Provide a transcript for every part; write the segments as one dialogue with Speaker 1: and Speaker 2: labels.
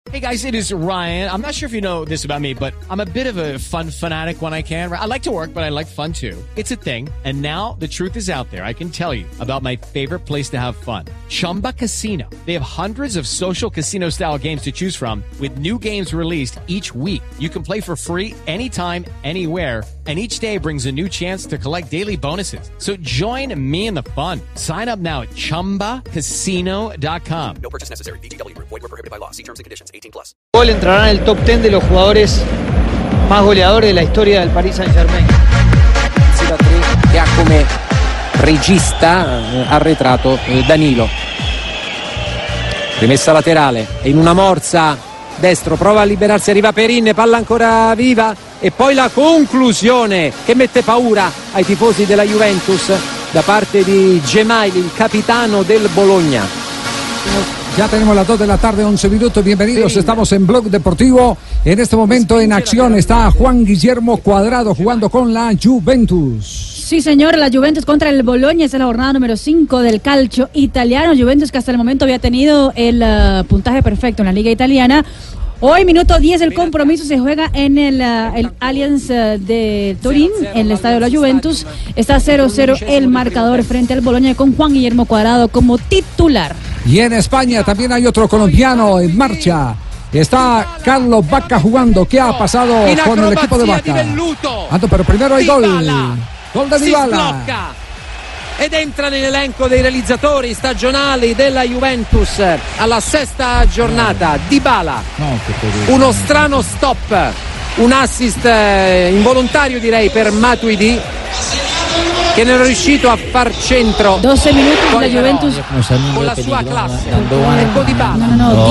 Speaker 1: Hey guys, it is Ryan. I'm not sure if you know this about me, but I'm a bit of a fun fanatic when I can. I like to work, but I like fun too. It's a thing. And now the truth is out there. I can tell you about my favorite place to have fun. Chumba Casino. They have hundreds of social casino style games to choose from with new games released each week. You can play for free anytime, anywhere. And each day brings a new chance to collect daily bonuses. So join me in the fun. Sign up now at ChumbaCasino.com.
Speaker 2: No purchase necessary. VGW Group. Void where prohibited by law. See terms and conditions. 18+.
Speaker 3: Gol entrará en el top 10 de los jugadores más goleadores de la historia del Paris Saint-Germain.
Speaker 4: Che ha come regista arretrato Danilo. Rimessa laterale e in una morsa destro prova a liberarsi, arriva Perin, palla ancora viva e poi la conclusione che mette paura ai tifosi della Juventus da parte di Gemaili, il capitano del Bologna.
Speaker 5: Ya tenemos las 2 de la tarde, 11 minutos. Bienvenidos, estamos en Blog Deportivo. En este momento en acción está Juan Guillermo Cuadrado jugando con la Juventus.
Speaker 6: Sí, señor, la Juventus contra el Bologna es la jornada número 5 del calcio italiano. Juventus que hasta el momento había tenido el puntaje perfecto en la Liga Italiana. Hoy, minuto 10, el compromiso se juega en el Allianz de Turín, en el estadio de la Juventus. Está 0-0 el marcador frente al Bologna con Juan Guillermo Cuadrado como titular.
Speaker 5: Y en España también hay otro colombiano en marcha. Está Carlos Vaca jugando. ¿Qué ha pasado con el equipo de Vaca? Pero primero hay gol. Gol de Dybala.
Speaker 4: Ed entra nell'elenco dei realizzatori stagionali della Juventus alla 6ª giornata. Dybala, uno strano stop, un assist involontario direi per Matuidi, che non è riuscito a far centro.
Speaker 6: 12 minutos la Juventus
Speaker 4: con la sua classe.
Speaker 6: Ecco
Speaker 4: Dybala.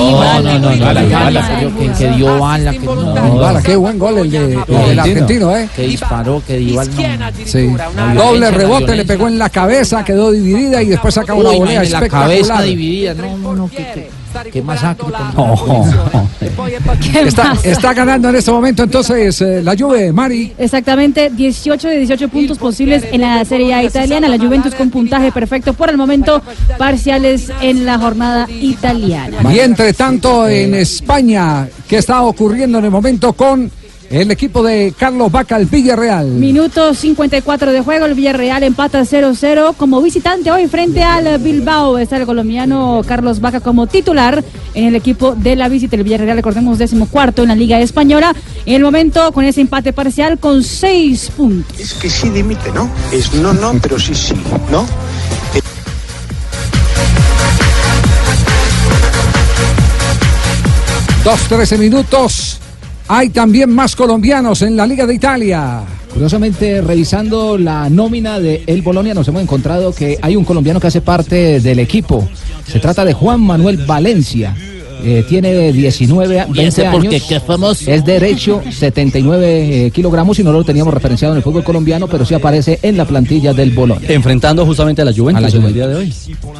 Speaker 7: Que dio bala,
Speaker 5: Dybala, qué buen gol el del argentino,
Speaker 7: que disparó, que Dybala
Speaker 5: sí. Doble rebote, le pegó en la cabeza, quedó dividida y después saca una volea espectacular.
Speaker 7: La cabeza dividida, qué masacre.
Speaker 5: Está ganando en este momento entonces la Juve, Mari.
Speaker 6: Exactamente, 18 de 18 puntos posibles en la Serie A italiana. La Juventus con puntaje perfecto por el momento, parciales en la jornada italiana.
Speaker 5: Y entre tanto en España, ¿qué está ocurriendo en el momento con el equipo de Carlos Vaca, el Villarreal?
Speaker 6: Minuto 54 de juego, el Villarreal empata 0-0 como visitante hoy frente al Bilbao. Está el colombiano Carlos Vaca como titular en el equipo de la visita. El Villarreal, recordemos, 14º en la Liga Española. En el momento, con ese empate parcial, con 6 puntos.
Speaker 8: Es que sí dimite, ¿no? Es no, pero sí, ¿no?
Speaker 5: 2:13 minutos. Hay también más colombianos en la Liga de Italia.
Speaker 9: Curiosamente, revisando la nómina de el Bologna, nos hemos encontrado que hay un colombiano que hace parte del equipo. Se trata de Juan Manuel Valencia. Tiene 20 años,
Speaker 7: ¿qué famoso?
Speaker 9: es derecho, 79 kilogramos y no lo teníamos referenciado en el fútbol colombiano, pero sí aparece en la plantilla del Bologna.
Speaker 10: Enfrentando justamente a la Juventus en el día de hoy.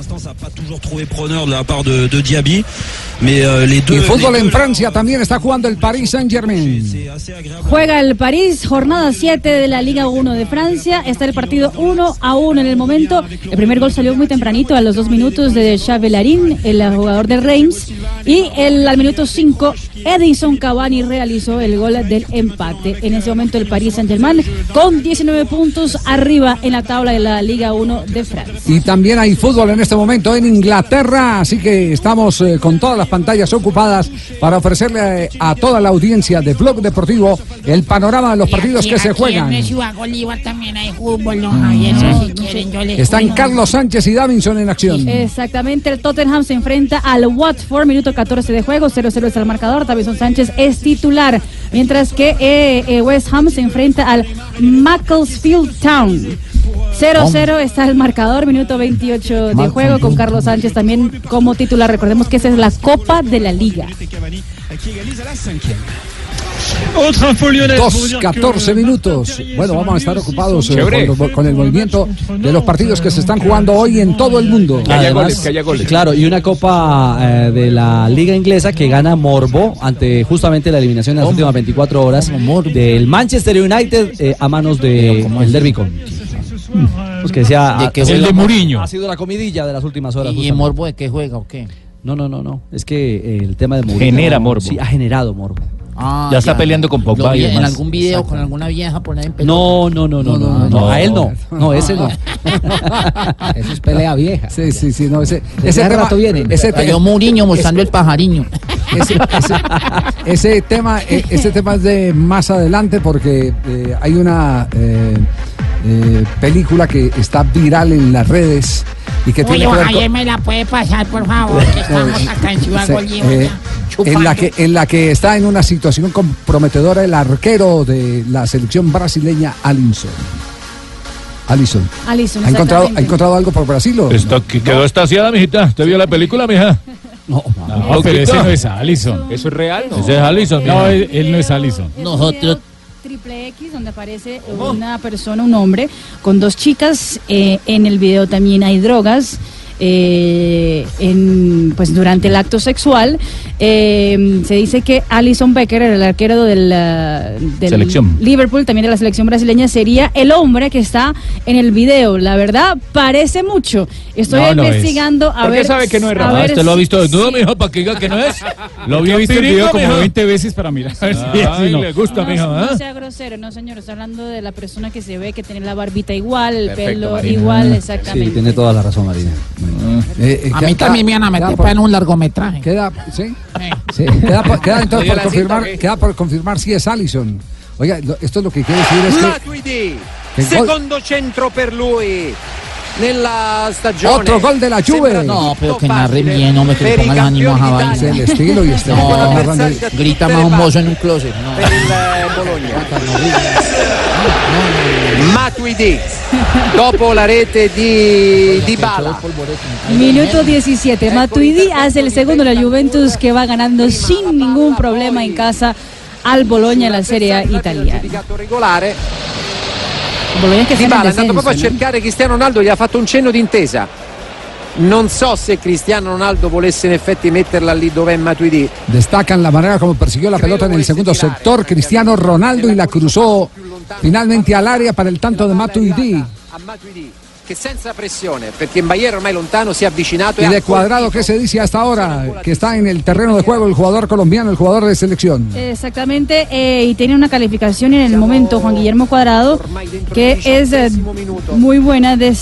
Speaker 5: Y fútbol en Francia también está jugando el Paris Saint-Germain.
Speaker 6: Juega el París, jornada 7 de la Liga 1 de Francia. Está el partido 1-1 en el momento. El primer gol salió muy tempranito, a los 2 minutos de Xavi Larin, el jugador de Reims. Y al minuto 5, Edinson Cavani realizó el gol del empate. En ese momento el Paris Saint-Germain con 19 puntos arriba en la tabla de la Liga 1 de Francia.
Speaker 5: Y también hay fútbol en este momento en Inglaterra, así que estamos con todas las pantallas ocupadas para ofrecerle a toda la audiencia de Blog Deportivo el panorama de los partidos que se juegan.
Speaker 7: También hay fútbol,
Speaker 5: Están Carlos Sánchez y Davinson en acción.
Speaker 6: Exactamente, el Tottenham se enfrenta al Watford, minuto 14 de juego, 0-0 es el marcador. Davinson Sánchez es titular, mientras que West Ham se enfrenta al Macclesfield Town. 0-0 está el marcador, minuto 28 de juego, con Carlos Sánchez también como titular. Recordemos que esa es la Copa de la Liga.
Speaker 5: 2:14 minutos. Bueno, vamos a estar ocupados con el movimiento de los partidos que se están jugando hoy en todo el mundo.
Speaker 10: Que haya goles. Claro, y una copa de la Liga Inglesa que gana Morbo ante justamente la eliminación en las últimas 24 horas del Manchester United a manos del Derby County. Pues que decía
Speaker 7: el de Mourinho.
Speaker 10: Ha sido la comidilla de las últimas horas.
Speaker 7: ¿Y en Morbo de qué juega o qué?
Speaker 10: No. Es que el tema de Mourinho
Speaker 11: genera morbo.
Speaker 10: Sí, ha generado morbo.
Speaker 11: Ya está peleando con Pogba y
Speaker 7: en
Speaker 11: demás.
Speaker 7: algún video con alguna vieja por ahí en
Speaker 10: No. A él no. No, ese no.
Speaker 9: Eso es pelea vieja.
Speaker 5: Sí, no, ese
Speaker 9: tema,
Speaker 5: rato viene.
Speaker 7: Cayó Mourinho mostrando el pajariño.
Speaker 5: Ese tema es de más adelante porque hay una película que está viral en las redes y que tiene que ver
Speaker 7: ayer me la puede pasar, por favor, que estamos acá en Ciudad Bolívar.
Speaker 5: en la que está en una situación comprometedora el arquero de la selección brasileña, Alisson. ¿Ha encontrado algo por Brasil?
Speaker 11: Quedó estaciada, mijita. ¿Usted vio la película, mija?
Speaker 12: No, pero ese no es Alisson.
Speaker 11: ¿Eso es real?
Speaker 12: No. Ese es Alisson. No, él no es Alisson.
Speaker 6: Nosotros... Triple X, donde aparece una persona, un hombre, con dos chicas. En el video también hay drogas. Durante el acto sexual se dice que Alisson Becker, el arquero del
Speaker 11: selección
Speaker 6: Liverpool, también de la selección brasileña, sería el hombre que está en el video. La verdad, parece mucho. Estoy investigando a ver.
Speaker 12: ¿Por qué sabe que no es real?
Speaker 11: ¿Usted lo ha visto desnudo, mijo, para que diga que no es?
Speaker 12: Lo había visto el video como 20 veces para mirar.
Speaker 11: Le gusta, mijo.
Speaker 6: No sea grosero, no, señor. Está hablando de la persona que se ve que tiene la barbita igual, el pelo Marina. Igual, exactamente.
Speaker 10: Sí, tiene toda la razón, Marina.
Speaker 7: A mí también me van a meter en un largometraje.
Speaker 5: Queda por confirmar si es Alisson. Oiga, esto es lo que quiere decir es que
Speaker 4: Matuidi, secondo centro per lui nella stagione.
Speaker 5: Otro gol de la Juve.
Speaker 7: No, pero que narre bien, hombre, que le ponga los ánimos a Javal.
Speaker 5: Es el estilo y este.
Speaker 7: Grita más un mozo en un closet.
Speaker 4: Per il Bologna. Matuidi, dopo la rete di Dybala.
Speaker 6: Minuto 17. Matuidi hace el segundo de la Juventus, que va ganando sin ningún problema en casa al Bologna en la Serie A italiana.
Speaker 4: Bologna che Dybala è andato proprio a cercare Cristiano Ronaldo, gli ha fatto un cenno d'intesa. Non so se Cristiano Ronaldo volesse in effetti metterla lì dove è Matuidi.
Speaker 5: Destacan la manera como persiguió la pelota en el segundo sector Cristiano Ronaldo y la cruzó finalmente al área para el tanto de Matuidi.
Speaker 4: Che senza pressione, perché in Bayer ormai lontano si è avvicinato
Speaker 5: y de Cuadrado, ¿qué se dice hasta ahora? Que está en el terreno de juego el jugador colombiano, el jugador de selección.
Speaker 6: Exactamente, y tiene una calificación en el momento, Juan Guillermo Cuadrado, que es muy buena, de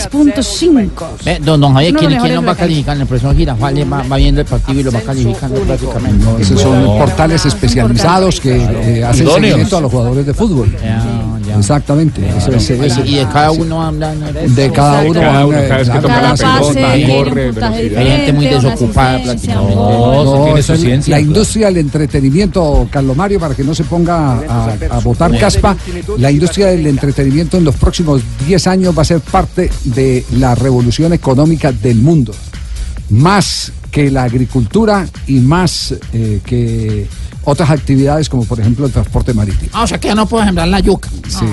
Speaker 6: 6.5.
Speaker 7: Don Javier, ¿quién nos va a calificar? En el próximo gira, Juan va viendo el partido y lo va calificando prácticamente.
Speaker 5: No, esos son portales especializados que hacen seguimiento a los jugadores de fútbol. Exactamente.
Speaker 7: Y de cada uno hablan.
Speaker 5: De cada uno,
Speaker 12: cada vez que toca la pelota, corre,
Speaker 7: velocidad. Hay gente muy desocupada prácticamente.
Speaker 5: No, es la industria del entretenimiento, Carlos Mario, para que no se ponga a botar caspa. La industria del entretenimiento en los próximos 10 años va a ser parte de la revolución económica del mundo. Más que la agricultura y más que otras actividades como por ejemplo el transporte marítimo.
Speaker 7: O sea que ya no puedo sembrar la yuca.
Speaker 5: Sí.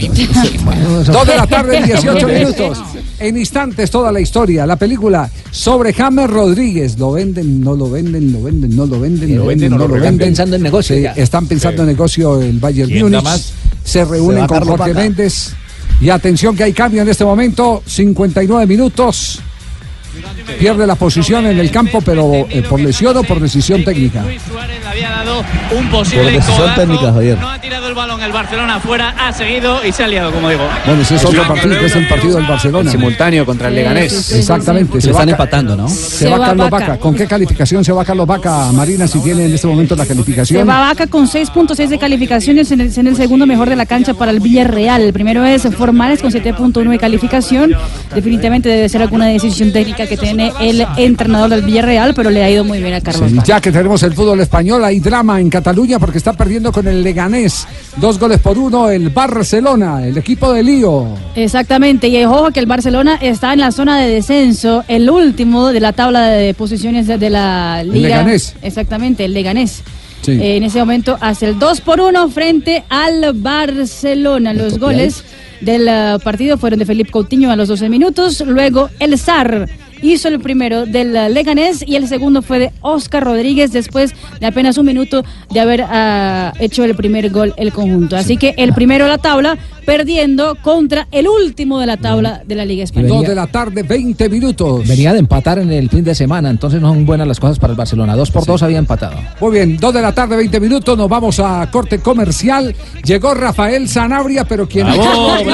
Speaker 5: 2 de la tarde, 18 minutos. En instantes toda la historia, la película sobre James Rodríguez. Lo venden, no lo venden, lo venden, no lo venden, lo venden, no lo venden.
Speaker 9: Están pensando en negocio.
Speaker 5: Sí, están pensando en negocio el Bayern Múnich. Se reúnen con Jorge Méndez. Y atención que hay cambio en este momento. 59 minutos. Pierde la posición en el campo, pero por lesión o por decisión técnica.
Speaker 13: Luis Suárez le había dado un posible
Speaker 10: decisión técnica, Javier.
Speaker 13: No ha tirado el balón el Barcelona afuera, ha seguido y se ha liado, como digo.
Speaker 5: Bueno, ese es otro partido, que es el partido del Barcelona.
Speaker 4: Simultáneo contra el Leganés.
Speaker 5: Exactamente.
Speaker 10: Se están empatando, ¿no?
Speaker 5: Se va Carlos Vaca. ¿Con qué calificación se va Carlos Vaca, Marina, si tiene en este momento la calificación?
Speaker 6: Se va Vaca con 6.6 de calificaciones, en el segundo mejor de la cancha para el Villarreal. El primero es Formales con 7.1 de calificación. Definitivamente debe ser alguna decisión técnica que tiene el entrenador del Villarreal, pero le ha ido muy bien a Carlos Vaca.
Speaker 5: Ya que tenemos el fútbol español, hay drama en Cataluña porque está perdiendo con el Leganés. 2-1 el Barcelona, el equipo de Lío.
Speaker 6: Exactamente, y ojo que el Barcelona está en la zona de descenso, el último de la tabla de posiciones de la Liga.
Speaker 5: El Leganés.
Speaker 6: Exactamente, el Leganés.
Speaker 5: Sí.
Speaker 6: En ese momento hace el 2-1 frente al Barcelona. Los goles del partido fueron de Felipe Coutinho a los 12 minutos, luego el Sarr hizo el primero del Leganés y el segundo fue de Oscar Rodríguez después de apenas un minuto de haber hecho el primer gol el conjunto. Así que el primero de la tabla perdiendo contra el último de la tabla de la Liga Española.
Speaker 5: 2 de la tarde, 20 minutos.
Speaker 9: Venía de empatar en el fin de semana, entonces no son buenas las cosas para el Barcelona. 2-2 había empatado.
Speaker 5: Muy bien, 2 de la tarde, 20 minutos, nos vamos a corte comercial. Llegó Rafael Sanabria, pero quien...
Speaker 12: ¡Bravo!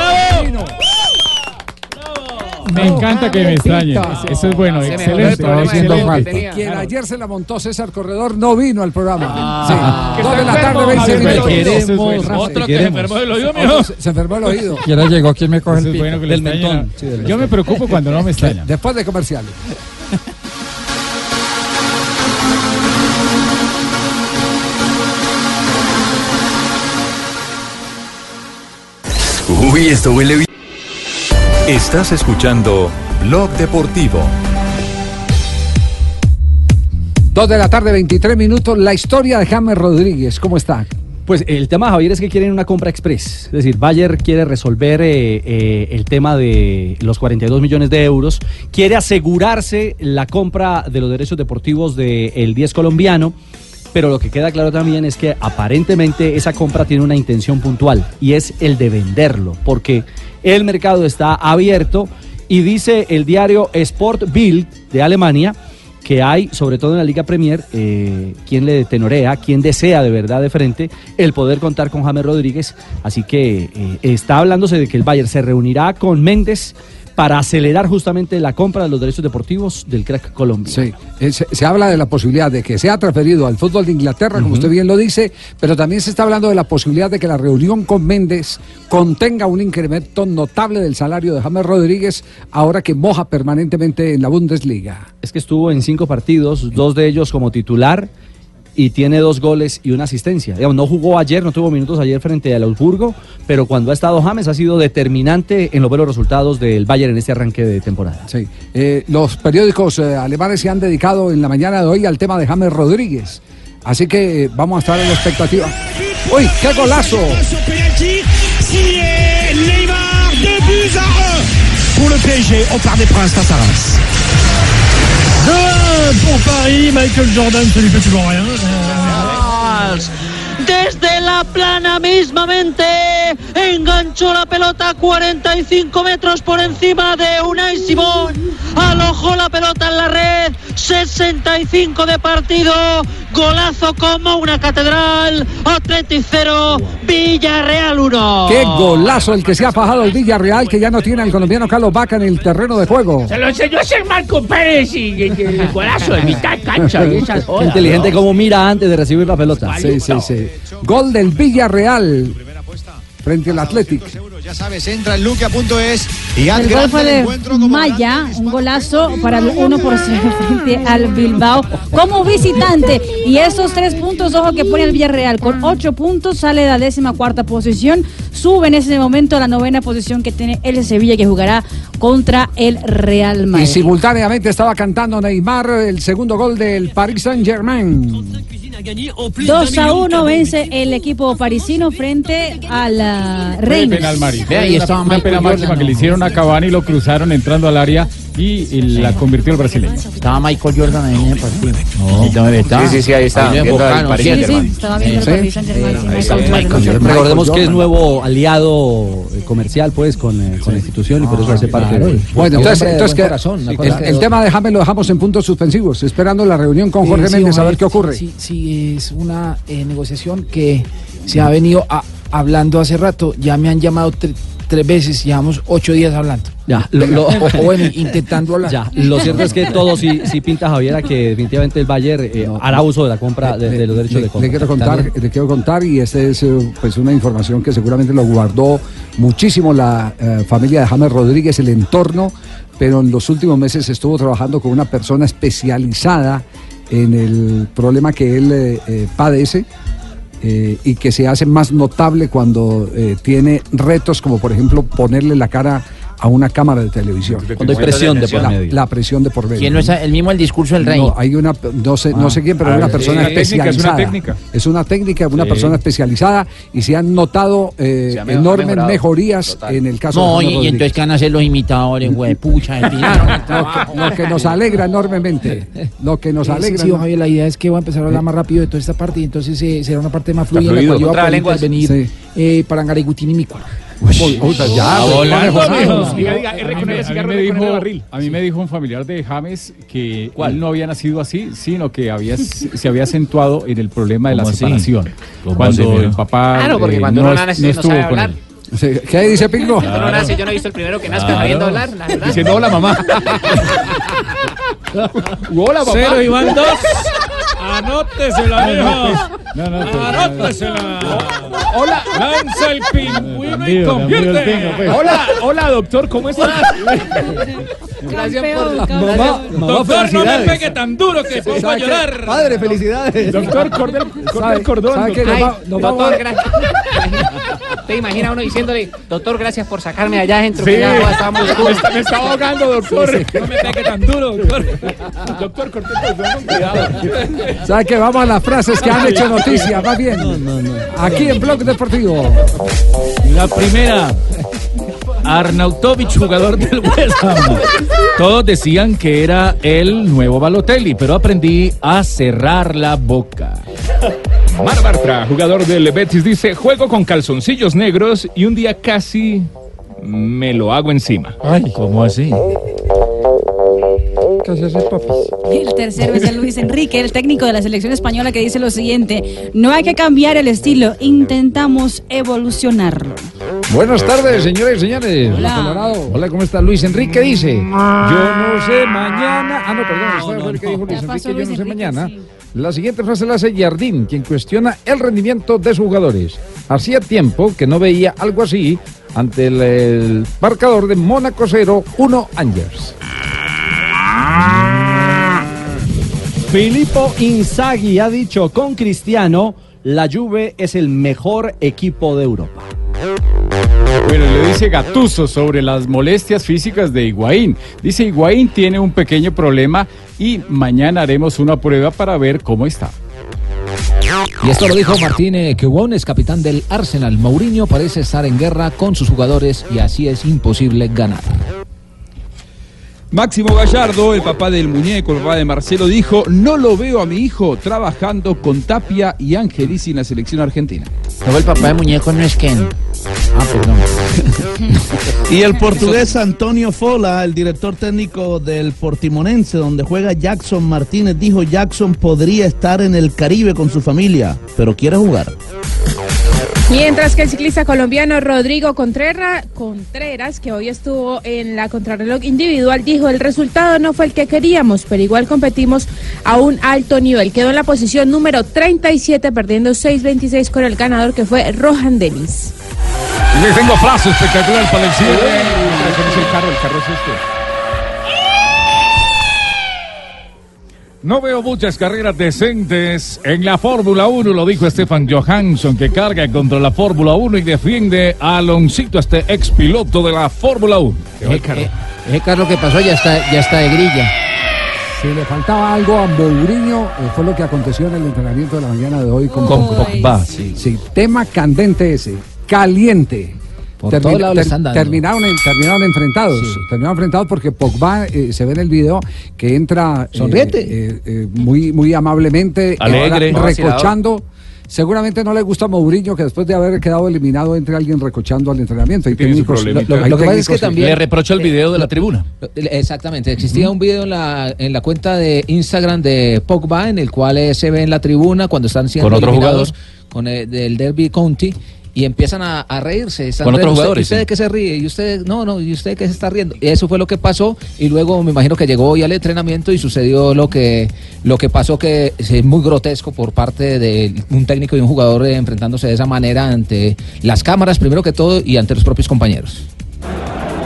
Speaker 12: Me encanta que me extrañen. Eso es bueno, excelente.
Speaker 5: Quien ayer se la montó César Corredor no vino al programa. 2 de la tarde, 20 minutos.
Speaker 12: Otro que se enfermó del oído, mijo.
Speaker 5: Se enfermó el oído.
Speaker 9: Y ahora llegó quien me coge el
Speaker 12: bueno
Speaker 9: del mentón.
Speaker 12: Yo me preocupo cuando no me extrañan.
Speaker 5: Después de comerciales.
Speaker 14: Uy, esto huele bien. Estás escuchando Blog Deportivo.
Speaker 5: 2 de la tarde, 23 minutos. La historia de James Rodríguez, ¿cómo está?
Speaker 10: Pues el tema, Javier, es que quieren una compra express. Es decir, Bayern quiere resolver el tema de los 42 millones de euros. Quiere asegurarse la compra de los derechos deportivos del 10 colombiano. Pero lo que queda claro también es que aparentemente esa compra tiene una intención puntual y es el de venderlo, porque el mercado está abierto y dice el diario Sport Bild de Alemania que hay, sobre todo en la Liga Premier, quien le tenorea, quien desea de verdad de frente el poder contar con James Rodríguez. Así que está hablándose de que el Bayern se reunirá con Méndez para acelerar justamente la compra de los derechos deportivos del crack colombiano.
Speaker 5: Sí, se habla de la posibilidad de que sea transferido al fútbol de Inglaterra, como usted bien lo dice, pero también se está hablando de la posibilidad de que la reunión con Méndez contenga un incremento notable del salario de James Rodríguez, ahora que moja permanentemente en la Bundesliga.
Speaker 10: Es que estuvo en 5 partidos, 2 de ellos como titular, y tiene 2 goles y una asistencia. Digamos, no jugó ayer, no tuvo minutos ayer frente al Augsburgo, pero cuando ha estado James ha sido determinante en los buenos resultados del Bayern en este arranque de temporada.
Speaker 5: Sí. Los periódicos alemanes se han dedicado en la mañana de hoy al tema de James Rodríguez. Así que vamos a estar en la expectativa. ¡Uy, qué golazo!
Speaker 15: Neymar, 2 buts à 1 pour le PSG au Parc des Princes face à Reims. 2-1 pour Paris, Michael Jordan, ça lui fait toujours rien.
Speaker 16: Desde la plana mismamente enganchó la pelota a 45 metros por encima de Unai Simón, alojó la pelota en la red, 65 de partido, golazo como una catedral, Athletic 0, Villarreal 1.
Speaker 5: ¡Qué golazo el que se ha fajado el Villarreal, que ya no tiene al colombiano Carlos Vaca en el terreno de juego!
Speaker 7: Se lo enseñó a hacer Marco Pérez y el golazo de mitad cancha y esas jodas.
Speaker 10: Inteligente, ¿no? Como mira antes de recibir la pelota.
Speaker 5: Sí. Gol del Villarreal frente al Athletic.
Speaker 15: Ya sabes, entra en luque.es y
Speaker 6: el gol fue de Maya, un golazo para el 1-0 frente al Bilbao como visitante. Y esos 3 puntos, ojo, que pone el Villarreal con 8 puntos, sale de la 14ª posición, sube en ese momento a la 9ª posición que tiene el Sevilla, que jugará contra el Real Madrid.
Speaker 5: Y simultáneamente estaba cantando Neymar el segundo gol del Paris Saint-Germain.
Speaker 6: 2-1 vence el equipo parisino frente al Reims.
Speaker 12: Una pena máxima que le hicieron a Cavani y lo cruzaron entrando al área y la convirtió el brasileño.
Speaker 7: Estaba Michael Jordan ahí en el partido.
Speaker 12: Sí, ahí está.
Speaker 6: Estaba viendo el Paris Saint-Germain.
Speaker 10: Recordemos que es nuevo aliado comercial pues con la institución y por eso hace parte de...
Speaker 5: Bueno, entonces el tema de James lo dejamos en puntos suspensivos, esperando la reunión con Jorge Méndez a ver qué ocurre.
Speaker 17: Sí, es una negociación que se ha venido hablando hace rato. Ya me han llamado 3 veces, llevamos 8 días hablando.
Speaker 10: Ya,
Speaker 17: bueno, intentando hablar.
Speaker 10: Ya, lo cierto es que todo sí pinta, Javier, a que definitivamente el Bayern hará uso de la compra de los derechos de compra.
Speaker 5: Le quiero contar, y esta es pues una información que seguramente lo guardó muchísimo la familia de James Rodríguez, el entorno, pero en los últimos meses estuvo trabajando con una persona especializada en el problema que él padece. Y que se hace más notable cuando tiene retos como por ejemplo ponerle la cara a una cámara de televisión.
Speaker 10: Cuando hay presión de por medio.
Speaker 5: La presión de por medio.
Speaker 7: ¿Quién no es el mismo el discurso del rey?
Speaker 5: No, hay una, no sé quién, pero hay una persona especializada. Es una técnica, una persona especializada y se han notado enormes mejorías en el caso de
Speaker 7: James Rodríguez. Y entonces ¿qué van a hacer los imitadores, güey? Pucha,
Speaker 5: lo que nos alegra enormemente. Lo que nos alegra.
Speaker 17: Sí, Javier, la idea es que voy a empezar a hablar más rápido de toda esta parte y entonces será una parte más fluida en la cual yo voy a poder intervenir para Angarigutín y Mico.
Speaker 12: A mí me dijo un familiar de James que él no había nacido así, sino que se había acentuado en el problema de la separación. Cuando el papá
Speaker 18: porque cuando uno nace no sabe hablar.
Speaker 5: ¿Qué dice Pingo?
Speaker 18: Cuando uno nace, yo no he visto el primero que nazca sabiendo hablar, la verdad.
Speaker 12: Diciendo hola mamá. Hola papá.
Speaker 11: 0 y van 2. Anótesela, mijo. Anótesela.
Speaker 12: Hola.
Speaker 11: Lanza el pingüino y convierte.
Speaker 12: Hola, doctor, ¿cómo estás?
Speaker 18: Gracias por la
Speaker 11: Doctor, no me pegue tan duro que pongo a llorar.
Speaker 10: Padre, felicidades.
Speaker 12: Doctor, corta el cordón.
Speaker 18: Doctor, gracias. ¿Te imaginas uno diciéndole, doctor, gracias por sacarme allá adentro?
Speaker 12: Sí.
Speaker 18: Que ya estábamos
Speaker 12: me estaba ahogando, doctor.
Speaker 11: No me pegue tan duro, doctor.
Speaker 12: Doctor, corta el cordón, cuidado.
Speaker 5: ¿Sabes qué? Vamos a las frases que han hecho noticia, más bien. Aquí en Blog Deportivo.
Speaker 11: La primera. Arnautovic, jugador del West Ham. Todos decían que era el nuevo Balotelli, pero aprendí a cerrar la boca.
Speaker 12: Mar Bartra, jugador del Betis, dice: juego con calzoncillos negros y un día casi me lo hago encima.
Speaker 11: Ay, ¿cómo así?
Speaker 6: El tercero es el Luis Enrique, el técnico de la selección española, que dice lo siguiente: no hay que cambiar el estilo, intentamos evolucionarlo.
Speaker 5: Buenas tardes, señores y señores.
Speaker 6: Hola.
Speaker 5: Colorado. Hola, ¿cómo está? Luis Enrique dice: yo no sé mañana. Esta fue el que dijo Luis Enrique, yo no sé mañana. Sí. La siguiente frase la hace Jardín, quien cuestiona el rendimiento de sus jugadores. Hacía tiempo que no veía algo así ante el marcador de Mónaco 0, 1 Angers.
Speaker 10: Filippo Inzaghi ha dicho: con Cristiano, la Juve es el mejor equipo de Europa.
Speaker 12: Bueno, le dice Gattuso sobre las molestias físicas de Higuaín. Dice: Higuaín tiene un pequeño problema y mañana haremos una prueba para ver cómo está.
Speaker 9: Y esto lo dijo Martín Quewones, capitán del Arsenal. Mourinho parece estar en guerra con sus jugadores y así es imposible ganar.
Speaker 19: Máximo Gallardo, el papá del muñeco, el papá de Marcelo, dijo: no lo veo a mi hijo trabajando con Tapia y Angelici en la selección argentina.
Speaker 7: Luego el papá de muñeco no es Ken. Perdón.
Speaker 20: Y el portugués Antonio Fola, el director técnico del Portimonense, donde juega Jackson Martínez, dijo: Jackson podría estar en el Caribe con su familia, pero quiere jugar.
Speaker 21: Mientras que el ciclista colombiano Rodrigo Contreras, que hoy estuvo en la contrarreloj individual, dijo: el resultado no fue el que queríamos, pero igual competimos a un alto nivel. Quedó en la posición número 37, perdiendo 6.26 con el ganador, que fue Rohan Dennis.
Speaker 12: Les tengo frases espectacular para el cierre. El carro es este. No veo muchas carreras decentes en la Fórmula 1, lo dijo Stefan Johansson, que carga contra la Fórmula 1 y defiende a Aloncito, este ex piloto de la Fórmula 1.
Speaker 7: Ese carro que pasó ya está de grilla.
Speaker 5: Si le faltaba algo a Mourinho, fue lo que aconteció en el entrenamiento de la mañana de hoy con
Speaker 10: Pogba. Sí,
Speaker 5: tema candente ese, caliente.
Speaker 9: Por todos lados le están dando.
Speaker 5: Terminaron enfrentados porque Pogba se ve en el video que entra
Speaker 10: sonriente,
Speaker 5: muy amablemente,
Speaker 10: alegre,
Speaker 5: recochando. Seguramente no le gusta a Mourinho que después de haber quedado eliminado entre alguien recochando al entrenamiento. Hay técnicos,
Speaker 10: lo que pasa es que también
Speaker 11: le reprocha el video de la tribuna.
Speaker 9: Exactamente, existía un video en la cuenta de Instagram de Pogba en el cual se ve en la tribuna cuando están siendo eliminados con del Derby County. Y empiezan a reírse.
Speaker 10: Con otros jugadores.
Speaker 9: ¿Y usted de qué se ríe? ¿Y usted ¿y usted de qué se está riendo? Y eso fue lo que pasó. Y luego me imagino que llegó hoy al entrenamiento y sucedió lo que pasó, que es muy grotesco por parte de un técnico y un jugador enfrentándose de esa manera ante las cámaras, primero que todo, y ante los propios compañeros.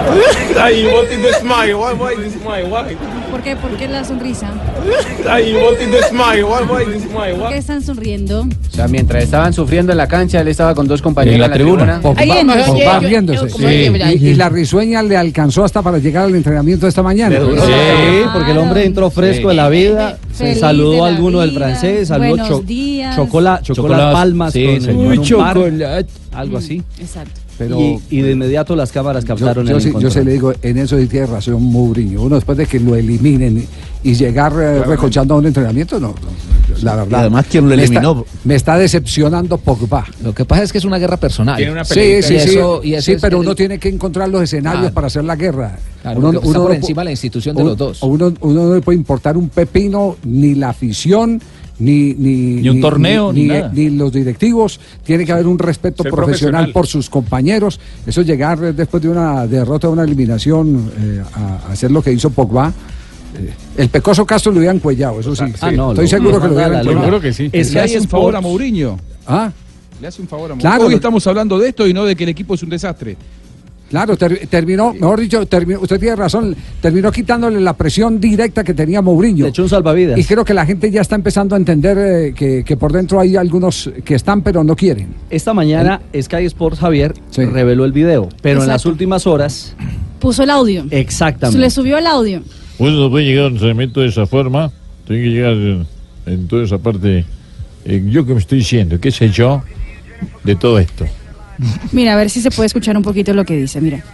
Speaker 1: Ay, you wanted to smile. Why the smile? Why?
Speaker 6: ¿Por qué la sonrisa?
Speaker 1: Ay, you wanted to smile. Why the smile?
Speaker 6: ¿Por qué están sonriendo?
Speaker 18: O sea, mientras estaban sufriendo en la cancha, él estaba con dos compañeros
Speaker 11: En la tribuna.
Speaker 5: Pogba riéndose. Y la risueña le alcanzó hasta para llegar al entrenamiento de esta mañana.
Speaker 10: Sí, porque el hombre entró fresco de la vida,
Speaker 6: Feliz
Speaker 10: saludó
Speaker 6: de
Speaker 10: a
Speaker 6: la
Speaker 10: alguno del
Speaker 6: vida.
Speaker 10: francés, saludó,
Speaker 6: Buenos días.
Speaker 10: chocó las palmas
Speaker 11: Sí,
Speaker 10: con
Speaker 11: señor.
Speaker 10: un par, algo así.
Speaker 6: Exacto.
Speaker 5: Pero
Speaker 10: y de inmediato las cámaras captaron el encuentro.
Speaker 5: Yo se le digo, en eso sí tiene razón Mourinho. Uno después de que lo eliminen y llegar recochando a un entrenamiento, no, la verdad.
Speaker 20: Y además, ¿quién lo eliminó?
Speaker 5: Me está decepcionando Pogba.
Speaker 9: Lo que pasa es que es una guerra personal.
Speaker 11: Tiene una
Speaker 5: Sí,
Speaker 9: y eso
Speaker 5: pero
Speaker 9: es
Speaker 5: uno tiene que encontrar los escenarios para hacer la guerra.
Speaker 9: Claro, uno está por encima de la institución de los dos.
Speaker 5: Uno no le puede importar un pepino, ni la afición, ni
Speaker 11: un torneo, ni nada.
Speaker 5: Ni los directivos. Tiene que haber un respeto profesional por sus compañeros. Eso llegar después de una derrota, de una eliminación, a hacer lo que hizo Pogba. El pecoso Castro lo hubieran cuellado, eso sí. Estoy seguro que lo hubieran cuellado.
Speaker 19: Yo creo que sí. Le hace un favor a Mourinho. Le hace un favor a Mourinho.
Speaker 5: Claro.
Speaker 19: Hoy estamos hablando de esto y no de que el equipo es un desastre.
Speaker 5: Claro, terminó, mejor dicho, usted tiene razón, terminó quitándole la presión directa que tenía Mourinho.
Speaker 10: Le echó un salvavidas.
Speaker 5: Y creo que la gente ya está empezando a entender que por dentro hay algunos que están pero no quieren.
Speaker 10: Esta mañana Sky Sports, Javier, reveló el video, pero en las últimas horas...
Speaker 6: Puso el audio.
Speaker 10: Exactamente.
Speaker 6: Le subió el audio.
Speaker 22: Bueno, no puede llegar a un entrenamiento de esa forma, tiene que llegar en toda esa parte. Yo que me estoy diciendo, ¿qué sé yo de todo esto?
Speaker 6: Mira, a ver si se puede escuchar un poquito lo que dice, mira.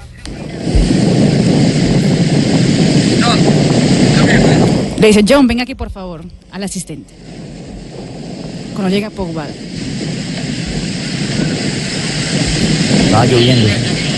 Speaker 6: Le dice, John, ven aquí por favor, al asistente. Cuando llega Pogba.
Speaker 7: Estaba lloviendo.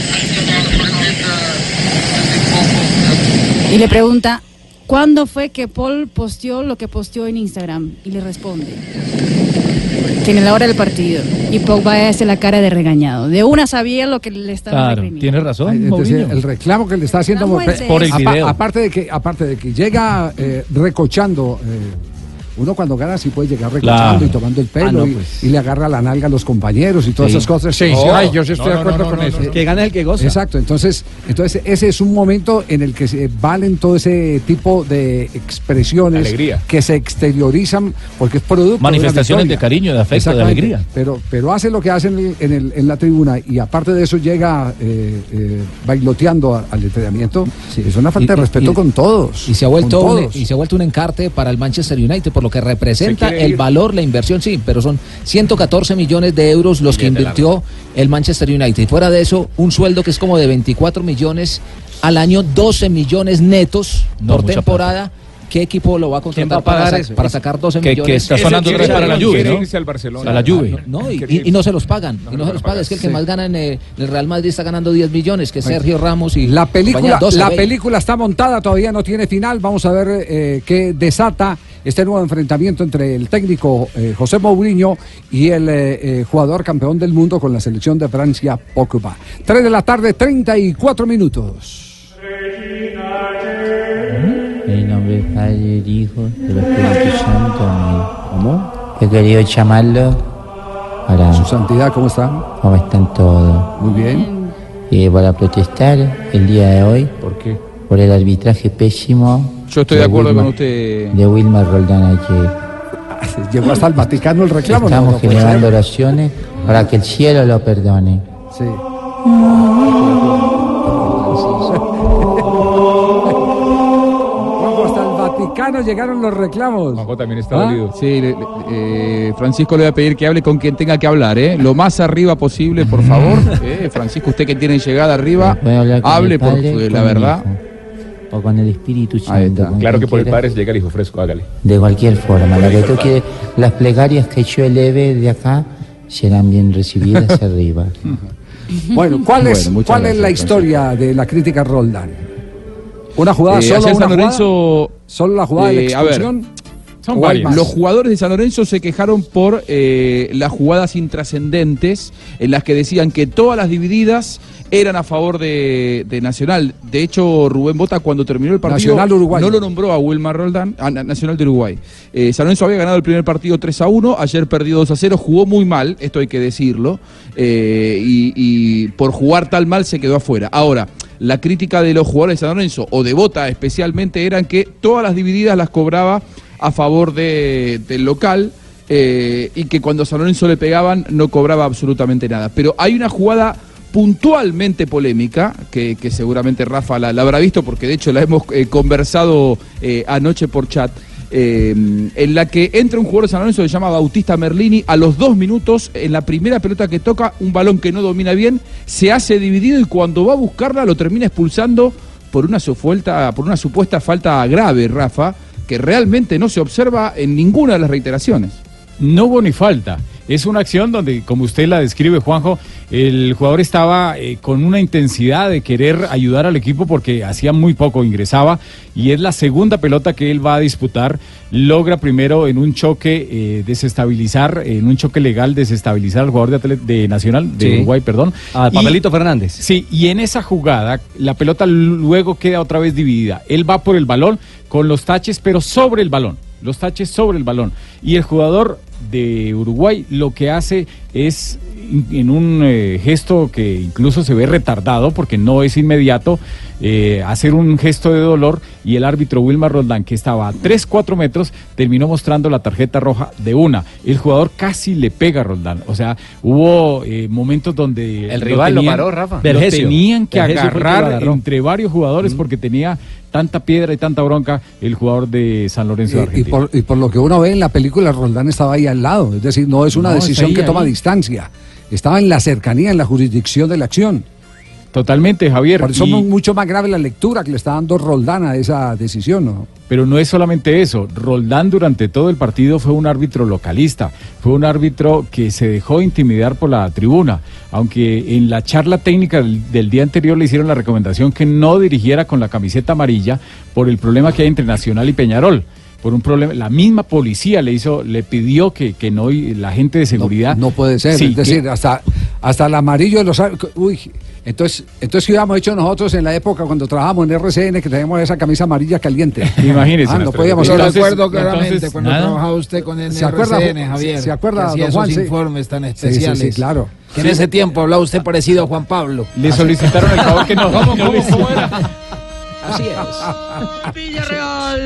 Speaker 6: Y le pregunta, ¿cuándo fue que Paul posteó lo que posteó en Instagram? Y le responde, que en la hora del partido. Y Pogba hace la cara de regañado. De una sabía lo que le estaba recriminando.
Speaker 11: Tiene razón,
Speaker 5: Entonces, el reclamo que le está haciendo
Speaker 11: por el video.
Speaker 5: Aparte de que llega recochando. Uno cuando gana sí puede llegar recochando y tomando el pelo y le agarra la nalga a los compañeros y todas esas cosas. Yo sí estoy de acuerdo con eso.
Speaker 10: Que gana el que goza.
Speaker 5: Exacto, entonces ese es un momento en el que se valen todo ese tipo de expresiones
Speaker 11: alegría,
Speaker 5: que se exteriorizan porque es producto
Speaker 11: manifestaciones de cariño, de afecto, de alegría.
Speaker 5: Pero hace lo que hacen en la tribuna y aparte de eso llega bailoteando al entrenamiento. Sí. Es una falta de respeto con todos.
Speaker 9: Y se ha vuelto un encarte para el Manchester United por lo que representa el valor, la inversión, sí, pero son 114 millones de euros los que invirtió el Manchester United. Y fuera de eso, un sueldo que es como de 24 millones al año, 12 millones netos por temporada. ¿Qué equipo lo va a contratar para sacar 12 millones?
Speaker 11: Que está sonando para la Juve, ¿no?
Speaker 19: Irse al Barcelona.
Speaker 11: A la Juve.
Speaker 9: Y no se los pagan. Es que el que más gana en el Real Madrid está ganando 10 millones, que es Sergio Ramos y
Speaker 5: la película está montada, todavía no tiene final. Vamos a ver qué desata este nuevo enfrentamiento entre el técnico José Mourinho y el jugador campeón del mundo con la selección de Francia, Pogba. 3 de la tarde, 34 minutos.
Speaker 7: En el nombre del Padre, del Hijo, del Espíritu Santo. Amén. ¿Cómo? He querido llamarlo para...
Speaker 5: Su Santidad, ¿cómo está?
Speaker 7: ¿Cómo están todos?
Speaker 5: Muy bien.
Speaker 7: Para protestar el día de hoy.
Speaker 19: ¿Por qué?
Speaker 7: Por el arbitraje pésimo.
Speaker 19: Yo estoy de acuerdo con usted.
Speaker 7: De Wilmar Roldán ayer.
Speaker 5: Llegó hasta el Vaticano el reclamo.
Speaker 7: Estamos generando oraciones para que el cielo lo perdone.
Speaker 5: Sí. Hasta el Vaticano llegaron los reclamos.
Speaker 19: Juanjo también está dolido. Sí, Francisco le voy a pedir que hable con quien tenga que hablar, lo más arriba posible, por favor. Francisco, usted que tiene llegada arriba, hable porque la verdad.
Speaker 7: O con el Espíritu Santo.
Speaker 11: Claro que por el Padre llega el Hijo fresco, hágale.
Speaker 7: De cualquier forma, la que toque, las plegarias que yo eleve de acá serán bien recibidas arriba.
Speaker 5: Bueno, ¿cuál es la historia de la crítica Roldán? ¿Una jugada solo la jugada de la expulsión?
Speaker 19: Son varios. Los jugadores de San Lorenzo se quejaron por las jugadas intrascendentes en las que decían que todas las divididas eran a favor de Nacional. De hecho, Rubén Bota, cuando terminó el partido, no lo nombró a Wilmar Roldán, a Nacional de Uruguay. San Lorenzo había ganado el primer partido 3-1, ayer perdió 2-0, jugó muy mal, esto hay que decirlo, y por jugar tal mal se quedó afuera. Ahora, la crítica de los jugadores de San Lorenzo, o de Bota especialmente, eran que todas las divididas las cobraba a favor del local, y que cuando a San Lorenzo le pegaban no cobraba absolutamente nada. Pero hay una jugada puntualmente polémica, que seguramente Rafa la habrá visto, porque de hecho la hemos conversado anoche por chat, en la que entra un jugador de San Lorenzo que se llama Bautista Merlini, a los 2 minutos, en la primera pelota que toca, un balón que no domina bien, se hace dividido y cuando va a buscarla lo termina expulsando por una supuesta falta grave, Rafa, que realmente no se observa en ninguna de las reiteraciones.
Speaker 11: No hubo ni falta. Es una acción donde, como usted la describe, Juanjo, el jugador estaba con una intensidad de querer ayudar al equipo porque hacía muy poco ingresaba, y es la segunda pelota que él va a disputar. Logra primero en un choque desestabilizar, en un choque legal desestabilizar al jugador de Nacional, de Uruguay, perdón.
Speaker 10: Al Pablito Fernández.
Speaker 11: Sí, y en esa jugada la pelota luego queda otra vez dividida. Él va por el balón con los taches, pero sobre el balón. Los taches sobre el balón. Y el jugador de Uruguay lo que hace es, en un gesto que incluso se ve retardado porque no es inmediato, hacer un gesto de dolor, y el árbitro Wilmar Roldán, que estaba a 3-4 metros, terminó mostrando la tarjeta roja de una. El jugador casi le pega a Roldán. O sea, hubo momentos donde
Speaker 18: el rival lo paró, Rafa.
Speaker 11: Lo tenían que agarrar entre varios jugadores porque tenía tanta piedra y tanta bronca el jugador de San Lorenzo de Argentina.
Speaker 5: Y por lo que uno ve en la película, Roldán estaba ahí al lado, es decir, no es una decisión que toma distancia, estaba en la cercanía, en la jurisdicción de la acción.
Speaker 11: Totalmente, Javier.
Speaker 5: Por eso es mucho más grave la lectura que le está dando Roldán a esa decisión, ¿no?
Speaker 11: Pero no es solamente eso. Roldán durante todo el partido fue un árbitro localista, fue un árbitro que se dejó intimidar por la tribuna, aunque en la charla técnica del día anterior le hicieron la recomendación que no dirigiera con la camiseta amarilla por el problema que hay entre Nacional y Peñarol. Por un problema, la misma policía le pidió que no, y la gente de seguridad.
Speaker 5: No puede ser, sí, es decir, hasta el amarillo de los... Uy, entonces ¿qué hubiéramos hecho nosotros en la época cuando trabajábamos en RCN, que teníamos esa camisa amarilla caliente?
Speaker 11: Imagínese.
Speaker 5: No podíamos...
Speaker 17: Yo recuerdo claramente cuando trabajaba usted con el RCN, Javier.
Speaker 5: ¿Se acuerda,
Speaker 17: don Juan? Esos informes tan especiales.
Speaker 5: Sí, claro.
Speaker 17: Que en ese tiempo hablaba usted parecido a Juan Pablo.
Speaker 11: Le solicitaron el favor que no.
Speaker 17: ¿Cómo era? Así es.
Speaker 16: Villarreal.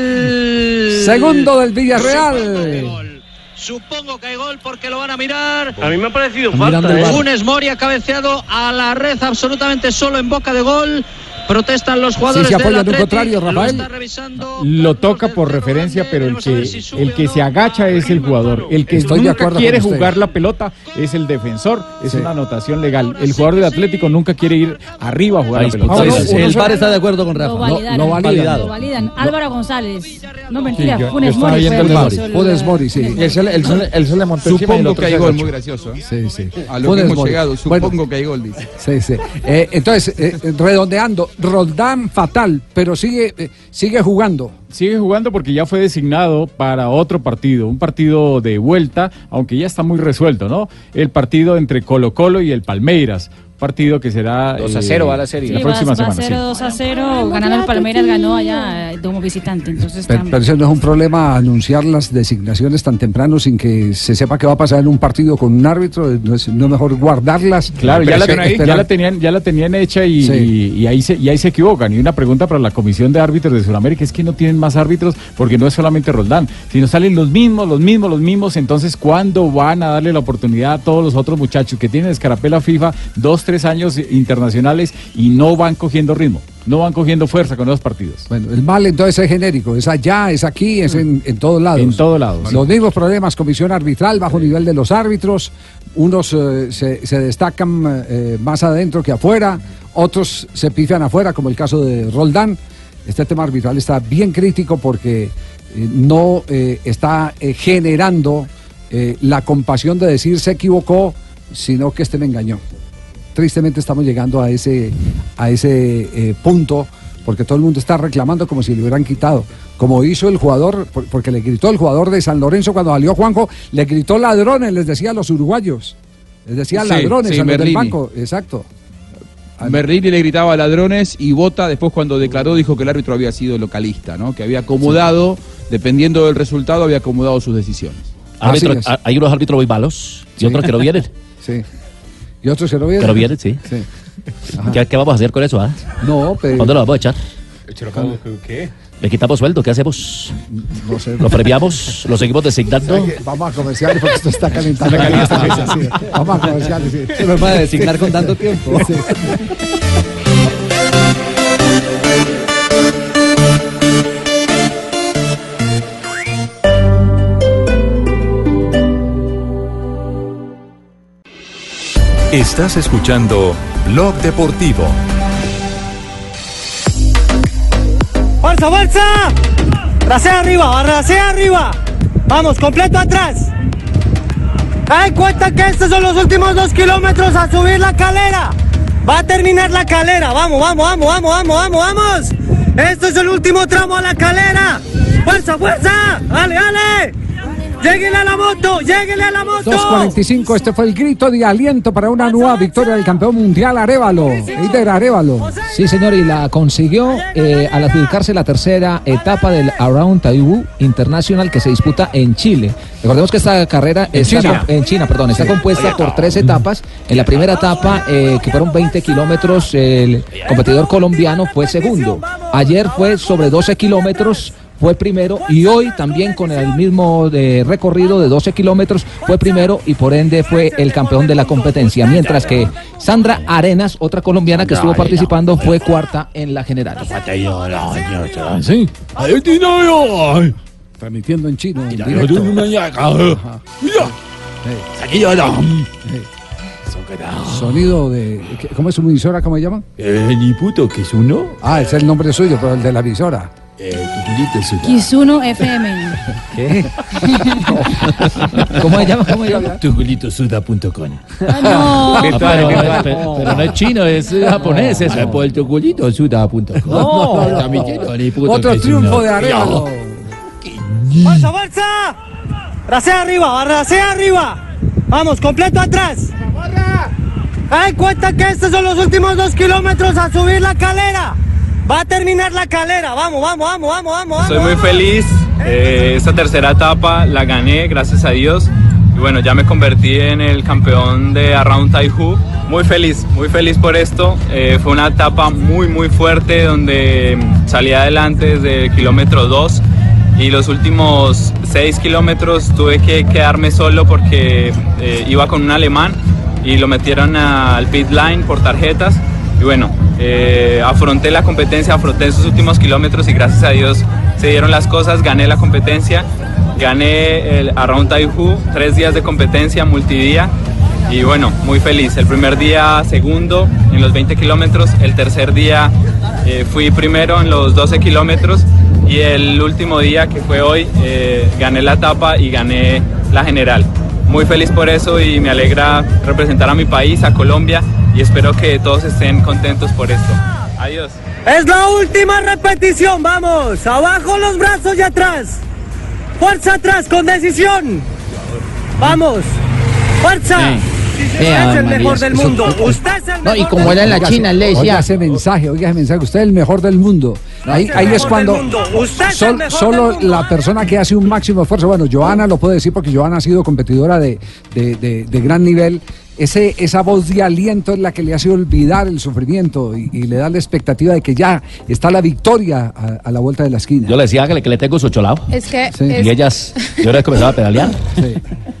Speaker 5: Segundo del Villarreal.
Speaker 16: Supongo que hay gol porque lo van a mirar.
Speaker 1: A mí me ha parecido falta.
Speaker 16: Funes Mori ha cabeceado a la red absolutamente solo en boca de gol. Protestan los jugadores
Speaker 5: del
Speaker 16: Atleti.
Speaker 5: En un contrario, Rafael.
Speaker 11: Lo toca por referencia, pero el que se agacha es el jugador. El que nunca quiere jugar la pelota es el defensor. Es una anotación legal. El jugador del Atlético nunca quiere ir arriba a jugar la pelota.
Speaker 10: El VAR está de acuerdo con Rafa.
Speaker 6: Lo validan. Álvaro González. No mentira, Funes
Speaker 5: Mori. Sí.
Speaker 19: Él se le montó. Supongo que hay gol, muy gracioso.
Speaker 5: Sí.
Speaker 19: A lo que hemos llegado, supongo que hay gol, dice.
Speaker 5: Sí. Entonces, redondeando, Roldán fatal, pero sigue jugando.
Speaker 11: Sigue jugando porque ya fue designado para otro partido, un partido de vuelta, aunque ya está muy resuelto, ¿no? El partido entre Colo-Colo y el Palmeiras. Partido que será
Speaker 18: 2-0 va la serie
Speaker 11: la próxima semana.
Speaker 6: Va a ser 2-0, ganando el Palmeiras, ganó allá como visitante. Entonces
Speaker 5: pero eso no es un problema anunciar las designaciones tan temprano sin que se sepa qué va a pasar en un partido con un árbitro. No es mejor guardarlas.
Speaker 11: Claro, ya la tenían hecha y ahí se equivocan. Y una pregunta para la Comisión de Árbitros de Sudamérica es que no tienen más árbitros, porque no es solamente Roldán, sino salen los mismos. Entonces, ¿cuándo van a darle la oportunidad a todos los otros muchachos que tienen escarapela FIFA 2-3 años internacionales y no van cogiendo ritmo, no van cogiendo fuerza con los partidos?
Speaker 5: Bueno, el mal entonces es genérico, es allá, es aquí, es en todos lados.
Speaker 11: En todos lados.
Speaker 5: Los mismos problemas, comisión arbitral, bajo nivel de los árbitros, unos se destacan más adentro que afuera, otros se pifian afuera, como el caso de Roldán. Este tema arbitral está bien crítico porque no está generando la compasión de decir se equivocó, sino que me engañó. Tristemente estamos llegando a ese punto porque todo el mundo está reclamando como si le hubieran quitado, como hizo el jugador, porque le gritó el jugador de San Lorenzo cuando salió Juanjo, le gritó ladrones, les decía a los uruguayos, les decía ladrones a los del banco, exacto.
Speaker 19: Merlini le gritaba ladrones y Bota después cuando declaró dijo que el árbitro había sido localista, ¿no? Que había acomodado, dependiendo del resultado, había acomodado sus decisiones.
Speaker 2: Hay unos árbitros muy malos y otros que no vienen.
Speaker 5: Sí. ¿Y otros que no vienen?
Speaker 2: Que no vienen, sí. ¿Qué vamos a hacer con eso?
Speaker 5: No, pero...
Speaker 2: ¿Dónde lo vamos a echar?
Speaker 1: ¿Qué?
Speaker 2: Le quitamos sueldo, ¿qué hacemos?
Speaker 5: No sé.
Speaker 2: ¿Lo premiamos? ¿Lo seguimos designando?
Speaker 5: Vamos a comerciales porque esto está calentando. Vamos a comerciales. Sí.
Speaker 10: Se me va a designar con tanto tiempo. Sí.
Speaker 14: Estás escuchando Blog Deportivo.
Speaker 3: ¡Fuerza, fuerza! ¡Rasea arriba, rasea arriba! ¡Vamos, completo atrás! ¡Ten cuenta que estos son los últimos 2 kilómetros a subir la calera! ¡Va a terminar la calera! ¡Vamos, vamos, vamos, vamos, vamos, vamos, vamos! ¡Esto es el último tramo a la calera! ¡Fuerza, fuerza! ¡Dale, dale! ¡Lléguenle a la moto! ¡Lléguenle a la moto!
Speaker 5: 2:45, este fue el grito de aliento para una nueva victoria del campeón mundial Arévalo. Eider Arévalo.
Speaker 9: Sí, señor, y la consiguió al adjudicarse la tercera etapa del Around Taiwu International que se disputa en Chile. Recordemos que esta carrera está compuesta por 3 etapas. En la primera etapa, que fueron 20 kilómetros, el competidor colombiano fue segundo. Ayer fue sobre 12 kilómetros. Fue primero y hoy también con el mismo recorrido de 12 kilómetros fue primero y por ende fue el campeón de la competencia, mientras que Sandra Arenas, otra colombiana que estuvo participando, fue cuarta en la general.
Speaker 5: Sí. Transmitiendo en chino. Sonido de... ¿Cómo es su emisora? ¿Cómo se llama?
Speaker 22: Ni puto que es uno.
Speaker 5: Ah, es el nombre suyo, pero el de la emisora.
Speaker 6: Kisuno FM.
Speaker 5: ¿Qué?
Speaker 9: ¿Cómo se llama?
Speaker 22: Tugulitosuda.com.
Speaker 11: Pero no es chino, es japonés eso.
Speaker 22: Por el tugulitosuda.com.
Speaker 5: Otro triunfo de Arévalo.
Speaker 3: ¡Fuerza, fuerza! ¡Rasea arriba, rasea arriba! ¡Vamos, completo atrás! ¡Ten cuenta que estos son los últimos 2 kilómetros a subir la calera! ¡Va a terminar la calera! ¡Vamos, vamos, vamos, vamos, vamos!
Speaker 23: Estoy muy feliz. Esta tercera etapa la gané, gracias a Dios. Y bueno, ya me convertí en el campeón de Around Taihu. Muy feliz por esto. Fue una etapa muy, muy fuerte donde salí adelante desde el kilómetro 2. Y los últimos 6 kilómetros tuve que quedarme solo porque iba con un alemán y lo metieron al pit line por tarjetas. Y bueno, afronté la competencia, afronté esos últimos kilómetros y gracias a Dios se dieron las cosas, gané la competencia, gané el Around Taihu, 3 días de competencia, multidía y bueno, muy feliz. El primer día segundo en los 20 kilómetros, el tercer día fui primero en los 12 kilómetros y el último día que fue hoy gané la etapa y gané la general. Muy feliz por eso y me alegra representar a mi país, a Colombia, y espero que todos estén contentos por esto. Adiós.
Speaker 3: Es la última repetición, vamos. Abajo los brazos y atrás. Fuerza atrás con decisión. Vamos. Fuerza. Usted es el mejor del mundo. Usted es el mejor.
Speaker 17: No, y como era en la China, le decía.
Speaker 5: Oiga ese mensaje, usted es el mejor del mundo. Ahí es cuando solo la persona que hace un máximo esfuerzo, bueno, Johanna lo puede decir porque Johanna ha sido competidora de gran nivel. Esa voz de aliento es la que le hace olvidar el sufrimiento y le da la expectativa de que ya está la victoria a la vuelta de la esquina.
Speaker 2: Yo le decía que le tengo su cholao.
Speaker 21: Es que...
Speaker 5: Sí.
Speaker 2: Y ellas, yo ahora comenzaba a pedalear.
Speaker 5: Sí.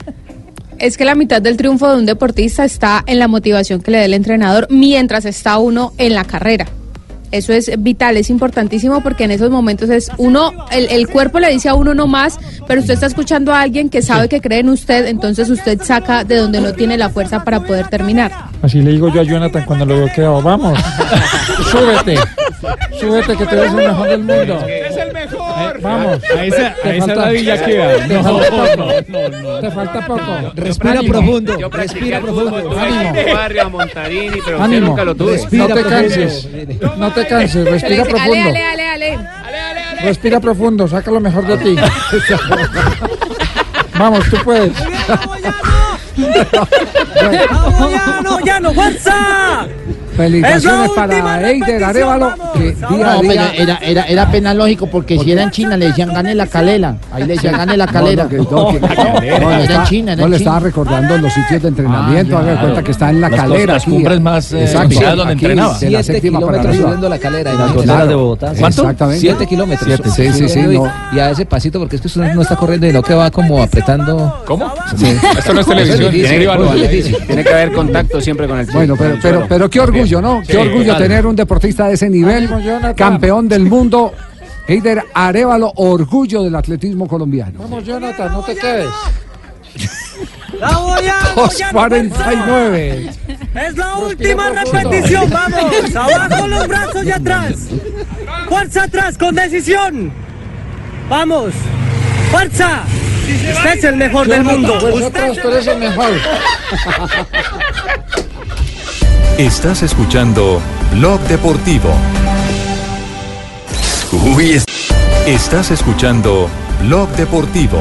Speaker 21: Es que la mitad del triunfo de un deportista está en la motivación que le dé el entrenador mientras está uno en la carrera. Eso es vital, es importantísimo porque en esos momentos es uno, el cuerpo le dice a uno no más, pero usted está escuchando a alguien que sabe que cree en usted, entonces usted saca de donde no tiene la fuerza para poder terminar.
Speaker 24: Así le digo yo a Jonathan cuando lo veo quedado, vamos, súbete que tú eres el mejor del mundo.
Speaker 11: Es el mejor.
Speaker 24: Vamos.
Speaker 11: A esa ladilla queda.
Speaker 24: Te falta poco.
Speaker 9: Respira profundo. Respira profundo.
Speaker 18: Ánimo. Barrio a Montarini, pero usted
Speaker 24: Ánimo.
Speaker 18: nunca lo tuve.
Speaker 24: No te canses. No te canses. Respira profundo.
Speaker 21: Ale.
Speaker 24: Respira profundo. Saca lo mejor de ti. Vamos, tú puedes.
Speaker 3: ¡Llano, fuerza!
Speaker 5: Felicitaciones para Eider Arévalo, que día a día...
Speaker 7: Era apenas lógico, porque si era en China le decían gane la calera. Ahí le decían gane la calera.
Speaker 5: Era en China. No le estaba recordando los sitios de entrenamiento. Haga cuenta que está en la calera.
Speaker 11: Las cumbres más picadas donde entrenaba.
Speaker 5: De la
Speaker 9: 7
Speaker 5: séptima para
Speaker 9: kilómetros
Speaker 5: arriba.
Speaker 9: subiendo la calera.
Speaker 10: Las goleras de Bogotá.
Speaker 11: ¿Cuánto?
Speaker 5: Exactamente.
Speaker 9: 7 kilómetros.
Speaker 5: Sí.
Speaker 9: Y a ese pasito, porque es que usted no está corriendo, sino que va como apretando.
Speaker 11: ¿Cómo?
Speaker 9: Sí.
Speaker 11: Esto no es televisión.
Speaker 18: Tiene que haber contacto siempre con el pie.
Speaker 5: Bueno, pero qué orgullo, ¿no? Qué orgullo tener un deportista de ese nivel, campeón del mundo. Eider Arévalo, orgullo del atletismo colombiano.
Speaker 24: Vamos, Jonathan, no te quedes.
Speaker 5: 2:49.
Speaker 3: Es la última repetición, vamos. Abajo los brazos y atrás. Fuerza atrás con decisión. Vamos. Fuerza. Usted es el mejor del mundo.
Speaker 24: Vosotros, tú eres el mejor.
Speaker 14: Estás escuchando Blog Deportivo. Estás escuchando Blog Deportivo.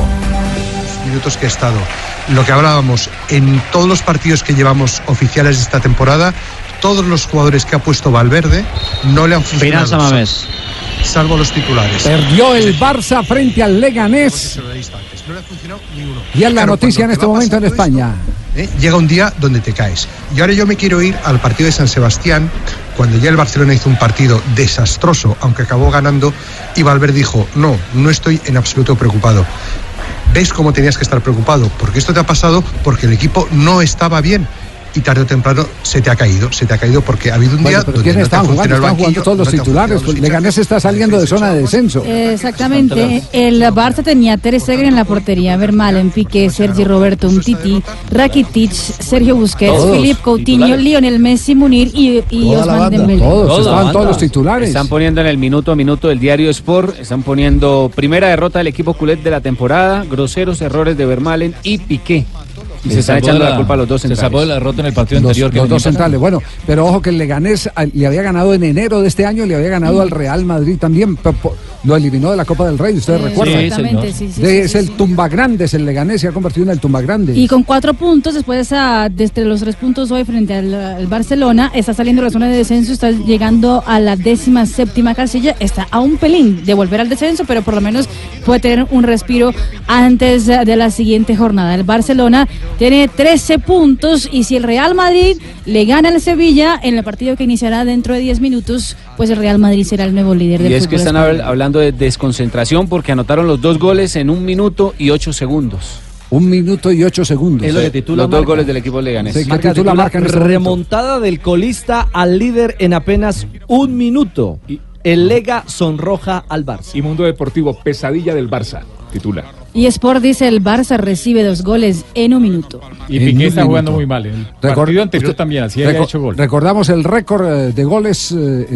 Speaker 4: Minutos que he estado. Lo que hablábamos, en todos los partidos que llevamos oficiales de esta temporada, todos los jugadores que ha puesto Valverde no le han funcionado. Salvo los titulares.
Speaker 5: Perdió el Barça frente al Leganés.
Speaker 4: No le ha funcionado ni uno.
Speaker 5: Y es la noticia en este momento en España.
Speaker 4: Llega un día donde te caes. Y ahora yo me quiero ir al partido de San Sebastián, cuando ya el Barcelona hizo un partido desastroso, aunque acabó ganando, y Valverde dijo, no estoy en absoluto preocupado. ¿Ves cómo tenías que estar preocupado? Porque esto te ha pasado porque el equipo no estaba bien. Y tarde o temprano se te ha caído porque ha habido un día donde
Speaker 5: ¿quién
Speaker 4: no
Speaker 5: estaban jugando? Estaban jugando todos los titulares. Leganés está saliendo de zona de descenso.
Speaker 6: Exactamente. El Barça tenía Ter Stegen en la portería, Vermaelen, Piqué, Sergi Roberto, Umtiti, Rakitic, Sergio Busquets,
Speaker 5: Todos.
Speaker 6: Philippe Coutinho,
Speaker 5: Titulares.
Speaker 6: Lionel Messi, Munir y Ousmane Dembélé.
Speaker 5: Estaban todos los titulares.
Speaker 18: Están poniendo en el minuto a minuto del diario Sport, están poniendo primera derrota del equipo culé de la temporada, groseros errores de Vermaelen y Piqué. Y se están echando la culpa a los dos centrales.
Speaker 11: Se salvó de la derrota en el partido anterior.
Speaker 5: Los dos centrales. Bueno, pero ojo que el Leganés le había ganado en enero de este año, le había ganado al Real Madrid también. Lo eliminó de la Copa del Rey, ustedes recuerdan.
Speaker 6: Exactamente, sí.
Speaker 5: Es el tumba grande, es el Leganés, se ha convertido en el tumba grande.
Speaker 6: Y con 4 puntos, después desde los 3 puntos hoy frente al Barcelona, está saliendo de la zona de descenso, está llegando a la 17ª casilla, está a un pelín de volver al descenso, pero por lo menos puede tener un respiro antes de la siguiente jornada. El Barcelona tiene 13 puntos y si el Real Madrid le gana al Sevilla en el partido que iniciará dentro de 10 minutos, pues el Real Madrid será el nuevo líder del fútbol.
Speaker 18: Y es que están hablando de desconcentración porque anotaron los 2 goles en 1 minuto y 8 segundos.
Speaker 5: 1 minuto y 8 segundos.
Speaker 10: Es lo que titula
Speaker 18: los 2 goles del equipo leganés.
Speaker 5: Sí, titula marca en este
Speaker 10: remontada del colista al líder en apenas 1 minuto. El Lega sonroja al Barça.
Speaker 12: Y Mundo Deportivo, pesadilla del Barça, titula.
Speaker 6: Y Sport dice el Barça recibe 2 goles en 1 minuto.
Speaker 12: Y Piqué está jugando muy mal. El partido anterior también, así había hecho gol.
Speaker 5: Recordamos el récord de goles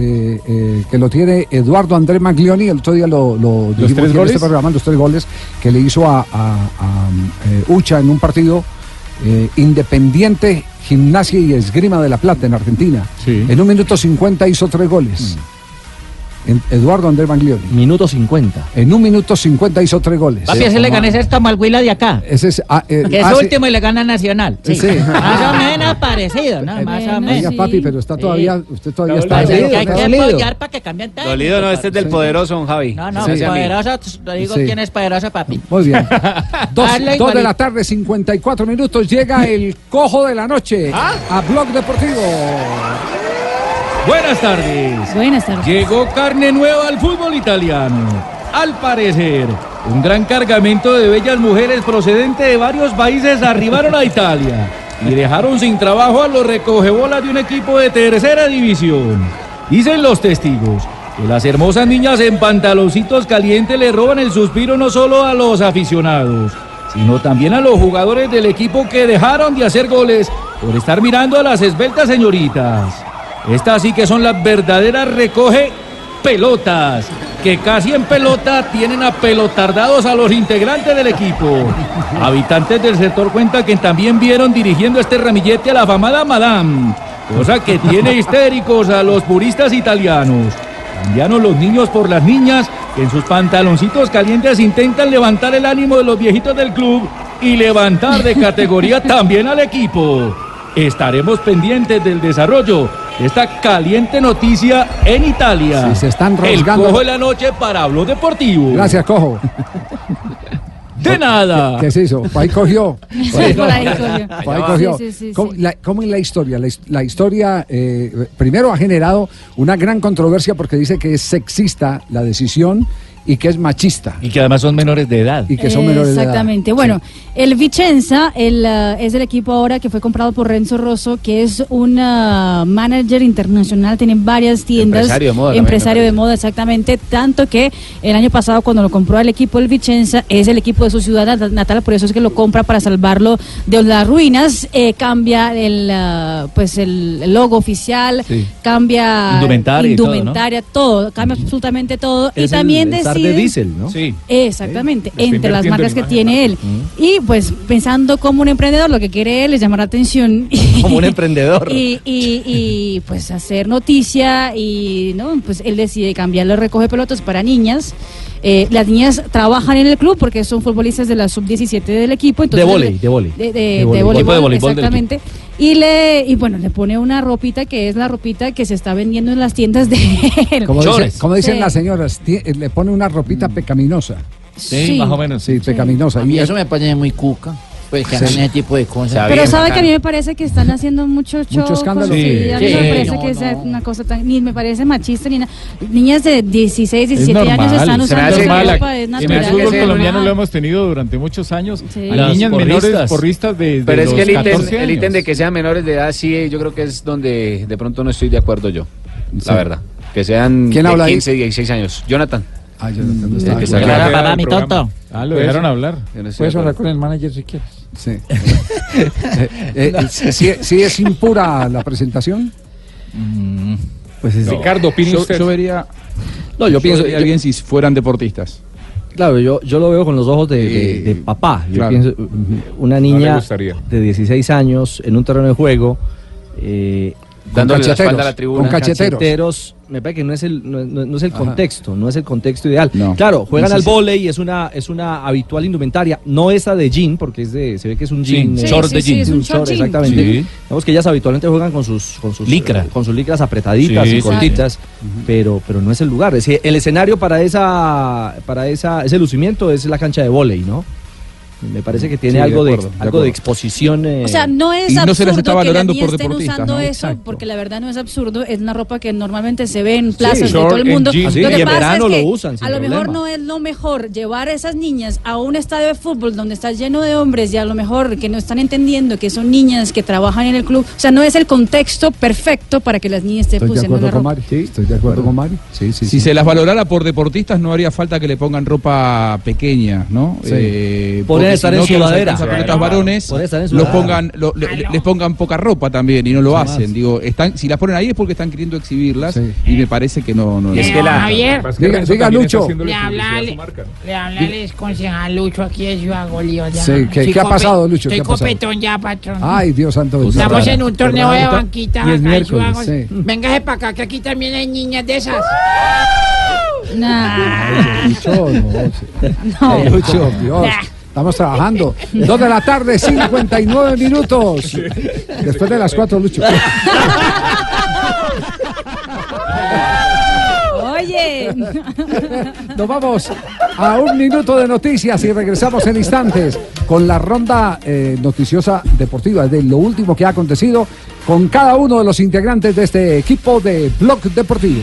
Speaker 5: que lo tiene Eduardo Andrés Maglioni. El otro día lo dijimos en este programa, los 3 goles que le hizo a Ucha en un partido Independiente, Gimnasia y Esgrima de la Plata en Argentina.
Speaker 12: Sí.
Speaker 5: En 1 minuto 50 hizo 3 goles. Eduardo Andrés Maglioni.
Speaker 10: Minuto 50.
Speaker 5: En 1 minuto 50 hizo 3 goles.
Speaker 8: Papi, ese le gané es como al Huila de acá.
Speaker 5: Ese es
Speaker 8: Que es último y le gana Nacional. Sí.
Speaker 5: Sí.
Speaker 8: Más o menos parecido, ¿no? Más o menos.
Speaker 5: Oiga, papi, pero está todavía, usted todavía está
Speaker 8: Hay que apoyar para que cambien técnico.
Speaker 18: Dolido no, este es del poderoso, don Javi.
Speaker 8: No,
Speaker 18: Sí.
Speaker 8: poderoso, te digo quién es poderoso, papi.
Speaker 5: Muy bien. 2 de la tarde, 54 minutos. Llega el cojo de la noche a Blog Deportivo.
Speaker 11: Buenas tardes.
Speaker 6: Buenas tardes.
Speaker 11: Llegó carne nueva al fútbol italiano. Al parecer, un gran cargamento de bellas mujeres procedente de varios países arribaron a Italia y dejaron sin trabajo a los recogebolas de un equipo de tercera división. Dicen los testigos que las hermosas niñas en pantaloncitos calientes le roban el suspiro no solo a los aficionados, sino también a los jugadores del equipo que dejaron de hacer goles por estar mirando a las esbeltas señoritas. Estas sí que son las verdaderas recoge pelotas, que casi en pelota tienen apelotardados a los integrantes del equipo. Habitantes del sector cuentan que también vieron dirigiendo este ramillete a la afamada Madame, cosa que tiene histéricos a los puristas italianos. Cambiaron los niños por las niñas, que en sus pantaloncitos calientes intentan levantar el ánimo de los viejitos del club y levantar de categoría también al equipo. Estaremos pendientes del desarrollo de esta caliente noticia en Italia.
Speaker 5: Sí, se están rasgando.
Speaker 11: El Cojo de la noche para Blog Deportivo.
Speaker 5: Gracias, Cojo.
Speaker 11: De nada.
Speaker 5: ¿Qué se hizo? Ahí cogió.
Speaker 6: Sí, por ahí cogió.
Speaker 5: Ahí cogió.
Speaker 6: Sí.
Speaker 5: ¿Cómo es la historia? La historia, primero, ha generado una gran controversia porque dice que es sexista la decisión y que es machista.
Speaker 11: Y que además son menores de edad.
Speaker 5: Y que son menores de edad.
Speaker 6: Exactamente. Bueno, el Vicenza es el equipo ahora que fue comprado por Renzo Rosso, que es un manager internacional, tiene varias tiendas. Empresario de moda, exactamente. Tanto que el año pasado, cuando lo compró el equipo del Vicenza, es el equipo de su ciudad natal, por eso es que lo compra para salvarlo de las ruinas. Cambia el logo oficial, cambia indumentaria, todo, cambia absolutamente todo.
Speaker 10: Es
Speaker 6: y también
Speaker 10: de diésel, ¿no?
Speaker 11: Sí.
Speaker 6: Exactamente, entre las marcas que tiene él. Y pues pensando como un emprendedor, lo que quiere él es llamar la atención.
Speaker 10: Como un emprendedor.
Speaker 6: Y pues hacer noticia y no, pues él decide cambiarle el recoge pelotas para niñas. Las niñas trabajan en el club porque son futbolistas de la sub-17 del equipo. Entonces, de voleibol, exactamente. Y bueno, le pone una ropita que es la ropita que se está vendiendo en las tiendas de él.
Speaker 5: Como dicen las señoras, le pone una ropita pecaminosa.
Speaker 11: Sí, más o menos.
Speaker 5: Sí, pecaminosa.
Speaker 8: A mí eso me parece muy cuca. Pues que hagan ese tipo de cosas.
Speaker 6: Pero sabe que a mí me parece que están haciendo mucho show.
Speaker 5: Mucho escándalo.
Speaker 6: A mí me parece que sea una cosa tan... Ni me parece machista ni nada. Niñas de 16, 17 años están usando ropa, es natural.
Speaker 22: En el fútbol colombiano lo hemos tenido durante muchos años.
Speaker 6: Sí.
Speaker 22: A niñas menores porristas de
Speaker 18: pero es que
Speaker 22: el
Speaker 18: ítem de que sean menores de edad, sí, yo creo que es donde de pronto no estoy de acuerdo yo. La verdad. Que sean de 15, 16 años. Jonathan.
Speaker 8: Papá, mi tonto.
Speaker 22: Lo dejaron hablar.
Speaker 24: Puedes hablar con el manager si quieres.
Speaker 5: Sí. ¿Sí es impura la presentación?
Speaker 19: Pues Ricardo, opina usted. Yo vería.
Speaker 10: No, yo pienso
Speaker 19: bien si fueran deportistas.
Speaker 10: Claro, yo lo veo con los ojos de papá. Yo pienso una niña de 16 años en un terreno de juego.
Speaker 18: Dándole la espalda a la tribuna.
Speaker 5: Con cacheteros.
Speaker 10: Me parece que no es el contexto, no es el contexto ideal.
Speaker 5: No.
Speaker 10: Claro, juegan al vóley y es una habitual indumentaria, no esa de jean, porque se ve que es un jean,
Speaker 11: short de jean.
Speaker 10: Es un short, exactamente. Sí. Digamos que ellas habitualmente juegan con sus licras apretaditas y cortitas, pero no es el lugar. Es decir, el escenario para ese lucimiento es la cancha de vóley, ¿no? Me parece que tiene algo de exposición.
Speaker 6: O sea, no es
Speaker 19: no se las
Speaker 6: absurdo
Speaker 19: está valorando
Speaker 6: que
Speaker 19: por
Speaker 6: estén
Speaker 19: deportistas,
Speaker 6: usando
Speaker 19: ¿no?
Speaker 6: eso,
Speaker 19: Exacto.
Speaker 6: porque la verdad no es absurdo, es una ropa que normalmente se ve en plazas de
Speaker 11: short
Speaker 6: todo el mundo.
Speaker 11: en jeans.
Speaker 6: Lo que
Speaker 10: y en
Speaker 6: pasa
Speaker 10: verano
Speaker 6: es que
Speaker 10: lo usan sin
Speaker 6: a lo
Speaker 10: problema.
Speaker 6: mejor no es lo mejor llevar a esas niñas a un estadio de fútbol donde está lleno de hombres y a lo mejor que no están entendiendo que son niñas que trabajan en el club. O sea, no es el contexto perfecto para que las niñas estén usando la ropa.
Speaker 5: Estoy de acuerdo con Mari.
Speaker 19: Si se las valorara por deportistas, no haría falta que le pongan ropa pequeña, ¿no?
Speaker 10: Podrían estar en sudadera.
Speaker 19: Pelotas varones les pongan poca ropa también y no lo hacen. Digo, si las ponen ahí es porque están queriendo exhibirlas y me parece que no.
Speaker 8: Y es que
Speaker 17: Javier,
Speaker 5: diga Lucho.
Speaker 8: le habla el concejal Lucho aquí de Ciudad Bolívar.
Speaker 5: Sí, ¿qué ha pasado, Lucho?
Speaker 8: Estoy copetón ya, patrón.
Speaker 5: Ay, Dios santo.
Speaker 8: Estamos en un torneo de banquita.
Speaker 5: Y es miércoles.
Speaker 8: Véngase para acá, que aquí también hay niñas de esas.
Speaker 5: Lucho, no. Lucho, Dios. Estamos trabajando. 2 de la tarde, 59 minutos. Después de las 4, Lucho.
Speaker 6: Oye.
Speaker 5: Nos vamos a un minuto de noticias y regresamos en instantes con la ronda noticiosa deportiva de lo último que ha acontecido con cada uno de los integrantes de este equipo de Blog Deportivo.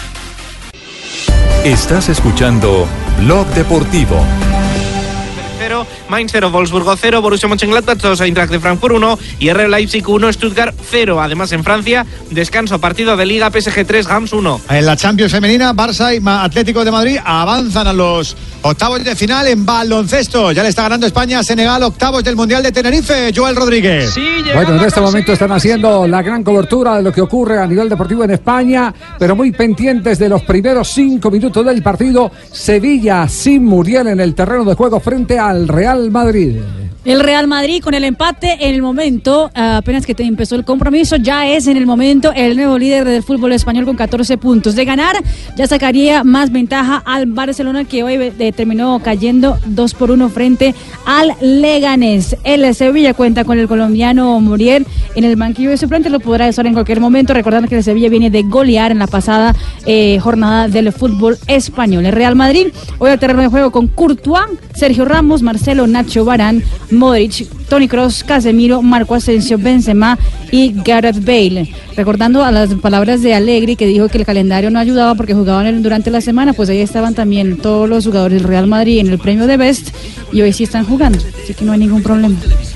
Speaker 14: Estás escuchando Blog Deportivo.
Speaker 13: 0, Mainz 0, Wolfsburgo 0, Borussia Mönchengladbach 2, Eintracht de Frankfurt 1 y RB Leipzig 1, Stuttgart 0. Además, en Francia, descanso, partido de Liga, PSG 3, Reims 1.
Speaker 15: En la Champions femenina, Barça y Atlético de Madrid avanzan a los octavos de final en baloncesto. Ya le está ganando España a Senegal, octavos del Mundial de Tenerife. Joel Rodríguez.
Speaker 5: Bueno, en este momento están haciendo la gran cobertura de lo que ocurre a nivel deportivo en España, pero muy pendientes de los primeros 5 minutos del partido. Sevilla sin Muriel en el terreno de juego frente al Real Madrid.
Speaker 6: El Real Madrid con el empate en el momento, apenas que empezó el compromiso, ya es en el momento el nuevo líder del fútbol español con 14 puntos. De ganar, ya sacaría más ventaja al Barcelona, que hoy terminó cayendo 2-1 frente al Leganés. El Sevilla cuenta con el colombiano Muriel en el banquillo de suplente, lo podrá usar en cualquier momento, recordando que el Sevilla viene de golear en la pasada jornada del fútbol español. El Real Madrid hoy al terreno de juego con Courtois, Sergio Ramos, Marcelo, Nacho, Varane, Modric, Toni Kroos, Casemiro, Marco Asensio, Benzema y Gareth Bale. Recordando a las palabras de Allegri, que dijo que el calendario no ayudaba porque jugaban durante la semana, pues ahí estaban también todos los jugadores del Real Madrid en el premio de Best y hoy sí están jugando, así que no hay ningún problema.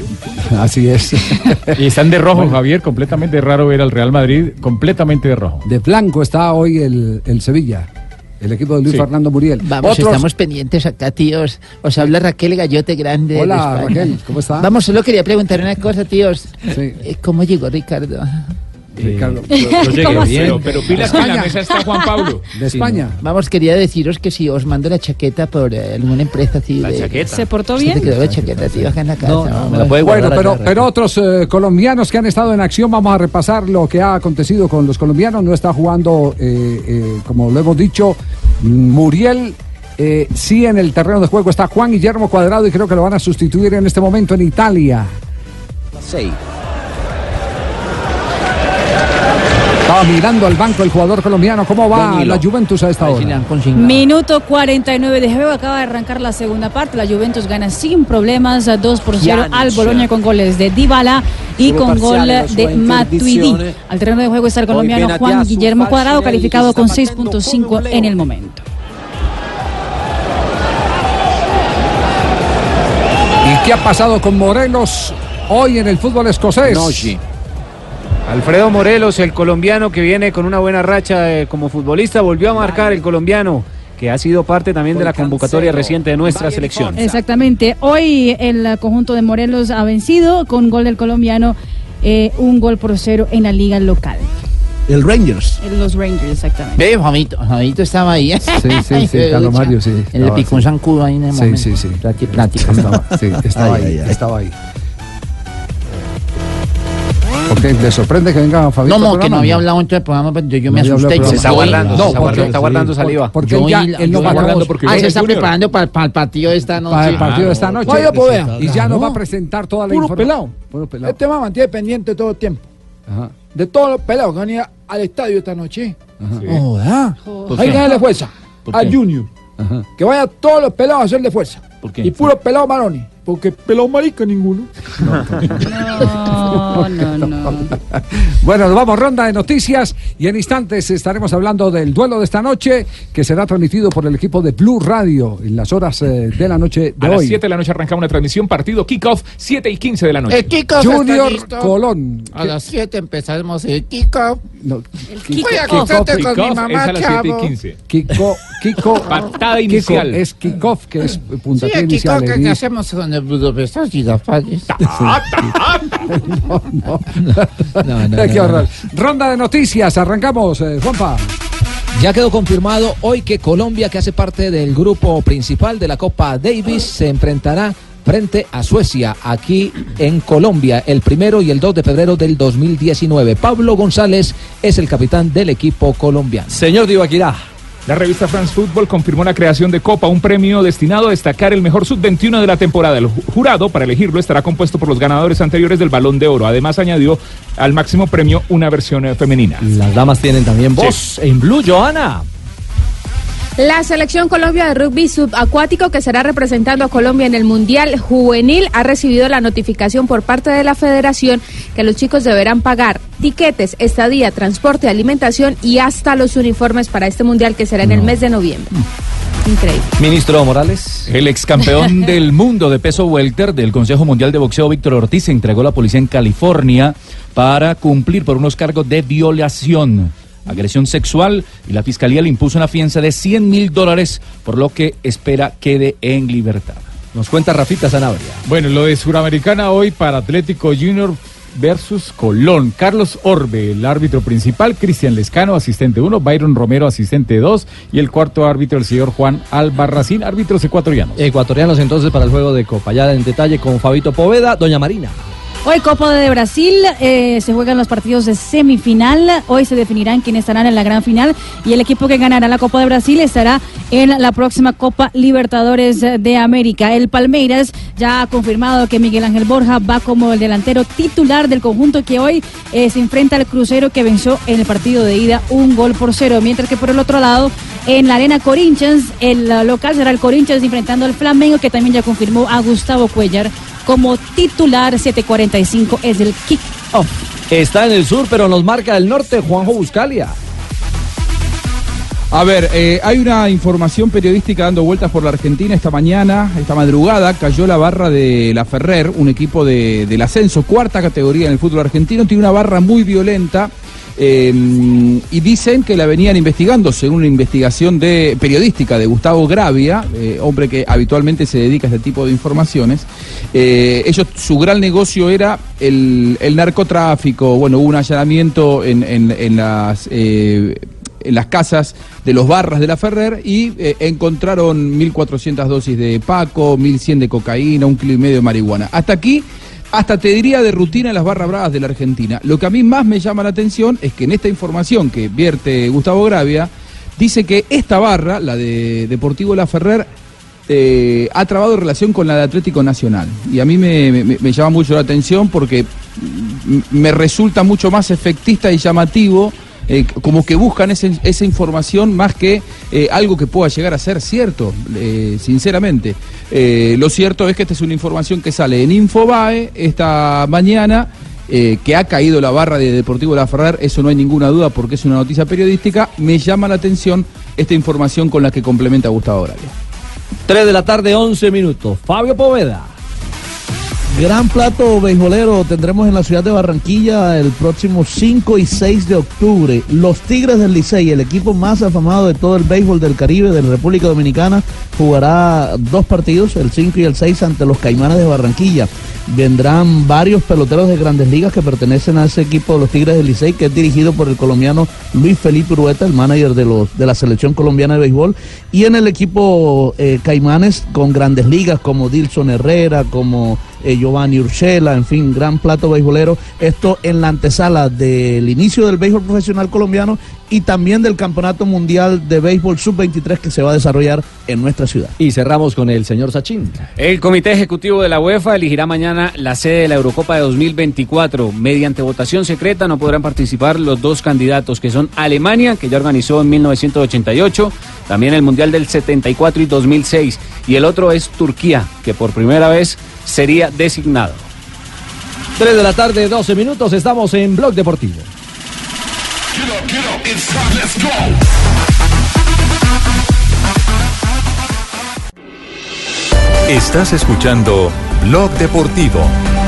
Speaker 5: Así es.
Speaker 11: Y están de rojo, bueno. Javier, completamente raro ver al Real Madrid completamente de rojo.
Speaker 5: De blanco está hoy el Sevilla. El equipo de Luis Fernando Muriel.
Speaker 8: Vamos, estamos pendientes acá, tíos. Os habla Raquel Gallote Grande.
Speaker 5: Hola, Raquel, ¿cómo está?
Speaker 8: Vamos, solo quería preguntar una cosa, tíos. Sí. ¿Cómo llegó Ricardo?
Speaker 11: Ricardo, yo llegué bien. Pero pilas que en la mesa está Juan Pablo.
Speaker 5: De España.
Speaker 8: Sí, no. Vamos, quería deciros que si os mando la chaqueta por alguna empresa, tío.
Speaker 11: ¿La chaqueta?
Speaker 6: ¿Se portó bien?
Speaker 8: ¿Se te quedó la chaqueta, tío, acá en la casa?
Speaker 10: No, me la puede guardar.
Speaker 5: Bueno, pero otros colombianos que han estado en acción, vamos a repasar lo que ha acontecido con los colombianos. No está jugando, como lo hemos dicho, Muriel. Sí, en el terreno de juego está Juan Guillermo Cuadrado y creo que lo van a sustituir en este momento en Italia.
Speaker 10: Sí.
Speaker 5: Estaba mirando al banco el jugador colombiano. ¿Cómo va la Juventus a esta hora?
Speaker 6: Minuto 49 de juego. Acaba de arrancar la segunda parte. La Juventus gana sin problemas 2-0 al Bologna con goles de Dybala y con gol de Matuidi. Al terreno de juego está el colombiano Juan Guillermo Cuadrado, calificado con 6.5 en el momento.
Speaker 5: ¿Y qué ha pasado con Morelos hoy en el fútbol escocés?
Speaker 18: No, sí. Alfredo Morelos, el colombiano que viene con una buena racha como futbolista, volvió a marcar el colombiano, que ha sido parte también de la convocatoria reciente de nuestra selección.
Speaker 6: Exactamente. Hoy el conjunto de Morelos ha vencido con gol del colombiano, 1-0 en la liga local.
Speaker 10: El Rangers.
Speaker 6: Los Rangers, exactamente.
Speaker 8: Ve, Juanito estaba ahí.
Speaker 5: Sí, Carlos Mario, sí.
Speaker 8: En el picón zancudo ahí en el momento.
Speaker 5: Sí.
Speaker 8: Plática.
Speaker 5: Estaba ahí. Porque le sorprende que venga Fabio.
Speaker 8: No, que no había hablado entre el programa, pero yo me asusté.
Speaker 18: Se está guardando saliva.
Speaker 5: Porque él no va guardando porque
Speaker 8: se está preparando para el partido de esta noche.
Speaker 5: Para el partido de esta noche. Y ya nos va a presentar toda la información.
Speaker 17: Puro pelado. Este man mantiene pendiente todo el tiempo. Ajá. De todos los pelados que van a ir al estadio esta noche. Joder. Hay que darle fuerza al Junior. Ajá. Que vaya todos los pelados a hacerle fuerza.
Speaker 10: ¿Por qué?
Speaker 17: Y puros pelados marones. Porque pelado marica ninguno.
Speaker 6: No.
Speaker 5: Bueno, nos vamos, ronda de noticias y en instantes estaremos hablando del duelo de esta noche, que será transmitido por el equipo de Blue Radio en las horas de la noche de hoy.
Speaker 11: A las 7 de la noche arrancaba una transmisión, partido kickoff, 7:15 de la noche.
Speaker 8: El kickoff
Speaker 5: Junior Colón.
Speaker 8: A las 7 empezamos el kickoff.
Speaker 5: No,
Speaker 8: voy a quitarte con mi mamá,
Speaker 11: es a las 7:15.
Speaker 5: Kiko,
Speaker 11: patada inicial.
Speaker 5: Es kickoff, que es puntapié
Speaker 8: sí,
Speaker 5: inicial.
Speaker 8: ¿Qué hacemos con el Budapest y las fallas?
Speaker 5: No. Qué horror. Ronda de noticias, arrancamos, Juanpa.
Speaker 9: Ya quedó confirmado hoy que Colombia, que hace parte del grupo principal de la Copa Davis, se enfrentará frente a Suecia, aquí en Colombia, el 1 y el 2 de febrero del 2019. Pablo González es el capitán del equipo colombiano.
Speaker 10: Señor Divaquirá.
Speaker 11: La revista France Football confirmó la creación de Copa, un premio destinado a destacar el mejor sub-21 de la temporada. El jurado, para elegirlo, estará compuesto por los ganadores anteriores del Balón de Oro. Además, añadió al máximo premio una versión femenina.
Speaker 10: Las damas tienen también voz en Blue, Johanna.
Speaker 21: La selección Colombia de rugby subacuático, que estará representando a Colombia en el Mundial Juvenil, ha recibido la notificación por parte de la federación que los chicos deberán pagar tiquetes, estadía, transporte, alimentación y hasta los uniformes para este Mundial, que será en el mes de noviembre. increíble.
Speaker 10: Ministro Morales.
Speaker 11: El ex campeón del mundo de peso welter del Consejo Mundial de Boxeo, Víctor Ortiz, se entregó a la policía en California para cumplir por unos cargos de violación, agresión sexual, y la fiscalía le impuso una fianza de $100,000, por lo que espera quede en libertad.
Speaker 10: Nos cuenta Rafita Sanabria.
Speaker 12: Bueno, lo de Suramericana hoy para Atlético Junior versus Colón. Carlos Orbe, el árbitro principal, Cristian Lescano, asistente 1, Byron Romero, asistente 2, y el cuarto árbitro, el señor Juan Albarracín, árbitros ecuatorianos.
Speaker 10: Ecuatorianos entonces para el juego de Copa. Ya en detalle con Fabito Poveda, doña Marina.
Speaker 6: Hoy Copa de Brasil, se juegan los partidos de semifinal. Hoy se definirán quiénes estarán en la gran final y el equipo que ganará la Copa de Brasil estará en la próxima Copa Libertadores de América. El Palmeiras ya ha confirmado que Miguel Ángel Borja va como el delantero titular del conjunto que hoy se enfrenta al Cruzeiro, que venció en el partido de ida 1-0, mientras que por el otro lado, en la Arena Corinthians, el local será el Corinthians enfrentando al Flamengo, que también ya confirmó a Gustavo Cuellar como titular. 7:45 es el kick-off.
Speaker 10: Está en el sur, pero nos marca el norte, Juanjo Buscalia.
Speaker 19: A ver, hay una información periodística dando vueltas por la Argentina esta madrugada, cayó la barra de la Ferrer, un equipo del ascenso, cuarta categoría en el fútbol argentino, tiene una barra muy violenta. Y dicen que la venían investigando según una investigación periodística de Gustavo Gravia, hombre que habitualmente se dedica a este tipo de informaciones. Su gran negocio era el narcotráfico. Bueno, hubo un allanamiento en las casas de los barras de la Ferrer y encontraron 1.400 dosis de Paco, 1.100 de cocaína, 1,5 kilos de marihuana. Hasta aquí, hasta te diría de rutina en las barras bravas de la Argentina. Lo que a mí más me llama la atención es que en esta información que vierte Gustavo Gravia, dice que esta barra, la de Deportivo La Ferrer, ha trabado relación con la de Atlético Nacional. Y a mí me llama mucho la atención porque me resulta mucho más efectista y llamativo, como que buscan esa información más que algo que pueda llegar a ser cierto, sinceramente. Lo cierto es que esta es una información que sale en Infobae esta mañana, que ha caído la barra de Deportivo La Ferrer, eso no hay ninguna duda porque es una noticia periodística. Me llama la atención esta información con la que complementa Gustavo Gravia.
Speaker 10: 3:11 p.m. Fabio Poveda.
Speaker 1: Gran plato beisbolero tendremos en la ciudad de Barranquilla el próximo 5 y 6 de octubre. Los Tigres del Licey, el equipo más afamado de todo el béisbol del Caribe, de la República Dominicana, jugará 2 partidos, el 5 y el 6, ante los Caimanes de Barranquilla. Vendrán varios peloteros de Grandes Ligas que pertenecen a ese equipo de los Tigres del Licey, que es dirigido por el colombiano Luis Felipe Urueta, el manager de la selección colombiana de béisbol. Y en el equipo Caimanes, con Grandes Ligas como Dilson Herrera, como Giovanni Urshela, en fin, gran plato beisbolero. Esto en la antesala del inicio del béisbol profesional colombiano y también del Campeonato Mundial de Béisbol Sub-23 que se va a desarrollar en nuestra ciudad.
Speaker 10: Y cerramos con el señor Sachin.
Speaker 18: El Comité Ejecutivo de la UEFA elegirá mañana la sede de la Eurocopa de 2024. Mediante votación secreta no podrán participar los 2 candidatos, que son Alemania, que ya organizó en 1988, también el Mundial del 74 y 2006, y el otro es Turquía, que por primera vez sería designado.
Speaker 10: 3:12 p.m, estamos en Blog Deportivo.
Speaker 14: Estás escuchando Blog Deportivo.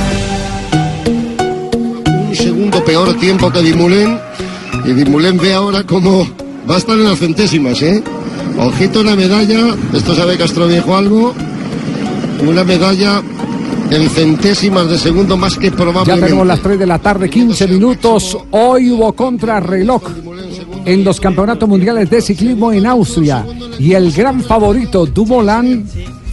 Speaker 16: Un segundo peor tiempo que Dumoulin, y Dumoulin ve ahora cómo va a estar en las centésimas, Ojito una medalla, esto sabe Castro Viejo algo, una medalla en centésimas de segundo más que probablemente.
Speaker 5: Ya tenemos las 3 de la tarde, 15 minutos. Hoy hubo contrarreloj en los campeonatos mundiales de ciclismo en Austria. Y el gran favorito, Dumoulin,